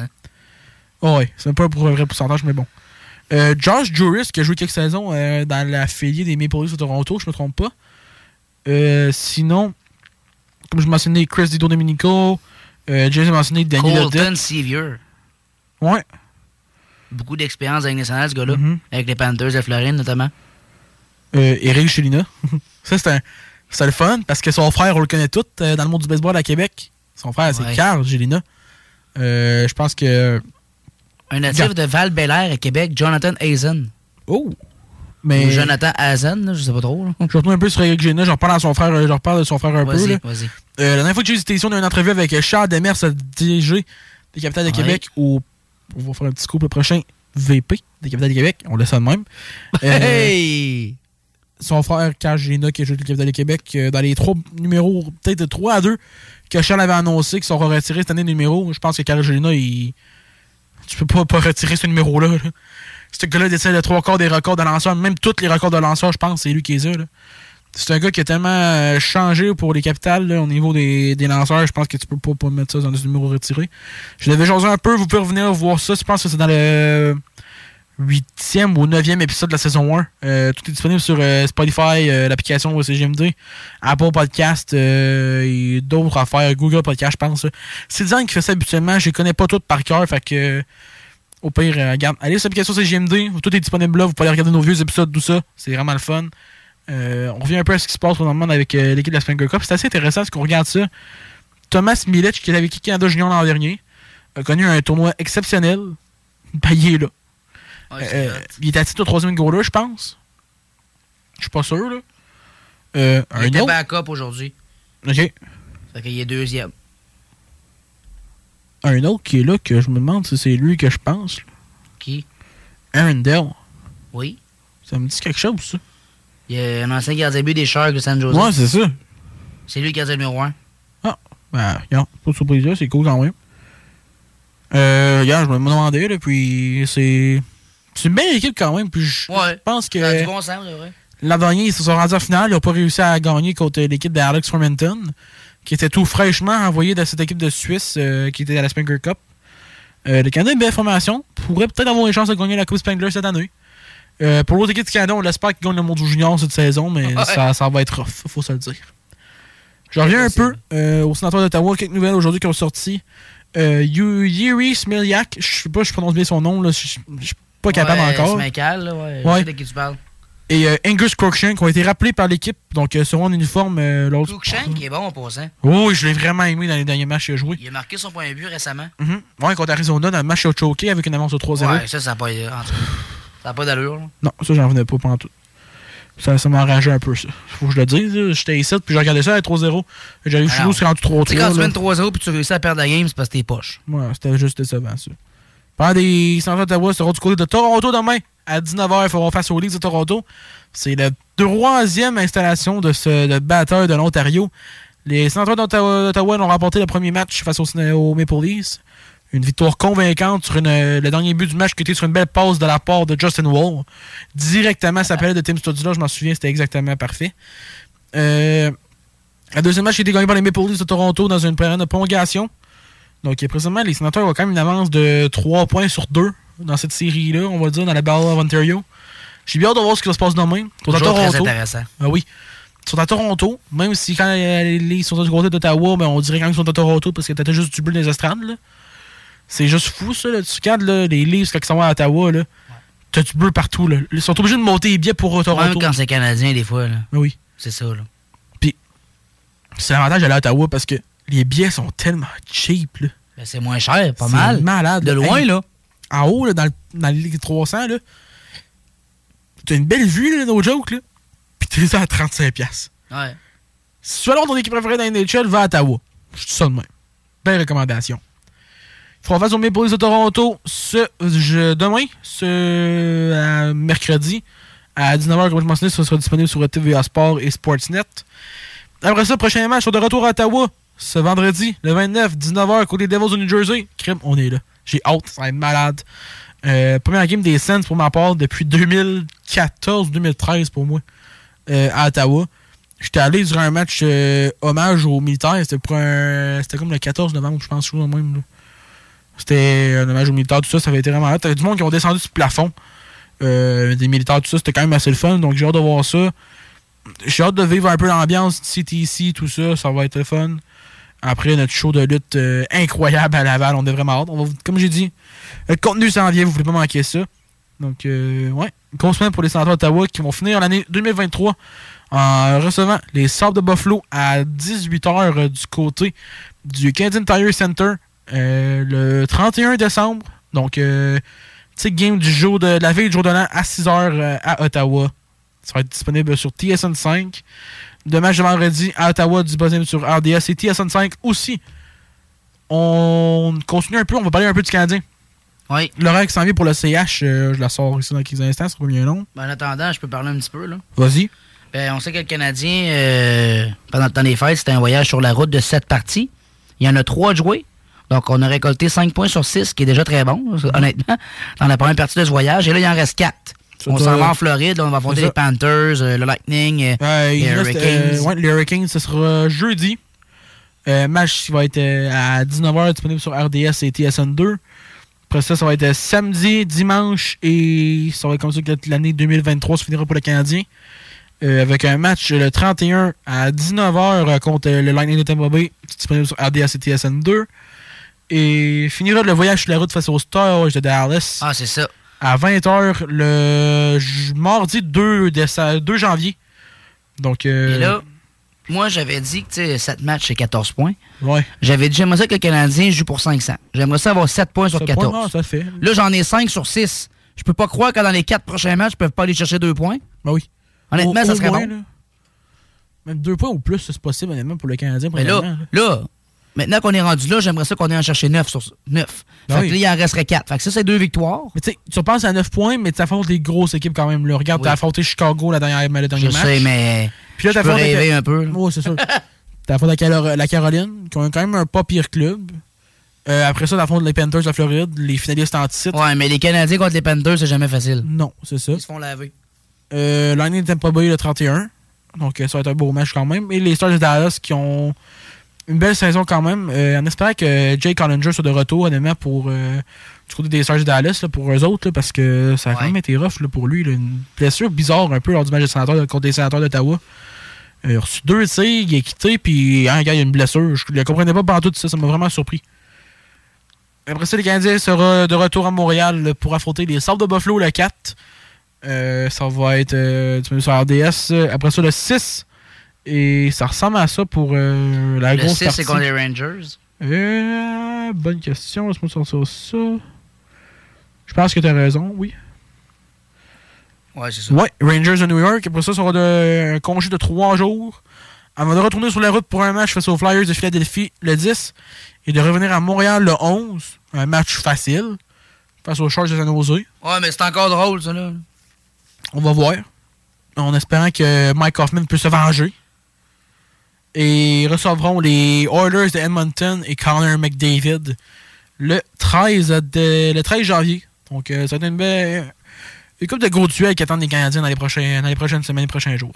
Oh ouais, c'est pas pour un vrai pourcentage, mais bon. Euh, Josh Juris, qui a joué quelques saisons euh, dans la filière des Maple Leafs de Toronto, je me trompe pas. Euh, sinon, comme je mentionnais, Chris Di Domenico, euh, James a mentionné Daniel Odette. Colton Sevier. Ouais. Beaucoup d'expérience avec nationale, ce gars-là. Mm-hmm. Avec les Panthers de Floride, notamment. Euh, Eric Chelina. Ça, c'est un... C'est le fun, parce que son frère, on le connaît tous euh, dans le monde du baseball à Québec. Son frère, c'est ouais. Carl Gélina. Euh, je pense que... Un natif Gar- de Val-Bélair à Québec, Jonathan Hazen. Oh! Mais... Ou Jonathan Hazen, là, je sais pas trop. Là. Je retourne un peu sur Eric Gélina, j'en reparle à son frère, j'en reparle de son frère un vas-y, peu. Là. Vas-y. Euh, la dernière fois que j'ai eu cette édition d'une entrevue avec Charles Demers, le D G des Capitales de ouais. Québec, ou on va faire un petit coup le prochain V P des Capitales de Québec, on laisse ça de même. Euh, hey! Son frère Carl Gélina qui a joué avec les Capitales de Québec euh, dans les trois numéros, peut-être de trois à deux que Charles avait annoncé qu'ils seront retirés cette année de numéro. Je pense que Carl Gélina, il... tu peux pas, pas retirer ce numéro-là. Là. Ce gars-là détient le trois quarts des records de lanceurs, même tous les records de lanceurs, je pense, c'est lui qui les a. Là. C'est un gars qui a tellement changé pour les Capitales là, au niveau des, des lanceurs. Je pense que tu peux pas, pas mettre ça dans ce numéro retiré. Je l'avais jasé un peu, vous pouvez revenir voir ça. Je pense que c'est dans le huitième ou neuvième épisode de la saison un. Euh, tout est disponible sur euh, Spotify, euh, l'application C G M D, Apple Podcast euh, et d'autres affaires, Google Podcast, je pense. C'est Design qui fait ça habituellement. Je les connais pas toutes par cœur, fait que euh, au pire, euh, regarde, allez sur l'application C G M D, tout est disponible là. Vous pouvez aller regarder nos vieux épisodes, tout ça. C'est vraiment le fun. Euh, on revient un peu à ce qui se passe présentement avec euh, l'équipe de la Spengler Cup. C'est assez intéressant parce qu'on regarde ça. Thomas Milic, qui est avec Canada Junior l'an dernier, a connu un tournoi exceptionnel. Ben, il est là. Ouais, euh, il est à titre au troisième goaler, je pense. Je suis pas sûr, là. Euh, il un était autre. backup aujourd'hui. OK. Fait qu'il est deuxième. Un autre qui est là, que je me demande si c'est lui que je pense. Là. Qui? Aaron Dell. Oui. Ça me dit quelque chose, ça. Il y a un ancien gardien but des Sharks de San Jose. Ouais, c'est ça. C'est lui le gardien numéro un. Ah, ben, regarde, pas de surprise là, c'est cool quand même. Euh, regarde, je me demandais, là, puis c'est. C'est une belle équipe quand même, puis je ouais. pense que. Ça a du bon sens, c'est vrai. L'an dernier, ils se sont rendus en finale, ils n'ont pas réussi à gagner contre l'équipe d'Alex Formenton, qui était tout fraîchement envoyé dans cette équipe de Suisse euh, qui était à la Spengler Cup. Euh, le Canada a une belle formation, pourrait peut-être avoir une chance de gagner la Coupe Spengler cette année. Euh, pour l'autre équipe du Canada, on l'espère qu'ils gagnent le Mondial Junior cette saison, mais ouais. ça, ça va être rough, faut se le dire. Je reviens un peu euh, au sénateur d'Ottawa, quelques nouvelles aujourd'hui qui ont sorti. Euh, Yuri Smiliak, je sais pas si je prononce bien son nom, là, je suis pas capable ouais, encore. Smical, là, ouais. ouais. Je sais de qui tu parles. Et euh, Angus Cruikshank qui ont été rappelés par l'équipe, donc euh, seront en uniforme euh, l'autre. Cruikshank qui est bon en passant. Oh, oui, je l'ai vraiment aimé dans les derniers matchs qu'il a joué. Il a marqué son point de vue récemment. Mm-hmm. Ouais, contre Arizona, dans le match, il a choqué avec une avance de trois zéro. Ouais, ça, ça n'a pas, ça pas d'allure. Là. Non, ça, j'en venais pas pendant tout. Ça, ça m'a enragé un peu, ça. Faut que je le dise. J'étais ici, puis j'ai regardé ça à trois zéro. J'arrive chez nous, c'est rendu trois trois. Tu sais, quand tu mènes trois zéro puis tu réussis à perdre la game, c'est parce que t'es poche. Ouais, c'était juste décevant, ça. Pendant des Sénateurs d'Ottawa seront du côté de Toronto demain. À dix-neuf heures, ils feront face aux Leafs de Toronto. C'est la troisième installation de ce de batteur de l'Ontario. Les Sénateurs d'Ottawa ont remporté le premier match face aux, aux Maple Leafs. Une victoire convaincante sur une, le dernier but du match qui était sur une belle passe de la part de Justin Wall. Directement, ça s'appelait de Tim Stutzla, je m'en souviens, c'était exactement parfait. Euh, le deuxième match a été gagné par les Maple Leafs de Toronto dans une période de prolongation. Donc, présentement, les Sénateurs ont quand même une avance de trois points sur deux dans cette série-là, on va dire, dans la Battle of Ontario. J'ai bien hâte de voir ce qui va se passer demain. Ils sont à Toronto. Très intéressant. Ah oui. Ils sont à Toronto, même si quand ils sont du côté d'Ottawa, ben, on dirait quand ils sont à Toronto parce que t'étais juste du bleu dans les estrades, là. C'est juste fou, ça. Là. Tu regardes là, les Leafs quand ils sont à Ottawa, là, ouais. T'as du bleu partout. Là. Ils sont obligés de monter les billets pour Toronto. Même quand c'est canadien, des fois. Là. Mais oui. C'est ça. Là. Puis, c'est l'avantage d'aller à Ottawa parce que les billets sont tellement cheap. Là. Ben, c'est moins cher, pas mal. C'est malade. De loin, hey, là. En haut, là, dans, le, dans les Ligue trois cents, là, t'as une belle vue, là, no joke. Là. Puis t'es là à trente-cinq piastres. Ouais. Si tu veux avoir ton équipe préférée dans la N H L, va à Ottawa. Je dis ça de même. Belle recommandation. Il faudra face aux Maple Leafs de Toronto ce, je, demain, ce euh, mercredi, à dix-neuf heures, comme je mentionné, ça sera disponible sur T V A Sport et Sportsnet. Après ça, prochain match, sur de retour à Ottawa, ce vendredi, le vingt-neuf, dix-neuf heures, côté Devils de New Jersey. Crime, on est là. J'ai hâte, ça va être malade. Euh, première game des Sens pour ma part depuis deux mille quatorze deux mille treize pour moi, euh, à Ottawa. J'étais allé durant un match euh, hommage aux militaires. C'était pour un. C'était comme le quatorze novembre, je pense, je trouve même. Là. C'était un hommage aux militaires, tout ça, ça avait été vraiment hâte. T'avais du monde qui ont descendu du plafond. Euh, des militaires, tout ça, c'était quand même assez le fun. Donc j'ai hâte de voir ça. J'ai hâte de vivre un peu l'ambiance C T C, tout ça, ça va être le fun. Après notre show de lutte euh, incroyable à Laval, on est vraiment hâte. On va, comme j'ai dit, le contenu s'en vient, vous ne voulez pas manquer ça. Donc, euh, ouais, grosse semaine pour les Sénateurs d'Ottawa qui vont finir l'année deux mille vingt-trois en recevant les Sabres de Buffalo à dix-huit heures euh, du côté du Canadian Tire Center euh, le trente et un décembre. Donc, euh, petit game du jour de, de la veille du jour de l'an à six heures euh, à Ottawa. Ça va être disponible sur T S N cinq. De match de vendredi à Ottawa, disponible sur R D S et T S N cinq aussi. On continue un peu, on va parler un peu du Canadien. Oui. L'horaire qui s'en vient pour le C H, euh, je la sors ici dans quelques instants, ça sera bien long. Ben, en attendant, je peux parler un petit peu, là. Vas-y. Ben, on sait que le Canadien, euh, pendant le temps des fêtes, c'était un voyage sur la route de sept parties. Il y en a trois de joués. Donc, on a récolté cinq points sur six, ce qui est déjà très bon, honnêtement, dans la première partie de ce voyage. Et là, il en reste quatre. On s'en va en Floride, là, on va affronter les Panthers, euh, le Lightning, euh, euh, les Hurricanes. Euh, ouais, les Hurricanes, ce sera jeudi. Euh, match qui va être euh, à dix-neuf heures, disponible sur R D S et T S N deux. Après ça, ça va être samedi, dimanche, et ça va être comme ça que l'année deux mille vingt-trois se finira pour le Canadien. Euh, avec un match le trente et un à dix-neuf heures contre le Lightning de Tampa Bay, disponible sur R D S et T S N deux. Et finira le voyage sur la route face aux Stars de Dallas. Ah, c'est ça. À vingt heures le mardi deux janvier. Donc, euh, et là, moi, j'avais dit que sept matchs, c'est quatorze points. Ouais. J'avais dit, j'aimerais ça que le Canadien joue pour cinq cents. J'aimerais ça avoir sept points sur quatorze. Points, non, ça fait. Là, j'en ai cinq sur six. Je peux pas croire que dans les quatre prochains matchs, ils peuvent pas aller chercher deux points. Ben oui. Honnêtement, au, ça au serait moins, bon. Là. Même deux points ou plus, c'est possible, honnêtement, pour le Canadien. Mais là, là, là, maintenant qu'on est rendu là, j'aimerais ça qu'on ait en chercher neuf sur neuf. Ben fait oui. que là, il en resterait quatre. Fait que ça, c'est deux victoires. Mais tu sais, tu repenses à neuf points, mais tu affrontes les grosses équipes quand même. Là. Regarde, Oui. t'as affronté Chicago la dernière, le dernier Je match. sais, mais Puis là, je t'as peux affronté rêver un peu. là. Oui, c'est sûr. T'as affronté la, Calo- la Caroline, qui ont quand même un pas pire club. Euh, après ça, t'affrontes les Panthers de la Floride, les finalistes en titre. Ouais, mais les Canadiens contre les Panthers, c'est jamais facile. Non, c'est ça. Ils se font laver. Euh, L'année de Tampa Bay le trente et un. Donc, euh, ça va être un beau match quand même. Et les Stars de Dallas qui ont une belle saison quand même. Euh, en espérant que Jake Collinger soit de retour, honnêtement, pour euh, du côté des Stars de Dallas, là, pour eux autres, là, parce que ça a quand même été rough là, pour lui. Là, une blessure bizarre un peu lors du match des sénateurs contre les sénateurs d'Ottawa. Euh, il a reçu deux tirs, il est quitté, puis hein, gars, il y a une blessure. Je ne comprenais pas pendant tout ça, ça m'a vraiment surpris. Après ça, les Canadiens seront de retour à Montréal là, pour affronter les Sabres de Buffalo le quatre. Euh, ça va être euh, tu mets sur R D S. Après ça, le six. Et ça ressemble à ça pour euh, la Le grosse six, partie. c'est contre les Rangers. Euh, bonne question. Laisse-moi sortir ça. Je pense que tu as raison, oui. Ouais, c'est ça. Ouais, Rangers de New York. Après ça, ça sera de, un congé de trois jours. Avant de retourner sur la route pour un match face aux Flyers de Philadelphie le dix. Et de revenir à Montréal le onze. Un match facile. Face aux Sharks de San Jose. Ouais, mais c'est encore drôle, ça, là. On va voir. En espérant que Mike Hoffman peut se venger. Et recevront les Oilers de Edmonton et Connor McDavid le treize, de, le treize janvier. Donc, euh, ça va être une belle... Une couple de gros duels qui attendent les Canadiens dans les, prochains, dans les prochaines semaines, les prochains jours.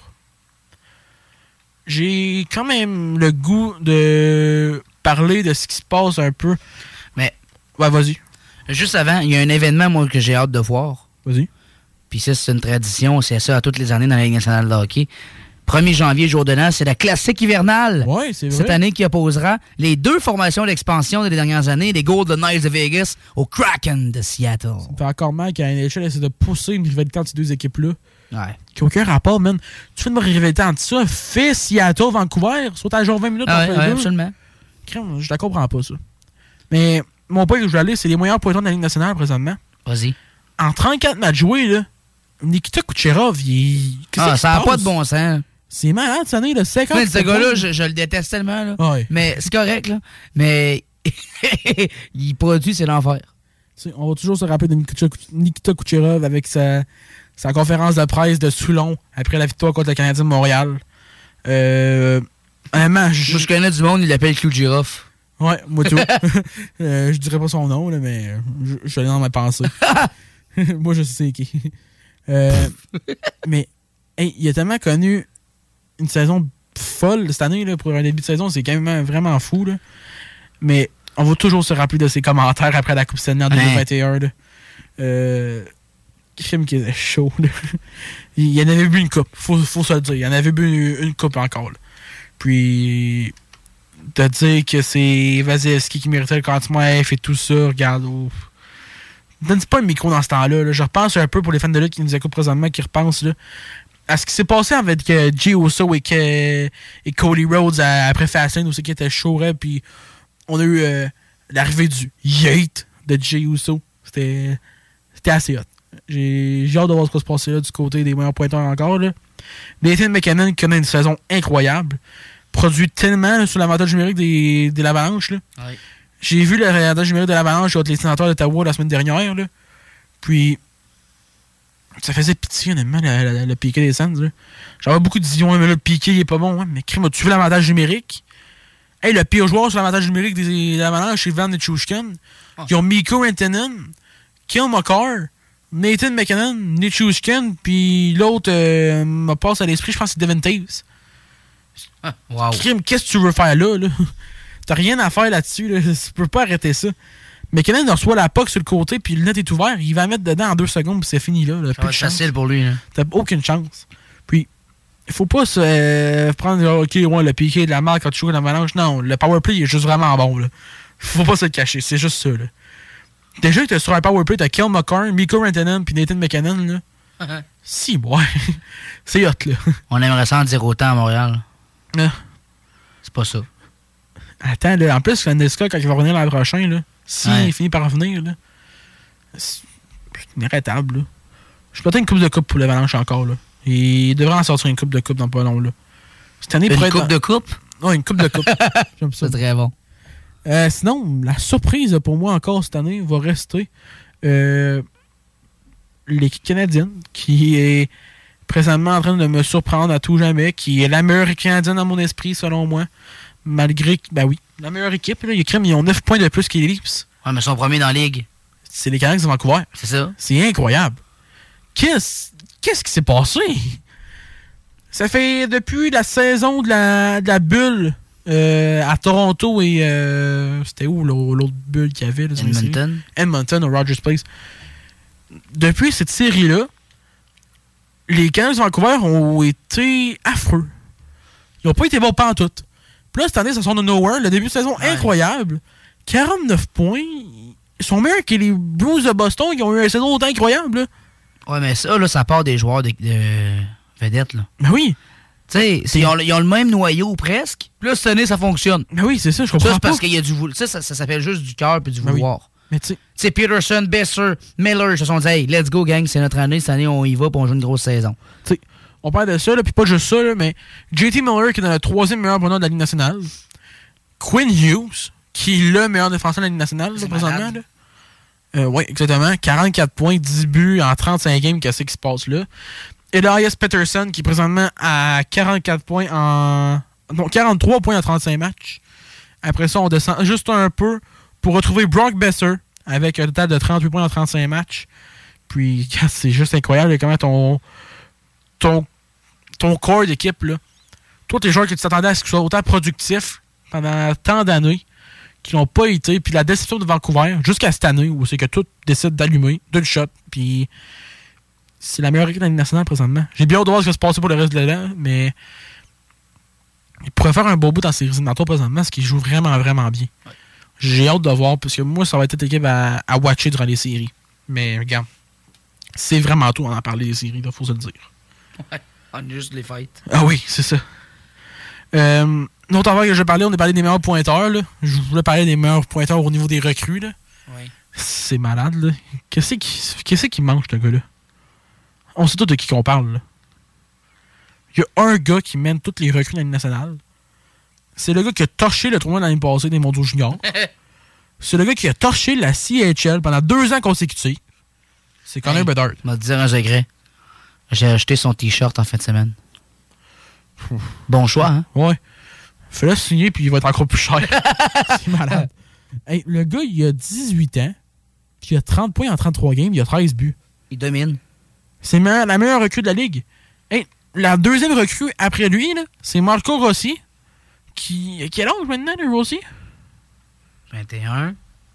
J'ai quand même le goût de parler de ce qui se passe un peu. Mais... Ouais, vas-y. Juste avant, il y a un événement, moi, que j'ai hâte de voir. Vas-y. Puis ça, c'est une tradition. C'est ça à toutes les années dans la Ligue nationale de hockey. premier janvier, jour de l'an, c'est la classique hivernale. Oui, c'est vrai. Cette année qui opposera les deux formations d'expansion des dernières années, les Golden Knights de Vegas au Kraken de Seattle. Ça me fait encore mal qu'à N H L essaie de pousser une rivalité entre ces deux équipes-là. Ouais. Qui n'a aucun rapport, man. Tu fais une rivalité entre ça, fais Seattle, Vancouver, soit à genre vingt minutes Ah entre ouais, les ouais, deux. absolument. Crème, je la comprends pas, ça. Mais mon point que je veux aller, c'est les meilleurs pointeurs de la Ligue nationale présentement. Vas-y. En trente-quatre matchs joués, là, Nikita Kucherov, il. Ah, Qu'est-ce ça n'a qui se pas passe? de bon sens. C'est malade cette année, là. cinquante Mais ce gars-là, je, je le déteste tellement. Là. Ouais. Mais c'est correct, là. Mais il produit, c'est l'enfer. T'sais, on va toujours se rappeler de Nikita, Nikita Kucherov avec sa, sa conférence de presse de Soulon après la victoire contre le Canadien de Montréal. Euh, honnêtement, je... Moi, je connais du monde, il l'appelle Clou Giraffe. Ouais, moi tout. euh, je dirais pas son nom, là, mais je, je suis allé dans ma pensée. Moi, je sais qui. Euh, mais, hey, il a tellement connu une saison folle cette année, là, pour un début de saison. C'est quand même vraiment fou, là. Mais on va toujours se rappeler de ses commentaires après la Coupe Stanley en deux mille vingt et un. Là. Euh, crime qui était chaud. Là. Il y en avait bu une coupe, faut, faut se le dire. Il y en avait bu une, une coupe encore. Là. Puis, de dire que c'est Vasilevski qui méritait le quantum F et tout ça, regarde. Oh. Donne pas le micro dans ce temps-là. Là. Je repense un peu pour les fans de lutte qui nous écoutent présentement, qui repensent là, à ce qui s'est passé avec euh, Jey Uso et, que, et Cody Rhodes à, après Fastlane, aussi qui était chaud, puis on a eu euh, l'arrivée du Yeet de Jey Uso. C'était, c'était assez hot. J'ai, j'ai hâte de voir ce qui va se passer là du côté des meilleurs pointeurs encore. Là. Nathan McKinnon qui connaît une saison incroyable. Produit tellement là, sur l'avantage numérique des, des l'Avalanche. Là. Ouais. J'ai vu l'avantage numérique de l'Avalanche contre les sénateurs d'Ottawa la semaine dernière. Là. Puis, ça faisait pitié, honnêtement, le, le, le piqué des Sens. J'avais beaucoup de disions, mais là, le piqué, il est pas bon. Hein. Mais crime, as-tu vu l'avantage numérique? Hey, le pire joueur sur l'avantage numérique des Avalanches, c'est Van Nichushkin. Oh. Ils ont Mikko Rantanen, Kyle McCarr, Nathan McKinnon, Nichushkin, puis l'autre euh, me passe à l'esprit, je pense que c'est Devin Taves. Ah, wow. Crime, qu'est-ce que tu veux faire là? là? T'as rien à faire là-dessus. Là. Tu peux pas arrêter ça. McKinnon reçoit la puck sur le côté, puis le net est ouvert. Il va la mettre dedans en deux secondes, puis c'est fini. Là. Ça va être facile pour lui. Là. T'as aucune chance. Puis, il faut pas se euh, prendre, OK, ouais, le piqué de la marque quand tu joues dans l'Avalanche. Non, le powerplay, il est juste vraiment bon. Là. Faut pas se le cacher. C'est juste ça. Là. Déjà que t'es sur un powerplay, t'as Kyle McCarr, Mikko Rantanen, puis Nathan McKinnon. Là. Si, ouais. C'est hot, là. On aimerait ça en dire autant à Montréal. Ah. C'est pas ça. Attends, là, en plus, Landeskog, quand il va revenir l'an prochain, là, s'il ouais. finit par revenir, là, c'est inarrêtable, là. Je peux peut-être une coupe de coupe pour l'Avalanche encore, là. Et il devrait en sortir une coupe de coupe dans pas long, là. Cette année, une pourrait coupe être... de coupe? Oui, une coupe de coupe. J'aime ça. C'est très bon. Euh, sinon, la surprise pour moi encore cette année va rester euh, l'équipe canadienne qui est présentement en train de me surprendre à tout jamais, qui est la meilleure équipe canadienne dans mon esprit, selon moi. Malgré que, ben oui, la meilleure équipe, là, ils ont neuf points de plus que les Leafs. Ouais, mais ils sont premiers dans la ligue. C'est les Canucks de Vancouver. C'est ça. C'est incroyable. Qu'est-ce, qu'est-ce qui s'est passé? Ça fait depuis la saison de la, de la bulle euh, à Toronto et... Euh, c'était où l'autre bulle qu'il y avait? Là, Edmonton. Edmonton, au Rogers Place. Depuis cette série-là, les Canucks de Vancouver ont été affreux. Ils n'ont pas été bons pantoute. Puis là, cette année, ça sort de nowhere. Le début de saison ouais. incroyable. quarante-neuf points. Ils sont meilleurs que les Blues de Boston qui ont eu un saison autant incroyable. Là. Ouais, mais ça, là, ça part des joueurs de, de vedettes. Là. Ben oui. Tu sais, ils ont, ils ont le même noyau presque. Puis là, cette année, ça fonctionne. Ben oui, c'est ça, je comprends ça, c'est pas. parce qu'il y a du vouloir. Ça, ça, ça s'appelle juste du cœur puis du ben vouloir. Oui. Mais tu sais, Peterson, Besser, Miller, ils se sont dit, hey, let's go, gang, c'est notre année. Cette année, on y va puis on joue une grosse saison. Tu sais, on parle de ça, là, puis pas juste ça, là, mais J T Miller, qui est dans le troisième meilleur bonheur de la Ligue nationale. Quinn Hughes, qui est le meilleur défenseur de la Ligue nationale, là, présentement. Là. Euh, oui, exactement. quarante-quatre points, dix buts en trente-cinq games, qu'est-ce qui se passe là. Elias Pettersson, qui est présentement à quarante-quatre points en... Non, quarante-trois points en trente-cinq matchs. Après ça, on descend juste un peu pour retrouver Brock Besser, avec un total de trente-huit points en trente-cinq matchs. Puis, c'est juste incroyable comment ton... ton ton corps d'équipe, là. Toi, tes joueurs que tu t'attendais à ce qu'ils soient autant productifs pendant tant d'années, qui n'ont pas été, puis la déception de Vancouver, jusqu'à cette année, où c'est que tout décide d'allumer, d'une shot, puis c'est la meilleure équipe de la Ligue nationale présentement. J'ai bien hâte de voir ce qui va se passer pour le reste de l'an, mais ils pourraient faire un beau bout dans ces résidentatoires présentement, parce qu'ils jouent vraiment, vraiment bien. Ouais. J'ai hâte de voir, parce que moi, ça va être cette équipe à, à watcher durant les séries. Mais regarde, c'est vraiment tout, on en parler des séries, il faut se le dire. Ouais. On juste les fêtes. Ah oui, c'est ça. Euh, une autre affaire que je vais parler, on a parlé des meilleurs pointeurs. Là. Je voulais parler des meilleurs pointeurs au niveau des recrues. Là. Oui. C'est malade. Là. Qu'est-ce qui, qu'est-ce qui mange, ce gars-là? On sait tous de qui qu'on parle. Là. Il y a un gars qui mène toutes les recrues de la Ligue nationale. C'est le gars qui a torché le tournoi de l'année passée des Mondiaux juniors. C'est le gars qui a torché la C H L pendant deux ans consécutifs. C'est Connor hey, Bedard. Je vais te dire un secret. J'ai acheté son T-shirt en fin de semaine. Bon choix, hein? Ouais. Fais-le signer, puis il va être encore plus cher. C'est malade. Hey, le gars, il a dix-huit ans, puis il a trente points en trente-trois games, il a treize buts. Il domine. C'est me- la meilleure recrue de la Ligue. Hey, la deuxième recrue après lui, là, c'est Marco Rossi, qui... Quel âge maintenant, lui, Rossi? vingt et un.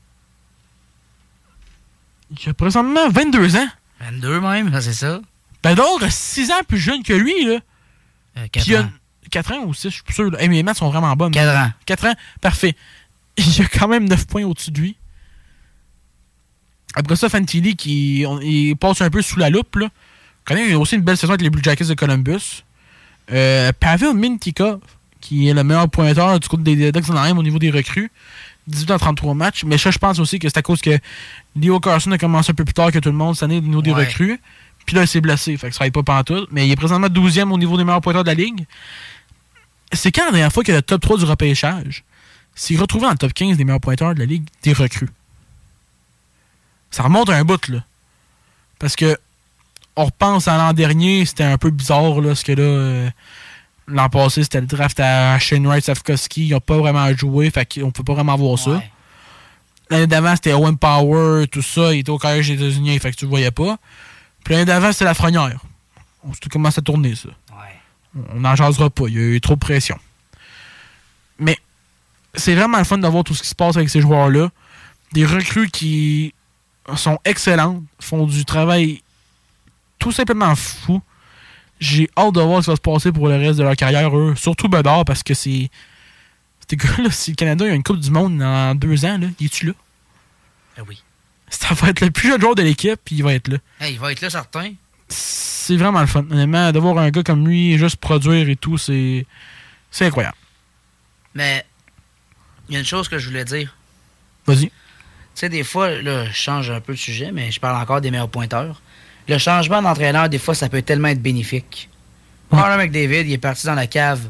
Il a présentement vingt-deux ans. vingt-deux même, c'est ça. Bedard a six ans plus jeune que lui, là. Euh, quatre ans. quatre ans ou six, je suis plus sûr. Hey, mes maths sont vraiment bonnes. quatre ans. quatre ans, parfait. Il a quand même neuf points au-dessus de lui. Après ça, Fantilli, qui on, il passe un peu sous la loupe, là. Il a aussi une belle saison avec les Blue Jackets de Columbus. Euh, Pavel Mintyukov, qui est le meilleur pointeur du côté des Ducks d'Anaheim au niveau des recrues. dix-huit en trente-trois matchs. Mais ça, je pense aussi que c'est à cause que Leo Carson a commencé un peu plus tard que tout le monde cette année au niveau des ouais. recrues. Puis là, il s'est blessé. Fait que ça ne va pas pantoute. Mais il est présentement douzième au niveau des meilleurs pointeurs de la Ligue. C'est quand la dernière fois qu'il y a le top trois du repêchage s'est retrouvé dans le top quinze des meilleurs pointeurs de la Ligue des recrues? Ça remonte à un bout, là. Parce que on repense à l'an dernier, c'était un peu bizarre, là, parce que là, euh, l'an passé, c'était le draft à Shane Wright, Safkowski. Ils n'ont pas vraiment joué, fait qu'on ne peut pas vraiment voir ça. Ouais. L'année d'avant, c'était Owen Power, tout ça. Il était au collège des États-Unis, fait que tu le voyais pas. Puis l'année d'avant, c'était Lafrenière. On sait comment ça tournait, ça. Ouais. On n'en jasera pas. Il y a eu trop de pression. Mais c'est vraiment le fun de voir tout ce qui se passe avec ces joueurs-là. Des recrues qui sont excellentes, font du travail tout simplement fou. J'ai hâte de voir ce qui va se passer pour le reste de leur carrière, eux. Surtout Bedard, parce que c'est... Ces gars-là, si le Canada a une Coupe du Monde dans deux ans, là, il est-tu là? Ah oui. Ça va être le plus jeune joueur de l'équipe, puis il va être là. Hey, il va être là, certain. C'est vraiment le fun. Honnêtement, de voir un gars comme lui juste produire et tout, c'est c'est incroyable. Mais il y a une chose que je voulais dire. Vas-y. Tu sais, des fois, là, je change un peu de sujet, mais je parle encore des meilleurs pointeurs. Le changement d'entraîneur, des fois, ça peut tellement être bénéfique. Connor McDavid, il est parti dans la cave,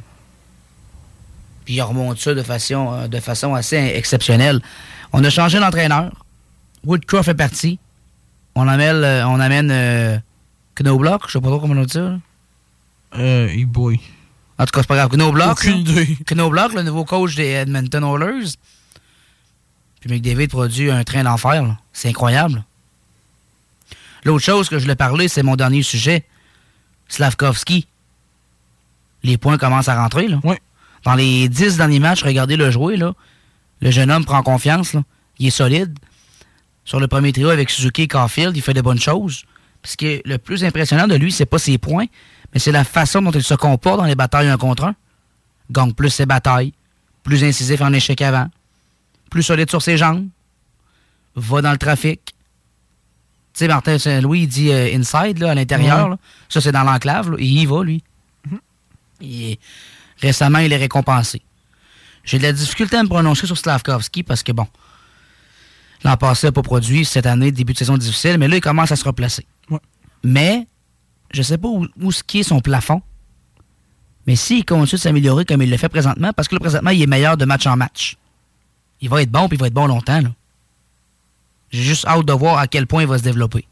puis il remonte ça de façon, de façon assez exceptionnelle. On a changé d'entraîneur. Woodcroft est parti. On amène, on amène euh, Knobloch, je sais pas trop comment on dit ça. Euh, hey boy. En tout cas, c'est pas grave. Knobloch, Aucune idée. Knobloch, le nouveau coach des Edmonton Oilers. Puis McDavid produit un train d'enfer, là. C'est incroyable. L'autre chose que je voulais parler, c'est mon dernier sujet. Slavkovski. Les points commencent à rentrer, là. Oui. Dans les dix derniers matchs, regardez-le jouer, là. Le jeune homme prend confiance, là. Il est solide. Sur le premier trio avec Suzuki et Caulfield, il fait de bonnes choses. Parce que le plus impressionnant de lui, c'est pas ses points, mais c'est la façon dont il se comporte dans les batailles un contre un. Gagne plus ses batailles, plus incisif en échec avant, plus solide sur ses jambes, va dans le trafic. Tu sais, Martin Saint-Louis, il dit euh, inside, là, à l'intérieur. Ouais. Là. Ça, c'est dans l'enclave, là, et il y va, lui. Mm-hmm. Et récemment, il est récompensé. J'ai de la difficulté à me prononcer sur Slavkovski parce que, bon, l'an passé, il n'a pas produit. Cette année, début de saison difficile, mais là, il commence à se replacer. Ouais. Mais, je sais pas où, où ce qui est son plafond, mais s'il continue de s'améliorer comme il le fait présentement, parce que là, présentement, il est meilleur de match en match. Il va être bon, puis il va être bon longtemps, là. J'ai juste hâte de voir à quel point il va se développer.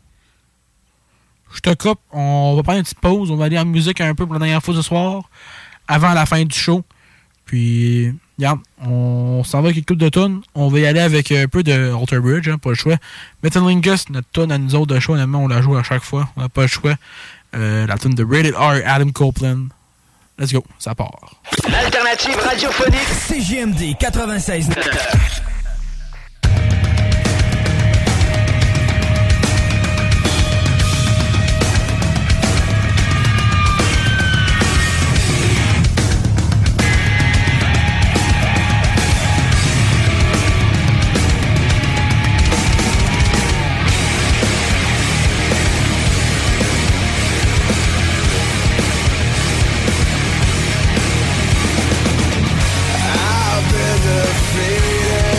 Je te coupe. On va prendre une petite pause. On va aller en musique un peu pour la dernière fois ce soir, avant la fin du show. Puis, regarde, on s'en va avec une couple de tonnes. On va y aller avec un peu de Alter Bridge, hein, pas le choix. Metalingus, notre tonne à nous autres de show, honnêtement, on la joue à chaque fois. On n'a pas le choix. Euh, la tonne de Rated R, Adam Copeland. Let's go, ça part. L'alternative radiophonique C J M D quatre-vingt-seize neuf. I've been defeated.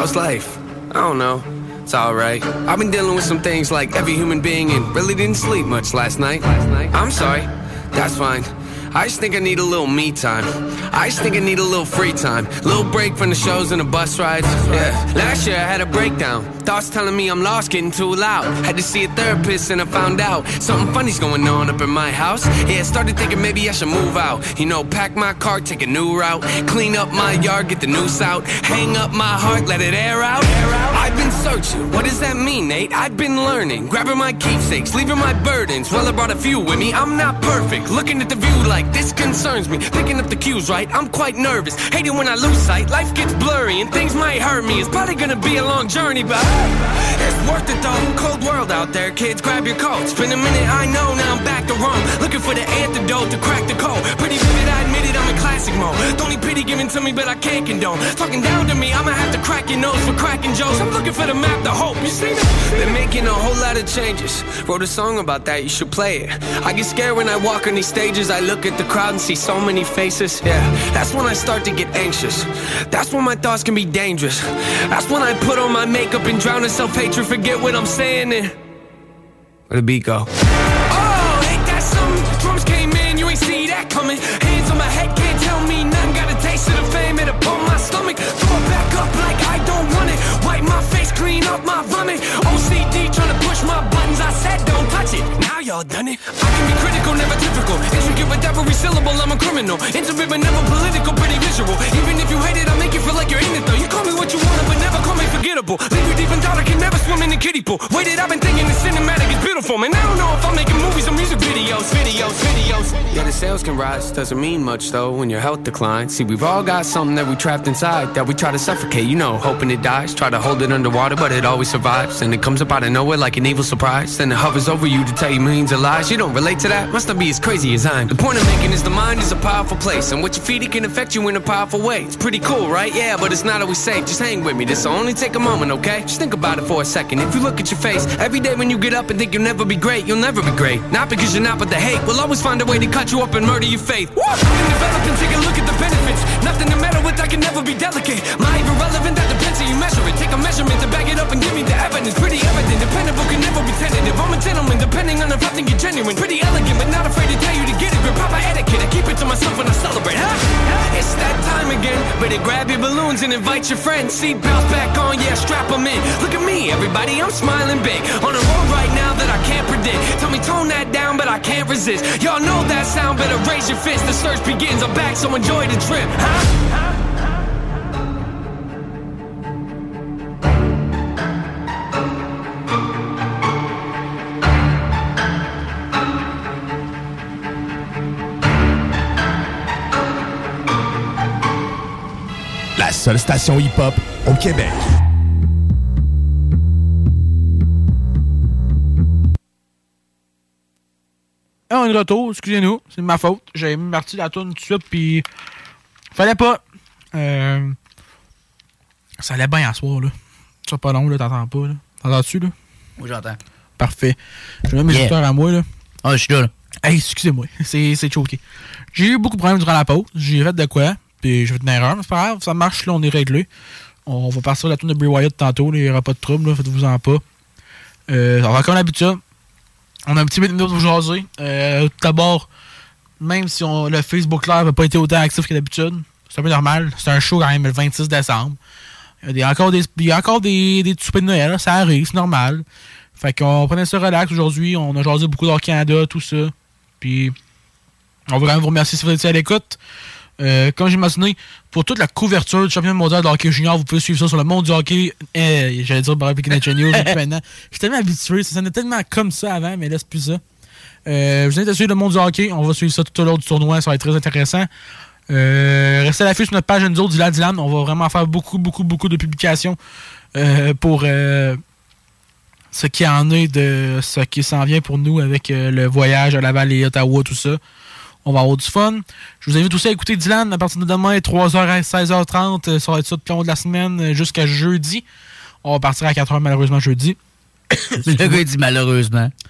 How's life? I don't know. It's alright. I've been dealing with some things like every human being and really didn't sleep much last night. I'm sorry. That's fine. I just think I need a little me time. I just think I need a little free time. Little break from the shows and the bus rides. Yeah. Last year I had a breakdown. Thoughts telling me I'm lost, getting too loud. Had to see a therapist and I found out something funny's going on up in my house. Yeah, started thinking maybe I should move out. You know, pack my car, take a new route. Clean up my yard, get the noose out. Hang up my heart, let it air out. I've been searching, what does that mean, Nate? I've been learning, grabbing my keepsakes, leaving my burdens. Well, I brought a few with me, I'm not perfect. Looking at the view like this concerns me. Picking up the cues right, I'm quite nervous. Hate it when I lose sight, life gets blurry and things might hurt me. It's probably gonna be a long journey, but it's worth it though. Cold world out there, kids, grab your coats. Been a minute, I know, now I'm back to Rome. Looking for the antidote to crack the code. Pretty vivid, I admit it, I'm in classic mode. Don't need pity given to me, but I can't condone. Talking down to me, I'ma have to crack your nose for cracking jokes. I'm looking for the map, the hope, you see that? Been making a whole lot of changes. Wrote a song about that, you should play it. I get scared when I walk on these stages. I look at the crowd and see so many faces. Yeah, that's when I start to get anxious. That's when my thoughts can be dangerous. That's when I put on my makeup and drown in self-hatred. Forget what I'm saying and where the beat go? Oh, ain't that something? Drums came in, you ain't see that coming. Hands on my head, can't tell me nothing. Got a taste of the fame, it upon my stomach. Throw it back up like I don't want it. Wipe my face, clean up my vomit. O C D trying to push my buttons. I said don't touch it. Now y'all done it. I can be critical, never typical. Intricate with every syllable, I'm a criminal. Intimate but never political, pretty visual. Even if you hate it, I make you feel like you're in it though. You call me what you want, but never call me forgettable. Leave you deep in thought, I can never swim in the kiddie pool. Waited, I've been thinking the cinematic is beautiful. Man, I don't know if I'm making movies or music videos. Videos, videos. Yeah, the sales can rise, doesn't mean much though when your health declines. See, we've all got something that we trapped inside that we try to suffocate, you know, hoping it dies. Try to hold it underwater, but it always survives. And it comes up out of nowhere like an evil surprise. Then it hovers over you to tell you millions of lies. You don't relate to that? Must not be as crazy as I am. The point I'm making is the mind is a powerful place, and what you feed it can affect you in a powerful way. It's pretty cool, right? Yeah, but it's not always safe. Just hang with me, this'll only take a moment, okay? Just think about it for a second. If you look at your face every day when you get up and think you'll never be great, you'll never be great. Not because you're not, but the hate will always find a way to cut you up and murder your faith. Woo! I can develop and take a look at the benefits. Nothing to meddle with, I can never be delicate. My even relevant, that depends how you measure it. Take a measurement to back it up and give me the evidence. Pretty evident, dependable, can never be tentative. I'm a gentleman, depending on if I think you're genuine. Pretty elegant, but not afraid to tell you to get it. Grip proper etiquette, I keep it to myself when I celebrate. Huh? It's that time again. Better grab your balloons and invite your friends. Seatbelts back on, yeah, strap them in. Look at me, everybody, I'm smiling big. On a road right now that I can't predict. Tell me tone that down, but I can't resist. Y'all know that sound, better raise your fist. The search begins, I'm back, so enjoy the trip. Huh? La seule station hip-hop au Québec. Ah, on est de retour, excusez-nous, c'est de ma faute. J'ai mis parti la tourne tout de suite, puis fallait pas. Euh... Ça allait bien à soir, là. Ça pas long, là, t'entends pas, là. T'entends-tu, là? Oui, j'entends. Parfait. Je mets mes Yeah. écouteurs à moi, là. Ah, je suis là, là. Hey, excusez-moi, c'est, c'est choqué. J'ai eu beaucoup de problèmes durant la pause. J'ai fait de quoi, puis j'ai fait une erreur, mais c'est pas grave, ça marche, là, on est réglé. On va partir la tourne de Bray Wyatt tantôt, là, il n'y aura pas de trouble, là, faites-vous-en pas. Euh, on va comme d'habitude. On a un petit minute de vous jaser. Euh, tout d'abord, même si on, le Facebook Live n'a pas été autant actif que d'habitude, c'est un peu normal. C'est un show quand même le vingt-six décembre. Il y a des, encore des, il y a encore des, des soupers de Noël, là, ça arrive, c'est normal. Fait qu'on prenait ça relax aujourd'hui. On a jasé beaucoup d'Or Canada, tout ça. Puis, on veut quand même vous remercier si vous êtes à l'écoute. Euh, comme j'ai mentionné, pour toute la couverture du championnat mondial de hockey junior, vous pouvez suivre ça sur le monde du hockey. Euh, J'allais dire Barry Connection News maintenant. Je suis tellement habitué, ça sonnait tellement comme ça avant, mais là, c'est plus ça. Euh, je vous invite à suivre le monde du hockey. On va suivre ça tout au long du tournoi, ça va être très intéressant. Euh, restez à l'affût sur notre page Enzo Dylan Dylan. On va vraiment faire beaucoup, beaucoup, beaucoup de publications euh, pour euh, ce qui en est de ce qui s'en vient pour nous avec euh, le voyage à Laval et Ottawa, tout ça. On va avoir du fun. Je vous invite aussi à écouter Dylan à partir de demain, trois heures à seize heures trente. Ça va être ça tout au long de la semaine jusqu'à jeudi. On va partir à quatre heures malheureusement jeudi. Le gars dit malheureusement.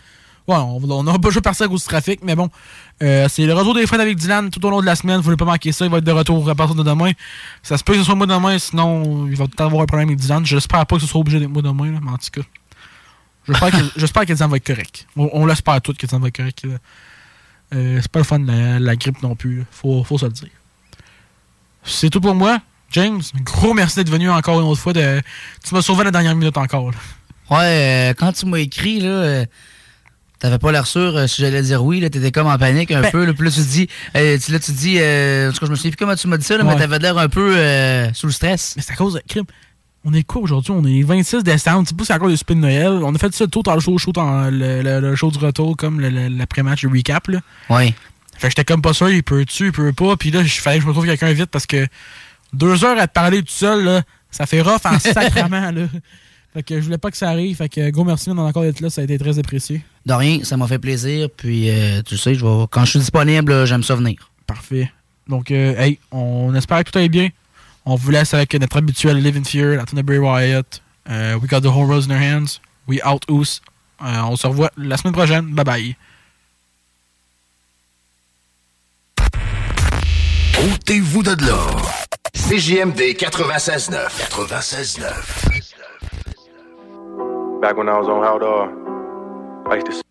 Ouais, on n'aura pas joué par ça à cause du trafic, mais bon. Euh, c'est le retour des fêtes avec Dylan tout au long de la semaine. Vous ne voulez pas manquer ça. Il va être de retour à partir de demain. Ça se peut que ce soit moi demain, sinon il va peut-être avoir un problème avec Dylan. J'espère pas que ce soit obligé d'être moi demain, là, mais en tout cas. J'espère que, j'espère que Dylan va être correct. On, on l'espère tous que Dylan va être correct. Euh, c'est pas le fun de la, la grippe non plus. Faut, faut se le dire. C'est tout pour moi. James, gros merci d'être venu encore une autre fois. De... Tu m'as sauvé la dernière minute encore. Là. Ouais, euh, quand tu m'as écrit, là, euh, t'avais pas l'air sûr euh, si j'allais dire oui. Là, t'étais comme en panique un ben, peu. Là, puis là, tu dis, euh, tu, là, tu dis, euh, en tout cas, je me souviens plus comment tu m'as dit ça, là, ouais. mais t'avais l'air un peu euh, sous le stress. Mais c'est à cause de crime. On est quoi aujourd'hui? On est vingt-six décembre. Tu sais pas, c'est encore le spin de Noël. On a fait ça tôt dans le show, show dans le, le, le show du retour, comme le, le, l'après-match, le recap. Là. Oui. Fait que j'étais comme pas sûr, il peut-tu, il peut pas. Puis là, il fallait que je me trouve quelqu'un vite parce que deux heures à te parler tout seul, là, ça fait rough en sacrament, là. Fait que je voulais pas que ça arrive. Fait que gros merci encore d'être là, ça a été très apprécié. De rien, ça m'a fait plaisir. Puis euh, tu sais, je vais, quand je suis disponible, là, j'aime ça venir. Parfait. Donc, euh, hey, on espère que tout aille bien. On vous laisse avec notre habituel Live in Fear, la tune de Bray Wyatt. Uh, we got the whole rose in our hands. We out us. Uh, on se revoit la semaine prochaine. Bye bye. Ôtez-vous de là. C J M D quatre-vingt-seize neuf. quatre-vingt-seize neuf. Back when I was on Outdoor, I used to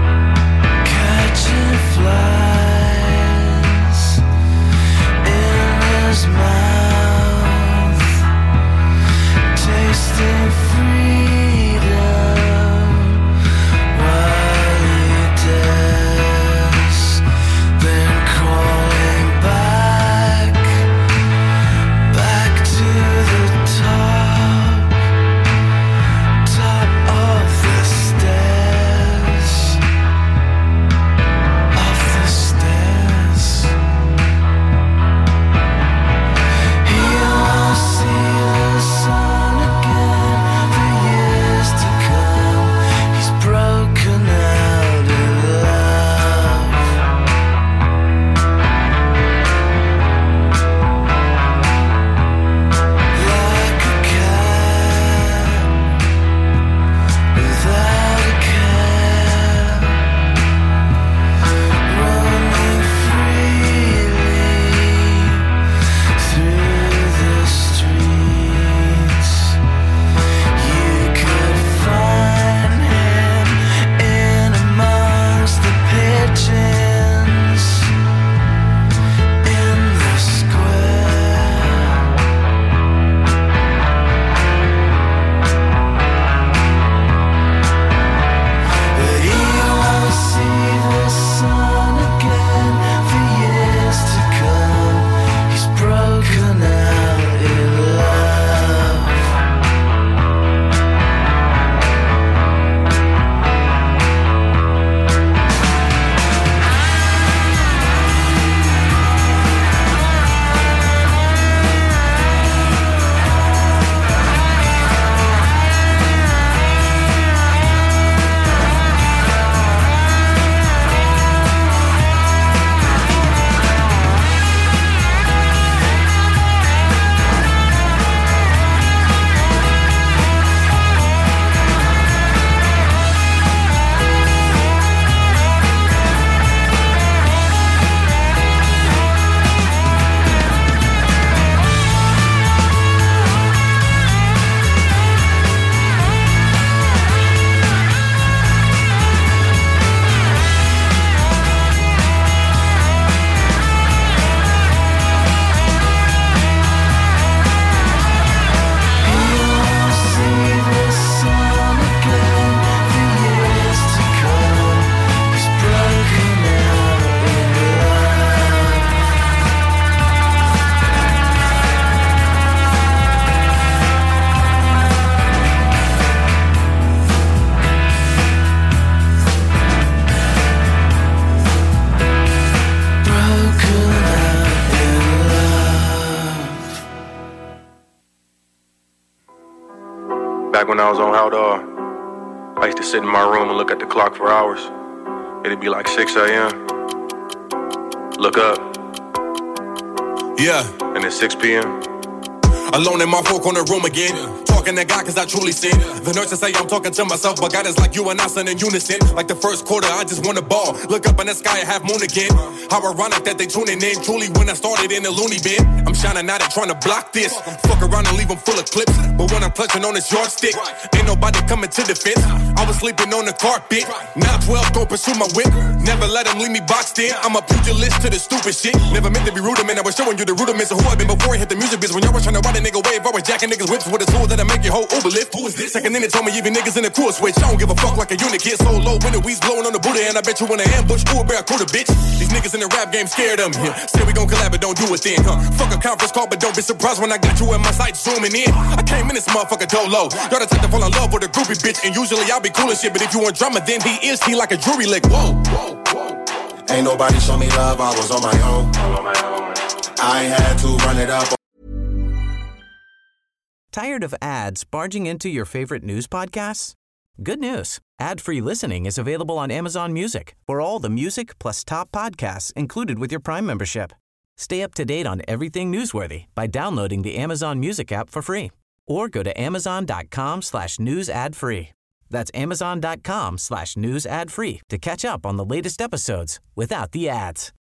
flies in sit in my room and look at the clock for hours. It'd be like six a.m. Look up. Yeah. And it's six p.m. Alone in my four corner room again. Talking to God cause I truly sin. The nurses say I'm talking to myself, but God is like you and I son in unison. Like the first quarter, I just want a ball. Look up in the sky, half moon again. How ironic that they tuning in. Truly when I started in the loony bin. I'm shining out and trying to block this. Fuck around and leave them full of clips. But when I'm clutching on this yardstick, ain't nobody coming to defense. I was sleeping on the carpet. Now twelve gon' pursue my whip. Never let them leave me boxed in. I'm a pugilist to the stupid shit. Never meant to be rudiment. I was showing you the rudiments of who I've been before I hit the music biz. When y'all was trying to ride a nigga wave, I was jacking niggas whips with a tool that'll make your whole Uber lift. Who is this? Second in it told me even niggas in the crew switch. I don't give a fuck like a unit kid. So low when the weeds blowing on the Buddha, and I bet you in an ambush, ooh, bear quarter bitch. These niggas in the rap game scared of me. Yeah. Say we gon' collab, but don't do it then, huh? Fuck a conference call, but don't be surprised when I got you in my sight zooming in. I came in this motherfucker dolo. Y'all the type to fall in love with a groupie bitch, and usually I'll be cool and shit, but if you want drama, then he is he like a jury lick. Whoa, whoa, whoa. Ain't nobody show me love, I was on my own. I had to run it up. Tired of ads barging into your favorite news podcasts? Good news. Ad-free listening is available on Amazon Music for all the music plus top podcasts included with your Prime membership. Stay up to date on everything newsworthy by downloading the Amazon Music app for free or go to amazon.com slash news ad free. That's amazon.com slash news ad free to catch up on the latest episodes without the ads.